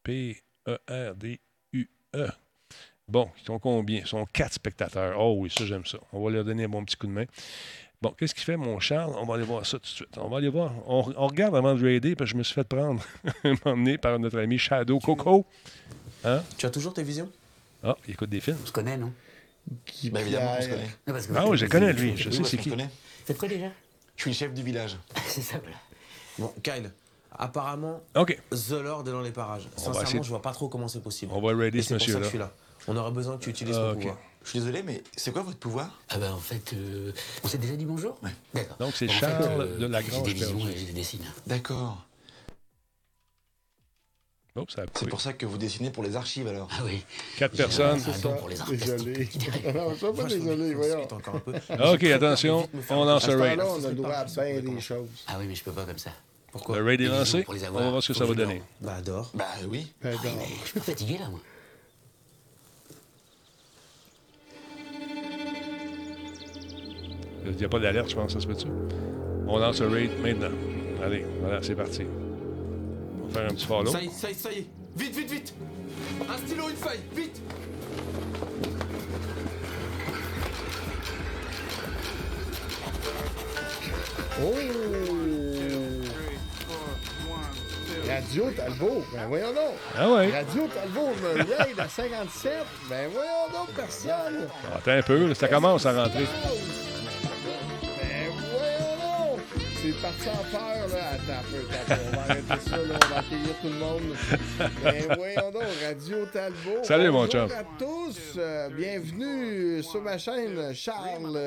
P-E-R-D-U-E. Bon, ils sont combien? Ils sont 4 spectateurs. Oh oui, ça, j'aime ça. On va leur donner un bon petit coup de main. Bon, qu'est-ce qu'il fait, mon Charles? On va aller voir ça tout de suite. On va aller voir. On regarde avant de raider, parce que je me suis fait prendre m'emmener par notre ami Shadow Coco. Hein? Tu as toujours tes visions? Ah, il écoute des films. On se connaît, non? Ben évidemment, on se connaît. Oui, je le connais, lui. Je sais c'est qui. Faites quoi déjà? Je suis le chef du village. C'est ça, voilà. Bon, Kyle. Apparemment, The Lord est dans les parages. Sincèrement, je vois pas trop comment c'est possible. On va raider ce monsieur-là. C'est pour ça que je suis là. On aura besoin que tu utilises ton pouvoir. Je suis désolé, mais c'est quoi votre pouvoir? Ah ben en fait, on s'est déjà dit bonjour? Ouais. D'accord. Donc c'est Charles de Lagrange. J'ai des visions et je les dessine. D'accord. Oh, c'est pour ça que vous dessinez pour les archives alors? Ah oui. 4 personnes. C'est ça. Pour les Désolé. Non, je suis pas désolé, voyons. OK, attention. On lance un raid. Là, on a le droit à bien des choses. Ah oui, mais je peux pas comme ça. Pourquoi? Le raid est lancé. On va voir ce que ça va donner. Bah, dors. Bah oui. Ben, dors. Je suis fatigué là, moi. Il n'y a pas d'alerte, je pense, ça se peut-tu? On lance le raid maintenant. Allez, voilà, c'est parti. On va faire un petit follow. Ça y est. Vite. Un stylo, une feuille, vite. Oh! Radio Talbot, ben voyons donc. Ah ouais. Radio Talbot me raid à 57, ben voyons donc, personne. Attends un peu, ça commence à rentrer. Ben voyons donc. C'est parti en peur, là. Attends un peu. On va arrêter ça, là. On va accueillir tout le monde. Ben voyons donc, Radio Talbot. Salut, mon chum. Bonjour à tous. Bienvenue sur ma chaîne, Charles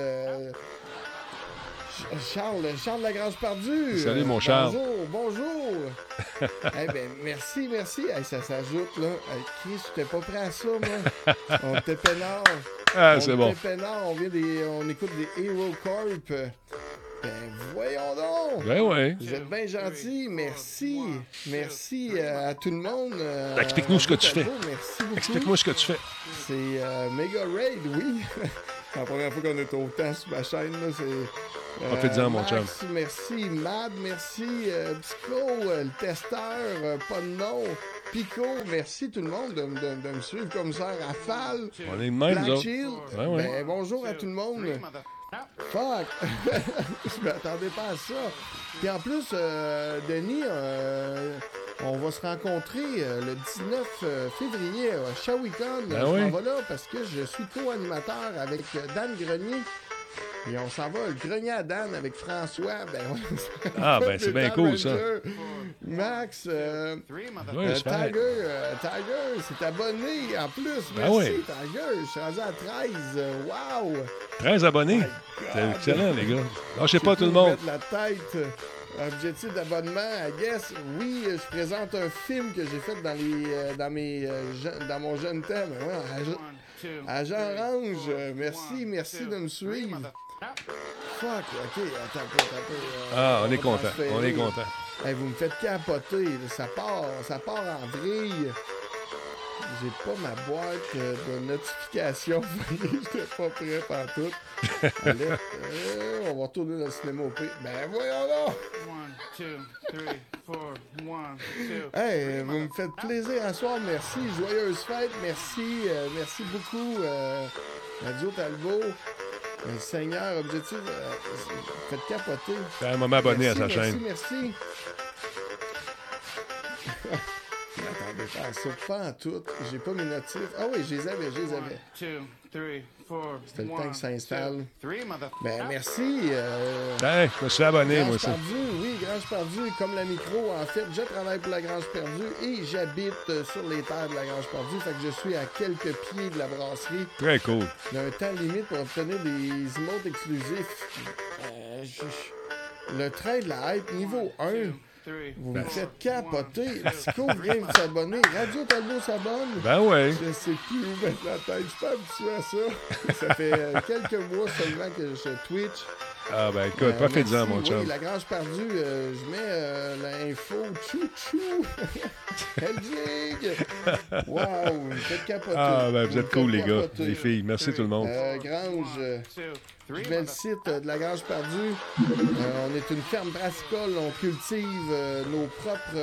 Lagrange perdu. Salut, mon Charles. Bonjour. Eh ben, merci. Hey, ça s'ajoute, là. Chris, j'étais pas prêt à ça, moi. On était peinard. Ah, c'est bon. On était peinard. On écoute des Hero Corp. Ben, voyons donc. Ben ouais. Vous êtes bien gentils. Merci. Merci à tout le monde. Explique-nous ce que tu fais. Merci beaucoup. Explique-moi ce que tu fais. C'est Mega Raid, oui. C'est la première fois qu'on est autant sur ma chaîne, là. C'est... Profite-en, mon chum. Merci, Mad, merci, Pico, le testeur, pas de nom, Pico, merci tout le monde de me suivre comme ça, Rafale, on est de même, Black nous Shield. Ouais. Ben, bonjour à tout le monde. Fuck! Je m'attendais pas à ça. Puis en plus, Denis, on va se rencontrer le 19 février à Shawicon. Ben je oui. m'en vais là parce que je suis co-animateur avec Dan Grenier. Et on s'en va, le grenier à Dan avec François. Ben ouais, c'est bien cool, ça. Max, super. Tiger s'est abonné en plus. Ah Merci, oui. Tiger. Je suis rendu à 13. Wow! 13 abonnés. C'est excellent, les gars. Lâchez pas tout le monde. Mettre la tête. Objectif d'abonnement, I guess. Oui, je présente un film que j'ai fait dans mon jeune thème. Agent Orange, merci de me suivre. Fuck, ok, attends un peu. On est content. On est content. Hey, vous me faites capoter. Là. Ça part en vrille. J'ai pas ma boîte de notification. J'étais pas prêt partout. Allez, on va retourner dans le cinéma au prix. Ben voyons là! 1, 2, 3, 4, 1, 2. Hey, vous me faites plaisir à soir. Merci. Joyeuse fête. Merci beaucoup, Radio Talbot. Le Seigneur, objectif, faites capoter. C'est un moment abonné à sa chaîne. Merci. Attendez, pas ça, pas en tout. J'ai pas mes notifs. Ah oui, je les avais. 1, 2, 3, 4. C'était le temps que ça s'installe. Ben, merci. Je me suis abonné, moi aussi. Grange Perdue, comme la micro. En fait, je travaille pour la Grange Perdue et j'habite sur les terres de la Grange Perdue. Fait que je suis à quelques pieds de la brasserie. Très cool. Il y a un temps limite pour obtenir des emotes exclusifs. Le train de la hype niveau 1. Vous me faites capoter. Tico vient de s'abonner. Radio Talbot s'abonne. Ben ouais. Je sais plus où mettre la tête. Je suis pas habitué à ça. Ça fait quelques mois seulement que je Twitch. Ah ben écoute, profite-en, mon chum. Oui, la Grange Perdue, je mets l'info. Chou-chou. Helgig. Wow, vous me faites capoter. Ah ben vous êtes cool, les gars, les filles. Merci tout le monde. Grange... Je mets le site de la Grange Perdue. On est une ferme brassicole. On cultive nos propres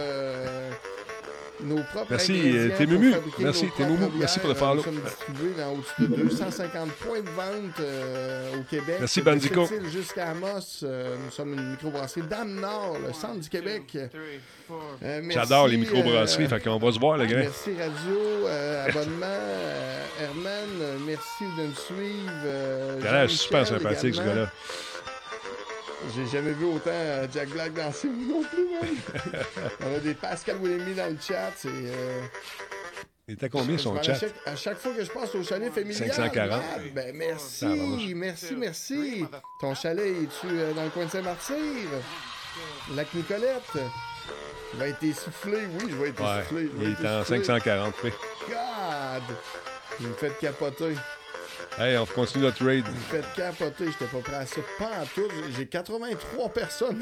merci, t'es Mumu. Merci, t'es Mumu. Merci pour le follow. Nous sommes distribués dans au-dessus de 250 points de vente au Québec. Merci, Bandico. Jusqu'à Amos. Nous sommes une microbrasserie Dame-Nord, le centre du Québec. J'adore les microbrasseries, fait qu'on va se voir, le gars. Merci Radio, abonnement, Herman, merci de me suivre. T'as l'air super sympathique, ce gars-là. J'ai jamais vu autant Jack Black danser non plus, man. On a des Pascal Willemy dans le chat, c'est... Il était combien son chat? À chaque fois que je passe au chalet familial... 540. Ben merci. Ton chalet, es-tu dans le coin de Saint-Martyr? Lac Nicolette? Il va être essoufflé, oui, je vais être essoufflé. Il est en 540 près. God! Vous me faites capoter. Hey, on continue notre raid. Vous me faites capoter, j'étais pas prêt à ça. Pas en tout, j'ai 83 personnes.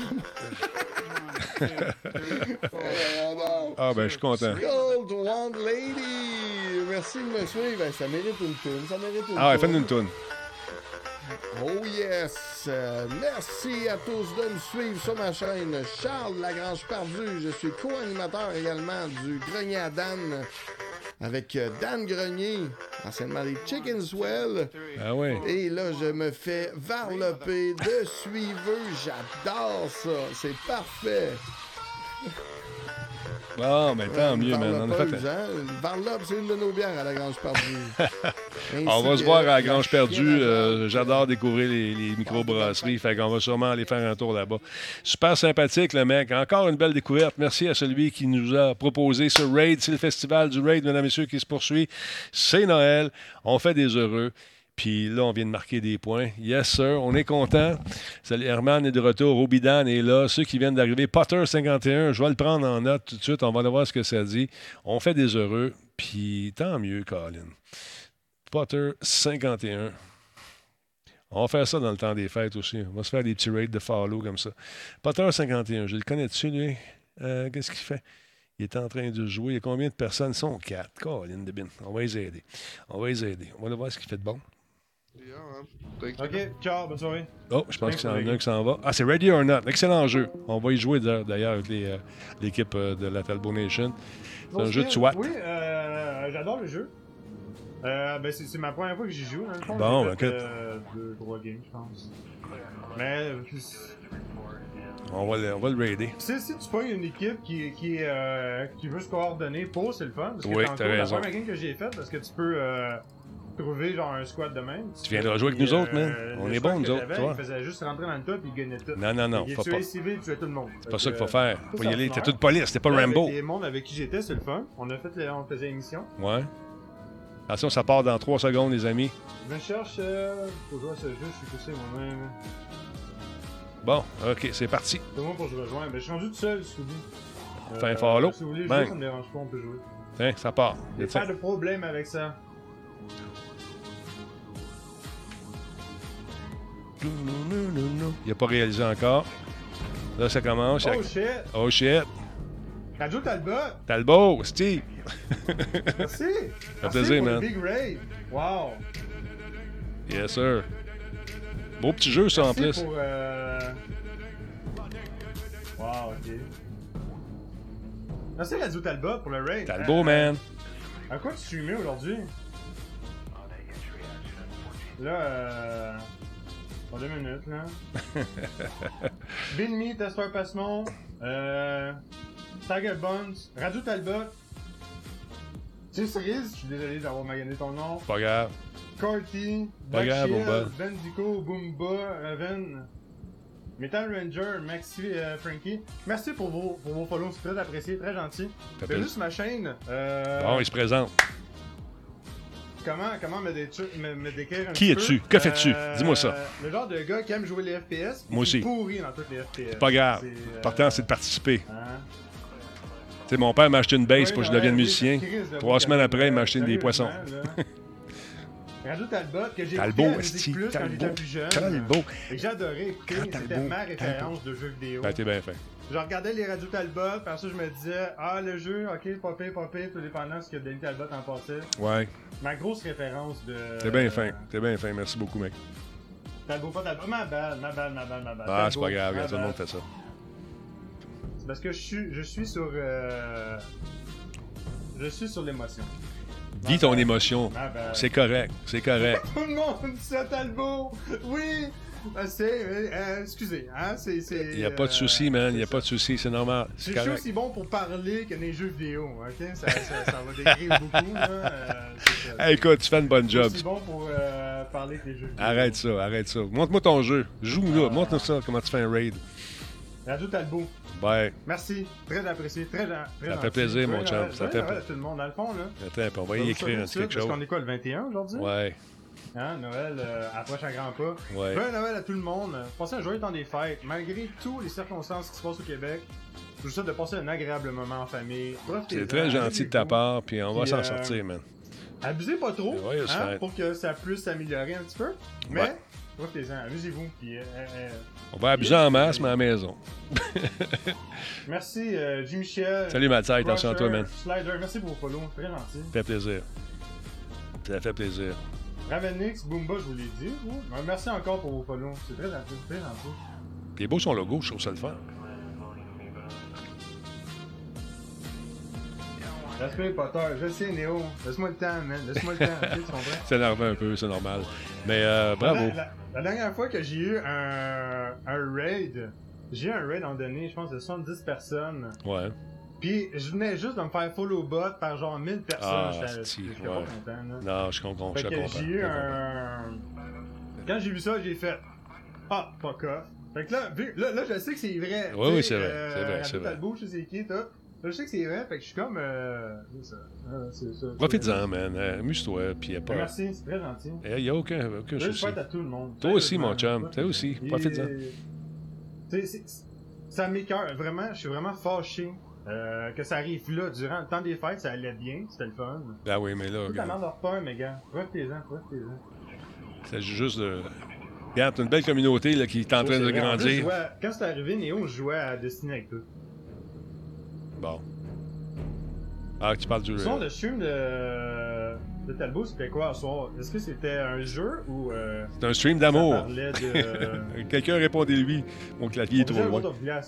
Ah ben, je suis content. Gold One Lady! Merci de me suivre. Ben, ça mérite une toune. Ah ouais, fais-nous une toune. Oh yes! Merci à tous de me suivre sur ma chaîne. Charles Lagrange Perdue. Je suis co-animateur également du Grenier à Dan avec Dan Grenier, anciennement des Chickenswell. Ah ouais. Et là, je me fais varloper de suiveux. J'adore ça. C'est parfait. Bon, mais tant mieux, man. On a fait... Varlop, c'est une de nos bières à la Grange Perdue. On va se voir à la Grange Perdue. J'adore découvrir les microbrasseries. Fait qu'on va sûrement aller faire un tour là-bas. Super sympathique, le mec. Encore une belle découverte. Merci à celui qui nous a proposé ce raid. C'est le festival du raid, mesdames et messieurs, qui se poursuit. C'est Noël. On fait des heureux. Puis là, on vient de marquer des points. Yes, sir. On est content. Salut, Herman est de retour. Robidan est là. Ceux qui viennent d'arriver. Potter 51, je vais le prendre en note tout de suite. On va aller voir ce que ça dit. On fait des heureux. Puis tant mieux, Colin. Potter 51. On va faire ça dans le temps des fêtes aussi. On va se faire des petits raids de follow comme ça. Potter 51, je le connais dessus, lui. Qu'est-ce qu'il fait? Il est en train de jouer. Il y a combien de personnes? Ils sont 4. Colin de bin. On va les aider. On va aller voir ce qu'il fait de bon. Ok, ciao, bonne soirée. Oh, je pense qu'il y en a un qui s'en va. Ah, c'est Ready or Not. Excellent jeu. On va y jouer d'ailleurs avec l'équipe de la Talbot Nation. C'est un jeu de SWAT. Oui, j'adore le jeu. Ben c'est ma première fois que j'y joue. Bon, ok. 2-3 games, je pense. Mais... On va le raider. Si tu prends une équipe qui veut se coordonner pour, c'est le fun. Parce que oui, t'as raison. La première game que j'ai faite, parce que tu peux... trouver genre un squad de même. Tu viendras jouer avec nous autres, man. On est bons, nous autres, toi. Il faisait juste rentrer dans le top et il gagnait tout. Non, faut pas. Civil, tu tuais tout le monde. C'est pas ça qu'il faut faire. Faut y aller. T'es toute police, t'es pas Rambo. Les mondes avec qui j'étais, c'est le fun. On faisait émission. Ouais. Attention, ça part dans 3 secondes, les amis. Je me cherche pour jouer à ce jeu, je suis poussé moi-même. Bon, ok, c'est parti. C'est moi pour que je rejoigne. Ben, je suis rendu tout seul, si vous voulez. Fais un follow. Si vous voulez jouer, ça me dérange pas, on peut jouer. Tiens, ça part. Y'a pas de problème avec ça. Il n'a pas réalisé encore. Là, ça commence. Oh shit! Oh shit! Radio Talbot! Talbot, Steve! Merci! Ça fait plaisir, man. Big raid! Wow! Yes, sir. Beau petit jeu, ça, merci en plus. Pour, wow, ok. Merci Radio Talbot pour le raid. Talbot, man. À quoi tu streamais aujourd'hui? Là, Pas 2 minutes, là. Binmi, Testeur Passemont, Tiger Buns, Radio Talbot, Riz, je suis désolé d'avoir magané ton nom. Pas grave. Corty, Pas grave, Boomba. Bendico, Boomba, Raven, Metal Ranger, Maxi, Frankie. Merci pour vos follow, c'est très apprécié, très gentil. Fais juste ma chaîne. Bon, il se présente. Comment me décrire un Qui es-tu? Que fais-tu? Dis-moi ça. Le genre de gars qui aime jouer les FPS. Moi aussi. Pourri dans toutes les FPS. C'est pas grave. L'important, c'est de participer. Tu sais, mon père m'a acheté une base pour que je devienne musicien. 3 semaines après, il m'a acheté des poissons. Radio Talbot, que j'ai écouté à Musique Plus quand j'étais plus jeune. Talbot. Et j'adorais écouter. C'était ma référence de jeux vidéo. Ben, t'es bien fait. Je regardais les Radio Talbot, par ça je me disais, le jeu, ok, pas pire, tout dépendant de ce que Denis Talbot en passait. Ouais. Ma grosse référence de. T'es bien fin, merci beaucoup, mec. Talbot, pas Talbot, ma bad. Ah, c'est pas grave, tout le monde fait ça. C'est parce que je suis sur. Je suis sur l'émotion. Vis ton émotion. C'est correct. Tout le monde dit ça, Talbot! Oui! Excusez, hein, c'est... Il n'y a pas de souci, man, il n'y a pas de souci, c'est normal. Je suis aussi bon pour parler que des jeux vidéo, ok? Ça va décrire beaucoup, là. Écoute, tu fais une bonne job. Je suis bon pour parler que des jeux vidéo. Arrête ça. Montre-moi ton jeu. Joue là, montre-nous ça, comment tu fais un raid. Radio Talbot. Ouais. Merci, très apprécié, très ça fait plaisir, mon chum. Ça fait plaisir. Tout le monde, dans le fond, là. Attends, on va y écrire un petit quelque chose. Parce qu'on est quoi, le 21 aujourd'hui? Ouais. Hein, Noël approche à grands pas. Ouais. Joyeux Noël à tout le monde. Passez un joyeux temps des fêtes. Malgré toutes les circonstances qui se passent au Québec, je vous souhaite de passer un agréable moment en famille. C'est très gentil de ta part, puis on va s'en sortir, man. Abusez pas trop, pour que ça puisse s'améliorer un petit peu. Mais, profitez-en, amusez-vous. Puis, on va abuser en masse, mais à la maison. Merci, Jimmy Michel. Salut, Mathieu, attention à toi, man. Slider, merci pour vos follows, très gentil. Ça fait plaisir. Ça fait plaisir. Ravenix, Boomba, je vous l'ai dit. Merci encore pour vos follows. C'est très gentil, très gentil. Il est beau son logo, je trouve ça le fun. Respect Potter, je sais Néo. Laisse-moi le temps, man. Laisse-moi le temps. Tu comprends? C'est énervé un peu, c'est normal. Mais bravo. La dernière fois que j'ai eu un raid, en donné, je pense, de 70 personnes. Ouais. Puis je venais juste de me faire follow bot par genre 1000 personnes. Ah, j'étais pas content, là. Non, je comprends. J'ai eu Quand j'ai vu ça, j'ai fait fuck off. Fait que là, je sais que c'est vrai. Oui, c'est vrai. C'est vrai. Talbot, je sais qui, toi. Là, je sais que c'est vrai, fait que je suis comme. C'est ça. Profite-en, man. Amuse-toi, puis y a pas. Merci, c'est très gentil. Il n'y a aucun souci. Je souhaite à tout le monde. Toi aussi, mon chum. Toi aussi. Profite-en. Ça m'écoeure. Vraiment, je suis vraiment fâché. Que ça arrive là, durant le temps des fêtes, ça allait bien, c'était le fun. Ben oui, mais là, regarde. Tout repas, mes gars. Profitez-en. C'est juste de... Regarde, t'as une belle communauté là, qui est en train de grandir. Quand c'est arrivé, Néo, je jouais à Destiny avec toi. Bon. Ah, tu parles du... Sinon, le stream de Talbot, c'était quoi ce soir? Est-ce que c'était un jeu ou... C'est un stream d'amour. Ça parlait de... Quelqu'un répondez-lui. Mon clavier est trop loin.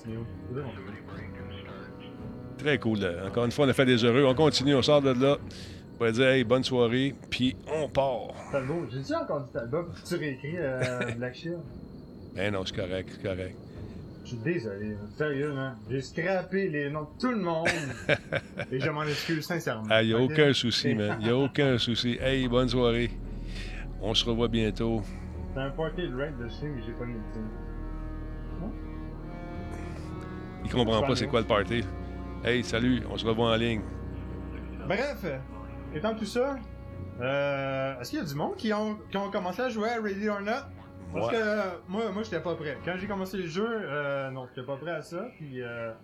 Très cool. Encore une fois, on a fait des heureux. On continue, on sort de là. On va dire, hey, bonne soirée, puis on part. Talbot, j'ai-tu encore dit Talbot pour que tu réécris Black Shield? Ben non, c'est correct. Je suis désolé, sérieux, hein. J'ai scrappé les noms de tout le monde et je m'en excuse sincèrement. Ah, y a aucun souci, man. Y a aucun souci. Hey, bonne soirée. On se revoit bientôt. C'est un party de raid de stream et j'ai pas mis le team. Il comprend pas c'est quoi le party. Hey, salut, on se revoit en ligne. Bref, étant tout ça, est-ce qu'il y a du monde qui ont commencé à jouer à Ready or Not? Parce que moi j'étais pas prêt. Quand j'ai commencé le jeu, non, j'étais pas prêt à ça. Puis,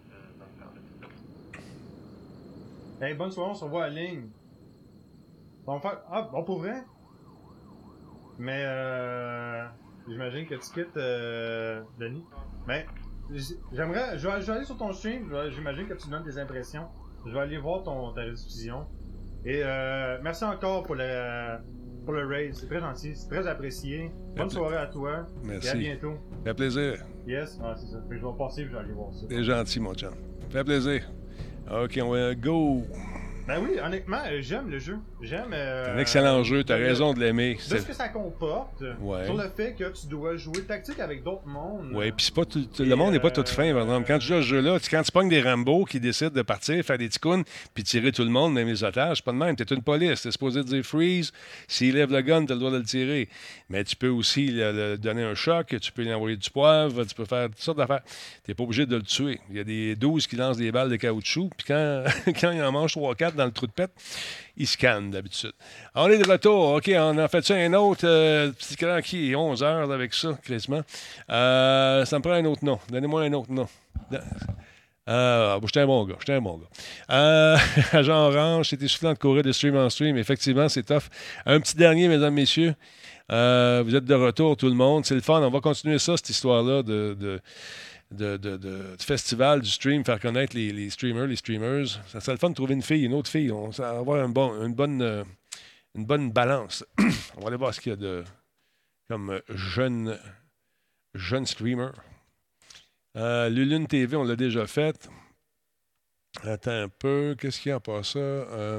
hey, bonne soirée, on se revoit en ligne. On va faire... Ah, bon, pour vrai? Mais, j'imagine que tu quittes, Denis. Mais, je vais aller sur ton stream, j'imagine que tu donnes des impressions. Je vais aller voir ta rediffusion. Et merci encore pour le raid, c'est très gentil, c'est très apprécié. Bonne soirée à toi. Merci. Et à bientôt. Ça fait plaisir. Yes, c'est ça. Fait que je vais passer et je vais aller voir ça. C'est gentil, mon chum. Ça fait plaisir. Ok, on va go. Ben oui, honnêtement, j'aime le jeu. J'aime. C'est un excellent jeu, t'as raison de l'aimer. De ce que ça comporte, sur le fait que tu dois jouer tactique avec d'autres mondes. Oui, puis c'est pas le monde n'est pas tout fin, par exemple. Quand tu joues à ce jeu-là, quand tu pognes des Rambo qui décident de partir, faire des ticounes, puis tirer tout le monde, même les otages, c'est pas de même. T'es une police, t'es supposé dire freeze. S'il lève le gun, t'as le droit de le tirer. Mais tu peux aussi le donner un choc, tu peux lui envoyer du poivre, tu peux faire toutes sortes d'affaires. T'es pas obligé de le tuer. Il y a des 12 qui lancent des balles de caoutchouc, puis quand il en mange 3-4 dans le trou de pète, il scanne d'habitude. On est de retour. OK, on en fait ça un autre petit cran qui est 11 heures avec ça, quasiment. Ça me prend un autre nom. Donnez-moi un autre nom. J'étais un bon gars. Agent Orange, c'était soufflant de courir de stream en stream. Effectivement, c'est tough. Un petit dernier, mesdames, messieurs. Vous êtes de retour, tout le monde. C'est le fun. On va continuer ça, cette histoire-là de festival du stream, faire connaître les streamers, les streamers. Ça serait le fun de trouver une autre fille. Ça va avoir une bonne balance. On va aller voir ce qu'il y a de comme jeune streamer. Lulune TV, on l'a déjà fait. Attends un peu. Qu'est-ce qu'il y a à part ça? Là,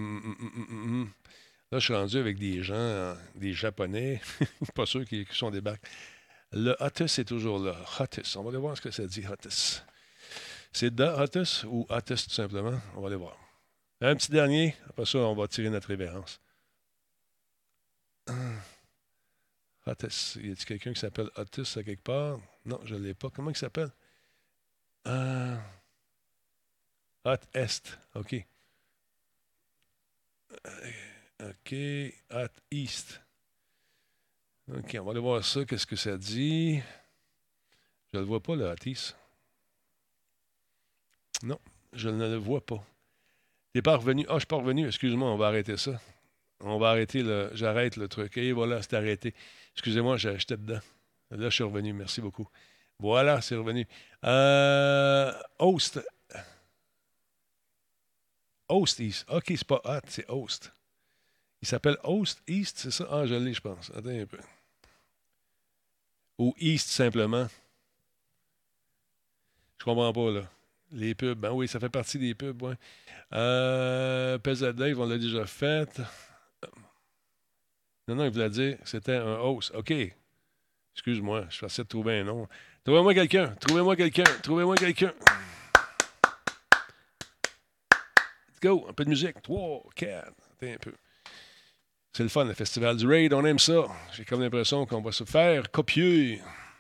je suis rendu avec des gens, des Japonais. Pas sûr qu'ils sont des bacs. Le Hotus est toujours là. Hotus. On va aller voir ce que ça dit, Hotus. C'est The Hotus ou Hotus tout simplement? On va aller voir. Un petit dernier. Après ça, on va tirer notre révérence. Hotus. Y a-t-il quelqu'un qui s'appelle Hotus à quelque part? Non, je ne l'ai pas. Comment il s'appelle? Hot Est. OK. OK. Hot East. OK, on va aller voir ça. Qu'est-ce que ça dit? Je ne le vois pas, le Hot East. Non, je ne le vois pas. T'es pas revenu. Ah, je suis pas revenu. Excuse-moi, on va arrêter ça. On va arrêter le... J'arrête le truc. Et voilà, c'est arrêté. Excusez-moi, j'étais dedans. Là, je suis revenu. Merci beaucoup. Voilà, c'est revenu. Host. Host East. OK, c'est pas Hot, c'est Host. Il s'appelle Host East, c'est ça? Ah, je l'ai, je pense. Attends un peu. Ou East, simplement. Je comprends pas, là. Les pubs, ben oui, ça fait partie des pubs, ouais. PZ Dave, on l'a déjà fait. Non, il voulait dire que c'était un host. OK. Excuse-moi, je vais essayer de trouver un nom. Trouvez-moi quelqu'un. Let's go. Un peu de musique. 3, 4. Attends un peu. C'est le fun, le festival du Raid. On aime ça. J'ai comme l'impression qu'on va se faire copier.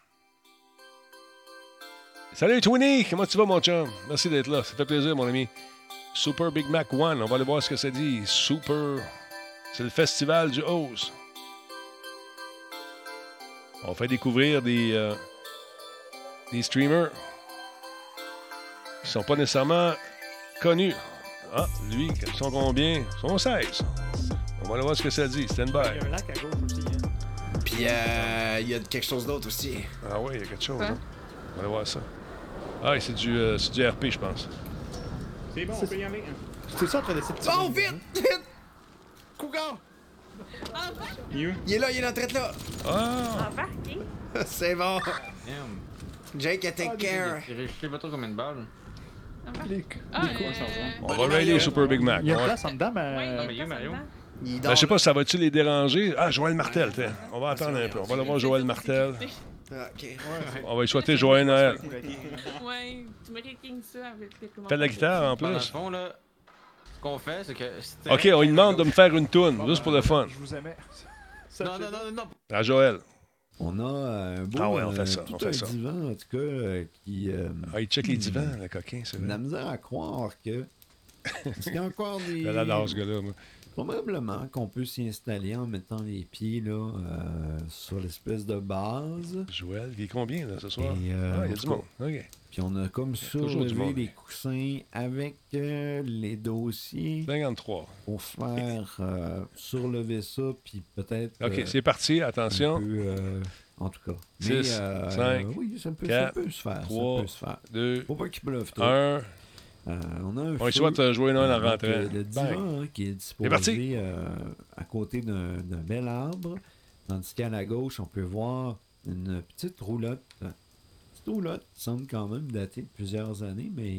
Salut Twinny, comment tu vas mon chum? Merci d'être là, ça fait plaisir mon ami. Super Big Mac One, on va aller voir ce que ça dit. Super, c'est le festival du host. On fait découvrir des streamers qui sont pas nécessairement connus. Ah, lui, ils sont combien? Ils sont 16. On va aller voir ce que ça dit, stand by. Il y a un lac à gauche aussi. Hein. Puis il y a quelque chose d'autre aussi. Ah oui, il y a quelque chose. Hein? On va aller voir ça. Ah, c'est du RP, je pense. C'est bon, on peut y aller. C'est ça, entre les petits. Bon, vite! Cougar! Il est là, il est dans la traite là. Ah! C'est bon. Jake, take care. Je sais pas trop combien de balles. On va raider Super Big Mac. Il y a une place en dedans, mais. Je sais pas, ça va-tu les déranger? Ah, Joël Martel, tiens. On va attendre un peu. On va aller voir Joël Martel. OK. On va lui souhaiter joyeux Noël. Ouais, tu mérites ça avec les commentaires. Fais de la guitare en plus. Dans le fond, là, ce qu'on fait, c'est que... OK, on lui demande de me faire une toune, juste pour le fun. Je vous aimais. Non. À Joël. On a un beau on fait ça, tout on fait un ça. divan, en tout cas, qui... il check les divans, le coquin, c'est vrai. On a misère à croire que... Est-ce qu'il y a encore des... J'adore ce gars-là, moi. Probablement qu'on peut s'y installer en mettant les pieds là, sur l'espèce de base. Joël, il est combien là, ce soir? Il y a du monde. OK. Puis on a comme soulevé les coussins avec les dossiers. 53. Pour faire surlever ça, puis peut-être... OK, c'est parti, attention. En tout cas. 6, 5, oui, ça peut se faire. 3, 2, faut pas qu'il pleuve trop. 1... on a un on souhaite jouer Noël en rentrant. Le divan qui est disposé à côté d'un bel arbre, tandis qu'à la gauche, on peut voir une petite roulotte. Une petite roulotte qui semble quand même datée de plusieurs années, mais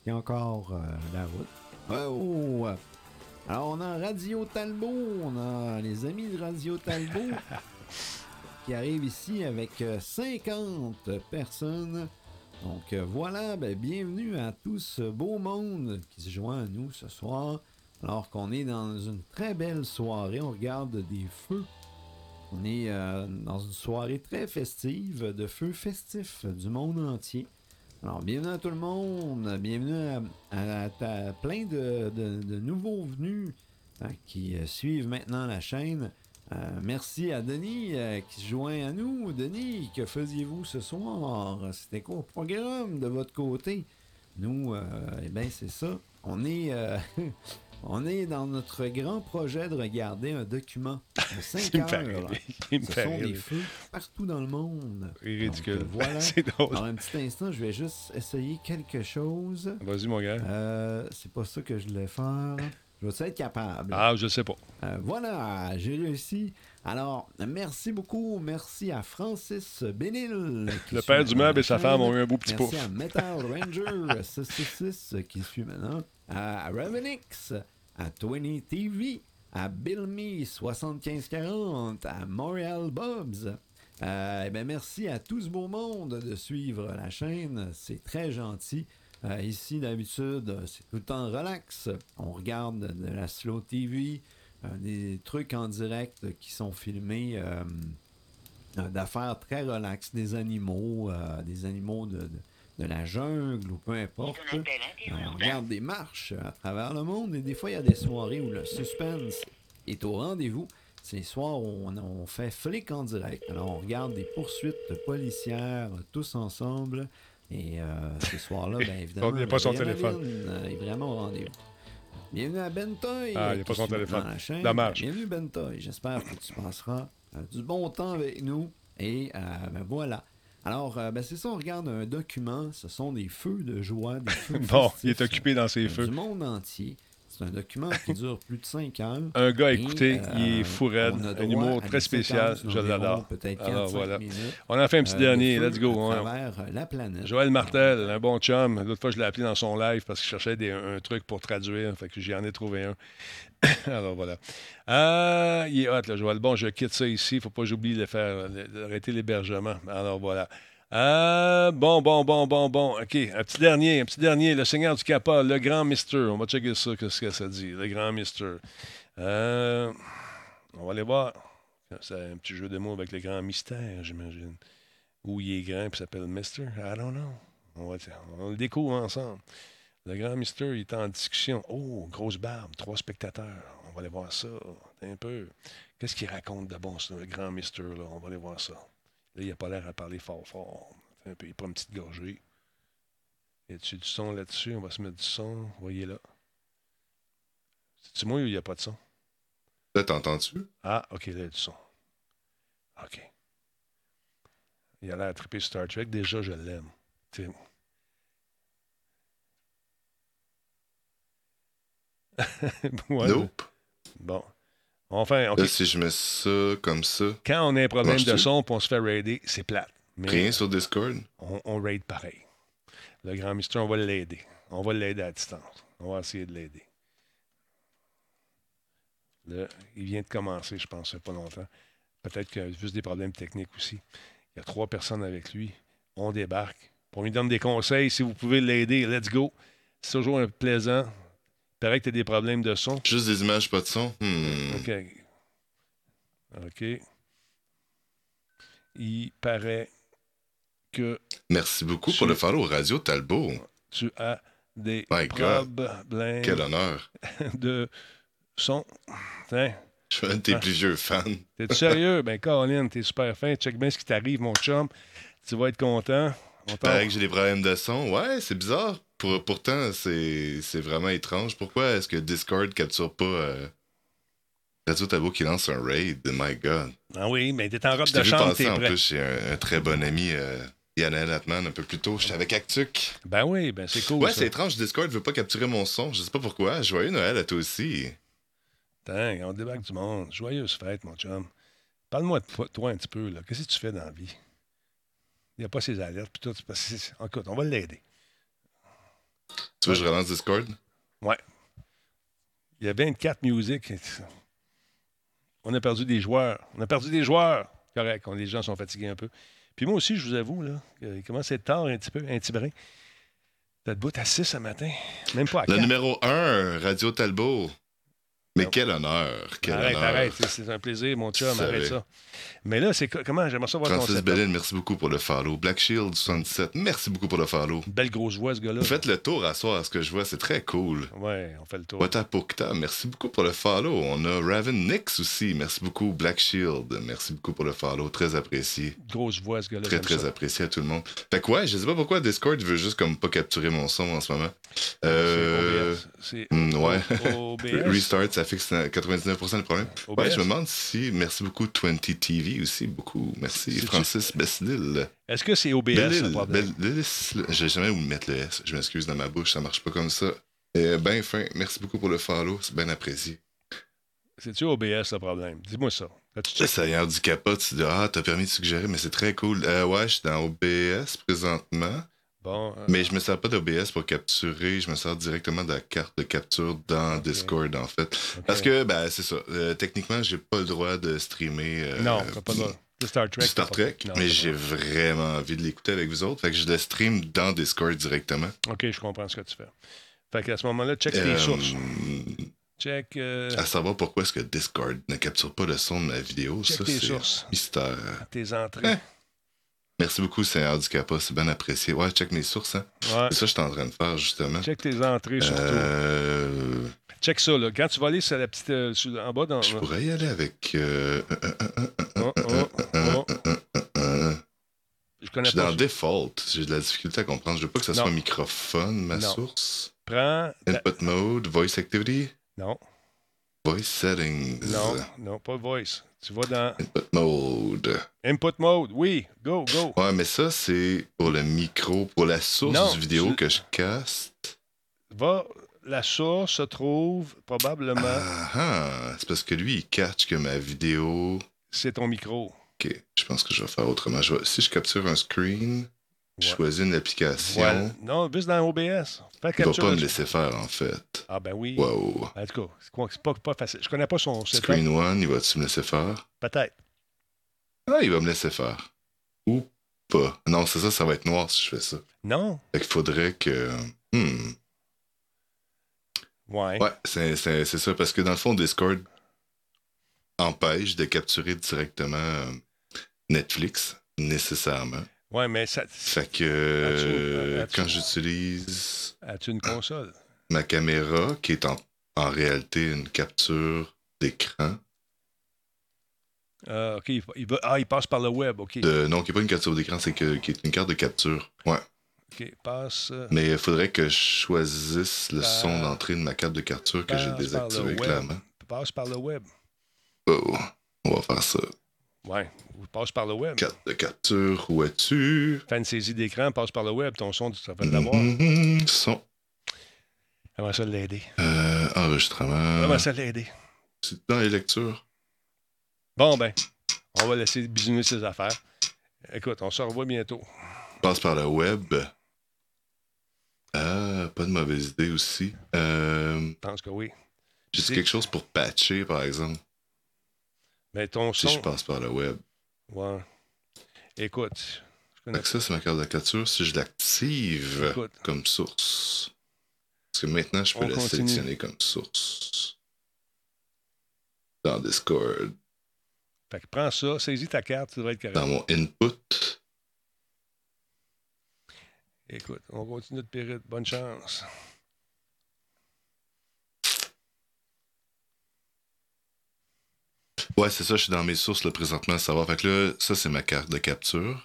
Il y a encore la route. Oh! Alors, on a Radio Talbot. On a les amis de Radio Talbot qui arrivent ici avec 50 personnes. Donc, voilà. Ben, bienvenue à tout ce beau monde qui se joint à nous ce soir. Alors qu'on est dans une très belle soirée. On regarde des feux. On est dans une soirée très festive, de feux festifs du monde entier. Alors, bienvenue à tout le monde, bienvenue à plein de nouveaux venus qui suivent maintenant la chaîne. Merci à Denis qui se joint à nous. Denis, que faisiez-vous ce soir? C'était quoi le programme de votre côté? Nous, eh bien, c'est ça. On est dans notre grand projet de regarder un document de 5 heures. Ce sont des feux partout dans le monde. C'est ridicule. Donc, voilà. C'est drôle. Alors, un petit instant, je vais juste essayer quelque chose. Vas-y, mon gars. C'est pas ça que je voulais faire. Je vais être capable. Ah, je sais pas. Voilà, j'ai réussi. Alors, merci beaucoup. Merci à Francis Bénil. Le père du meuble et sa femme ont eu un beau petit pouf. Merci à Metal Ranger 666 qui suit maintenant. À Ravenix, à 20 TV, à Bill Me 7540, à Montreal Bobs. Merci à tout ce beau monde de suivre la chaîne. C'est très gentil. Ici, d'habitude, c'est tout le temps relax. On regarde de la Slow TV, des trucs en direct qui sont filmés d'affaires très relax, des animaux de la jungle ou peu importe. On regarde des marches à travers le monde et des fois, il y a des soirées où le suspense est au rendez-vous. C'est les soirs où on fait flic en direct. Alors, on regarde des poursuites policières tous ensemble. Et ce soir-là, bien évidemment, il n'y a pas son téléphone. Est vraiment au rendez-vous. Bienvenue à Bentoy. Ah, il n'y a pas son téléphone. Dommage. Bienvenue, Bentoy. J'espère que tu passeras du bon temps avec nous. Et voilà. Alors, c'est ça, on regarde un document. Ce sont des feux de joie, des feux bon, il est occupé dans ses feux. Du monde entier. C'est un document qui dure plus de 5 heures. Un gars à écouter, il est fou raide. Un humour très spécial. Je l'adore. Alors voilà. On en fait un petit dernier. Let's go. À travers la planète. Joël Martel, un bon chum. L'autre fois, je l'ai appelé dans son live parce qu'il cherchait un truc pour traduire. Fait que j'en ai trouvé un. Alors voilà. Il est hot, là, Joël. Bon, je quitte ça ici. Faut pas que j'oublie d'arrêter l'hébergement. Alors voilà. Bon. OK, un petit dernier. Le Seigneur du Kappa, le Grand Mister. On va checker ça, qu'est-ce que ça dit. Le Grand Mister. On va aller voir. C'est un petit jeu de mots avec le Grand Mystère, j'imagine. Où il est grand et s'appelle Mister. I don't know. On le découvre ensemble. Le Grand Mister, il est en discussion. Oh, grosse barbe, 3 spectateurs. On va aller voir ça. Un peu. Qu'est-ce qu'il raconte de bon, ça, le Grand Mister, là? On va aller voir ça. Là, il n'a pas l'air à parler fort. Un peu, il prend une petite gorgée. Y a-tu du son là-dessus? On va se mettre du son. Voyez là. C'est-tu moi ou il n'y a pas de son? Là, t'entends-tu? Ah, OK, là, il y a du son. OK. Il a l'air trippé sur Star Trek. Déjà, je l'aime. Ouais, nope. Bon. Enfin, okay. Là, si je mets ça comme ça... Quand on a un problème de son et on se fait raider, c'est plate. Mais rien sur Discord? On raid pareil. Le Grand Mister, on va l'aider. On va l'aider à distance. On va essayer de l'aider. Là, il vient de commencer, je pense, il n'y a pas longtemps. Peut-être qu'il y a juste des problèmes techniques aussi. Il y a 3 personnes avec lui. On débarque. On lui donne des conseils. Si vous pouvez l'aider, let's go. C'est toujours un plaisant. Il paraît que tu as des problèmes de son. Juste des images, pas de son. OK. Il paraît que... Merci beaucoup pour le follow Radio Talbot. Tu as des problèmes... Quel honneur. de son. Tiens. Je suis un de tes plus vieux fans. T'es sérieux? Ben, Colin, t'es super fin. Check bien ce qui t'arrive, mon chum. Tu vas être content. Paraît que j'ai des problèmes de son. Ouais, c'est bizarre. Pourtant, c'est vraiment étrange. Pourquoi est-ce que Discord capture pas Radio Talbot qui lance un raid? My God. Ah oui, mais t'es en robe de chambre, t'es prêt. En plus, j'ai un très bon ami, Yannel Atman, un peu plus tôt. J'étais avec Actuc. Ben oui, ben c'est cool. Ouais, c'est étrange. Discord veut pas capturer mon son. Je sais pas pourquoi. Joyeux Noël à toi aussi. Tain, on débarque du monde. Joyeuse fête, mon chum. Parle-moi de toi un petit peu, là. Qu'est-ce que tu fais dans la vie? Il n'y a pas ces alertes, puis tout. Écoute, on va l'aider. Tu veux que je relance Discord? Ouais. Il y a 24 musiques. On a perdu des joueurs. Correct, les gens sont fatigués un peu. Puis moi aussi, je vous avoue, là, il commence à être tard un petit brin. T'as debout à 6 ce matin. Même pas à 4. Le numéro 1, Radio Talbot. Mais quel honneur. Arrête. C'est un plaisir, mon chum. Arrête ça. Mais là, c'est comment? J'aimerais ça voir ton Francis Bellin, merci beaucoup pour le follow. Black Shield 77, merci beaucoup pour le follow. Belle grosse voix, ce gars-là. Vous faites le tour à soir, ce que je vois, c'est très cool. Ouais, on fait le tour. Watapokta, merci beaucoup pour le follow. On a Raven Nix aussi, merci beaucoup. Black Shield, merci beaucoup pour le follow, très apprécié. Grosse voix, ce gars-là. Très apprécié à tout le monde. Fait que ouais, je sais pas pourquoi Discord veut juste comme pas capturer mon son en ce moment. C'est ouais. Restart, ça fixe 99% du problème. OBS. Ouais, je me demande si. Merci beaucoup, 20 TV aussi, beaucoup. Merci, Francis Besnil. Est-ce que c'est OBS le problème? J'ai jamais où mettre le S. Je m'excuse dans ma bouche, ça marche pas comme ça. Ben fin, merci beaucoup pour le follow, c'est bien apprécié. C'est-tu OBS le problème? Dis-moi ça. Ça y est handicapé, tu dis t'as permis de suggérer, mais c'est très cool. Ouais, je suis dans OBS présentement. Bon, mais je me sers pas d'OBS pour capturer, je me sers directement de la carte de capture dans Discord en fait. Okay. Parce que c'est ça. Techniquement, j'ai pas le droit de streamer. Non, t'as pas le droit. Star Trek, mais j'ai vraiment envie de l'écouter avec vous autres. Fait que je le stream dans Discord directement. Ok, je comprends ce que tu fais. Fait qu'à ce moment-là, check tes sources. Check. À savoir pourquoi est-ce que Discord ne capture pas le son de ma vidéo, check ça tes c'est sources. Mystère. Tes entrées. Merci beaucoup, c'est handicapé, c'est bien apprécié. Ouais, check mes sources, hein. Ouais. C'est ça que je suis en train de faire, justement. Check tes entrées, surtout. Check ça, là. Quand tu vas aller sur la petite... en bas, dans... Je pourrais y aller avec... Je suis dans Default. J'ai de la difficulté à comprendre. Je veux pas que ça soit microphone, ma source. Prends... Input mode, Voice Activity? Non. Voice Settings? Non, pas Voice. Tu vas dans... Input Mode. Input Mode, oui. Go. Ouais, mais ça, c'est pour le micro, pour la source du vidéo que je caste. La source se trouve probablement... c'est parce que lui, il catch que ma vidéo... C'est ton micro. OK, je pense que je vais faire autrement. Si je capture un screen, je choisis une application... Ouais. Non, juste dans OBS. Il va pas me laisser faire, en fait. Ah ben oui. Wow. En tout cas, c'est pas facile. Je connais pas son setup. Screen 1, il va-tu me laisser faire? Peut-être. Ah, il va me laisser faire. Ou pas. Non, c'est ça va être noir si je fais ça. Non. Fait qu'il faudrait que... Ouais, c'est ça, parce que dans le fond, Discord empêche de capturer directement Netflix, nécessairement. Ouais, mais ça... Fait que quand j'utilise... As-tu une console? Ma caméra, qui est en réalité une capture d'écran. OK, il passe par le web, OK. Non, qui n'est pas une capture d'écran, qui est une carte de capture. Ouais. OK, passe... Mais il faudrait que je choisisse le son d'entrée de ma carte de capture que j'ai désactivé, clairement. Passe par le web. Oh, on va faire ça. Ouais, passe par le web. Carte de capture, où es-tu? Fais une saisie d'écran, passe par le web, ton son, tu te rappelles d'avoir. Son. Comment ça l'aider? Enregistrement. Comment ça l'aider? C'est dans les lectures. Bon, ben, on va laisser bisouner ses affaires. Écoute, on se revoit bientôt. Passe par le web. Pas de mauvaise idée aussi. Je pense que oui. J'ai quelque chose pour patcher, par exemple. Mais ton son... Si je passe par le web. Ouais. Écoute. Ça, c'est ma carte de capture. Si je l'active comme source. Parce que maintenant, je peux la sélectionner comme source. Dans Discord. Fait que prends ça, saisis ta carte, tu vas être correct. Dans mon input. Écoute, on continue notre période. Bonne chance. Ouais, c'est ça, je suis dans mes sources là, présentement à savoir. Fait que là, ça, c'est ma carte de capture.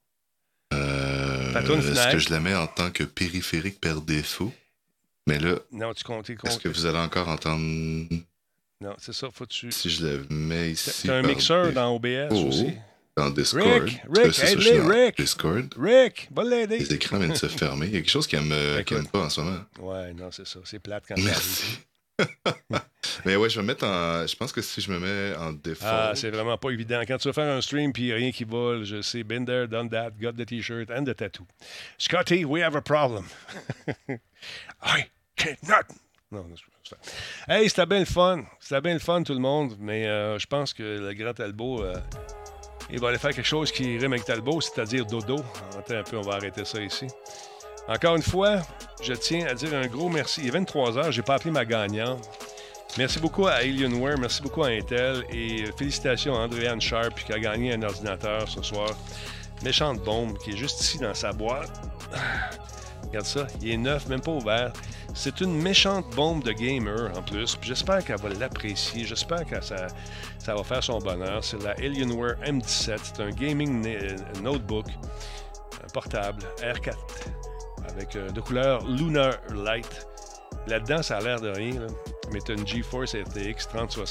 Est-ce que je la mets en tant que périphérique par défaut? Mais là, non, tu comptes. Est-ce que vous allez encore entendre... Non, c'est ça, faut que tu... Si je la mets ici... T'as un mixeur dans OBS aussi. Dans Discord. Rick, Discord. Rick, va l'aider. Les écrans viennent de se fermer. Il y a quelque chose qui ne me conne pas en ce moment. Ouais, non, c'est ça. C'est plate quand Merci. Mais ouais, je vais mettre en. Je pense que si je me mets en default. Ah, c'est vraiment pas évident. Quand tu vas faire un stream puis rien qui vole, je sais, been there, done that, got the t-shirt and the tattoo. Scotty, we have a problem. I cannot. Non, c'est ça. Hey, c'était bien le fun. C'était bien le fun, tout le monde. Mais je pense que le grand Talbot, il va aller faire quelque chose qui rime avec Talbot, c'est-à-dire dodo. Attends un peu, on va arrêter ça ici. Encore une fois, je tiens à dire un gros merci. Il est 23h, j'ai pas appelé ma gagnante. Merci beaucoup à Alienware, merci beaucoup à Intel et félicitations à Andréane Sharp qui a gagné un ordinateur ce soir. Méchante bombe qui est juste ici dans sa boîte. Regarde ça, il est neuf, même pas ouvert. C'est une méchante bombe de gamer en plus. Puis j'espère qu'elle va l'apprécier. J'espère que ça va faire son bonheur. C'est la Alienware M17. C'est un gaming notebook portable R4 avec de couleur Lunar Light. Là-dedans, ça a l'air de rien, là. Mais tu as une GeForce RTX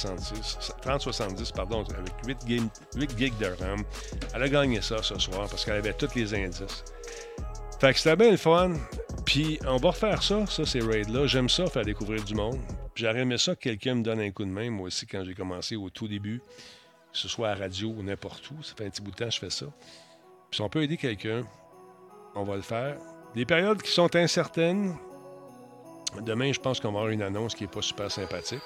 3070 pardon, avec 8 gigs de RAM. Elle a gagné ça ce soir parce qu'elle avait tous les indices. Fait que c'était bien le fun. Puis on va refaire ça ces raids-là. J'aime ça, faire découvrir du monde. Puis j'aurais aimé ça que quelqu'un me donne un coup de main, moi aussi, quand j'ai commencé au tout début. Que ce soit à la radio ou n'importe où. Ça fait un petit bout de temps que je fais ça. Puis si on peut aider quelqu'un, on va le faire. Des périodes qui sont incertaines. Demain, je pense qu'on va avoir une annonce qui n'est pas super sympathique.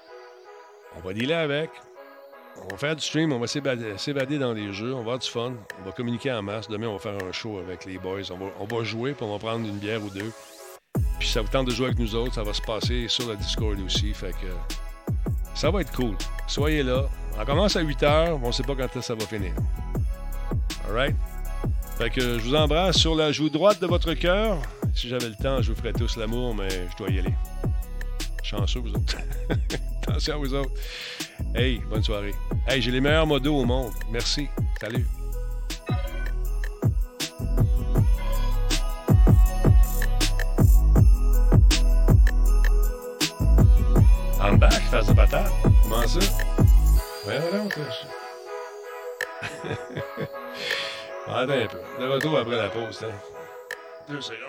On va dealer avec. On va faire du stream, on va s'évader dans les jeux, on va avoir du fun, on va communiquer en masse. Demain, on va faire un show avec les boys. On va jouer, puis on va prendre une bière ou deux. Puis si ça vous tente de jouer avec nous autres, ça va se passer sur le Discord aussi. Fait que ça va être cool. Soyez là. On commence à 8h, on ne sait pas quand ça va finir. Alright? Fait que je vous embrasse sur la joue droite de votre cœur. Si j'avais le temps, je vous ferais tous l'amour, mais je dois y aller. Chanceux, vous autres. Attention à vous autres. Hey, bonne soirée. Hey, j'ai les meilleurs modos au monde. Merci. Salut. En back, face de patate. Comment ça? Ouais, non, attends un peu. Le retour après la pause, hein. 2 secondes.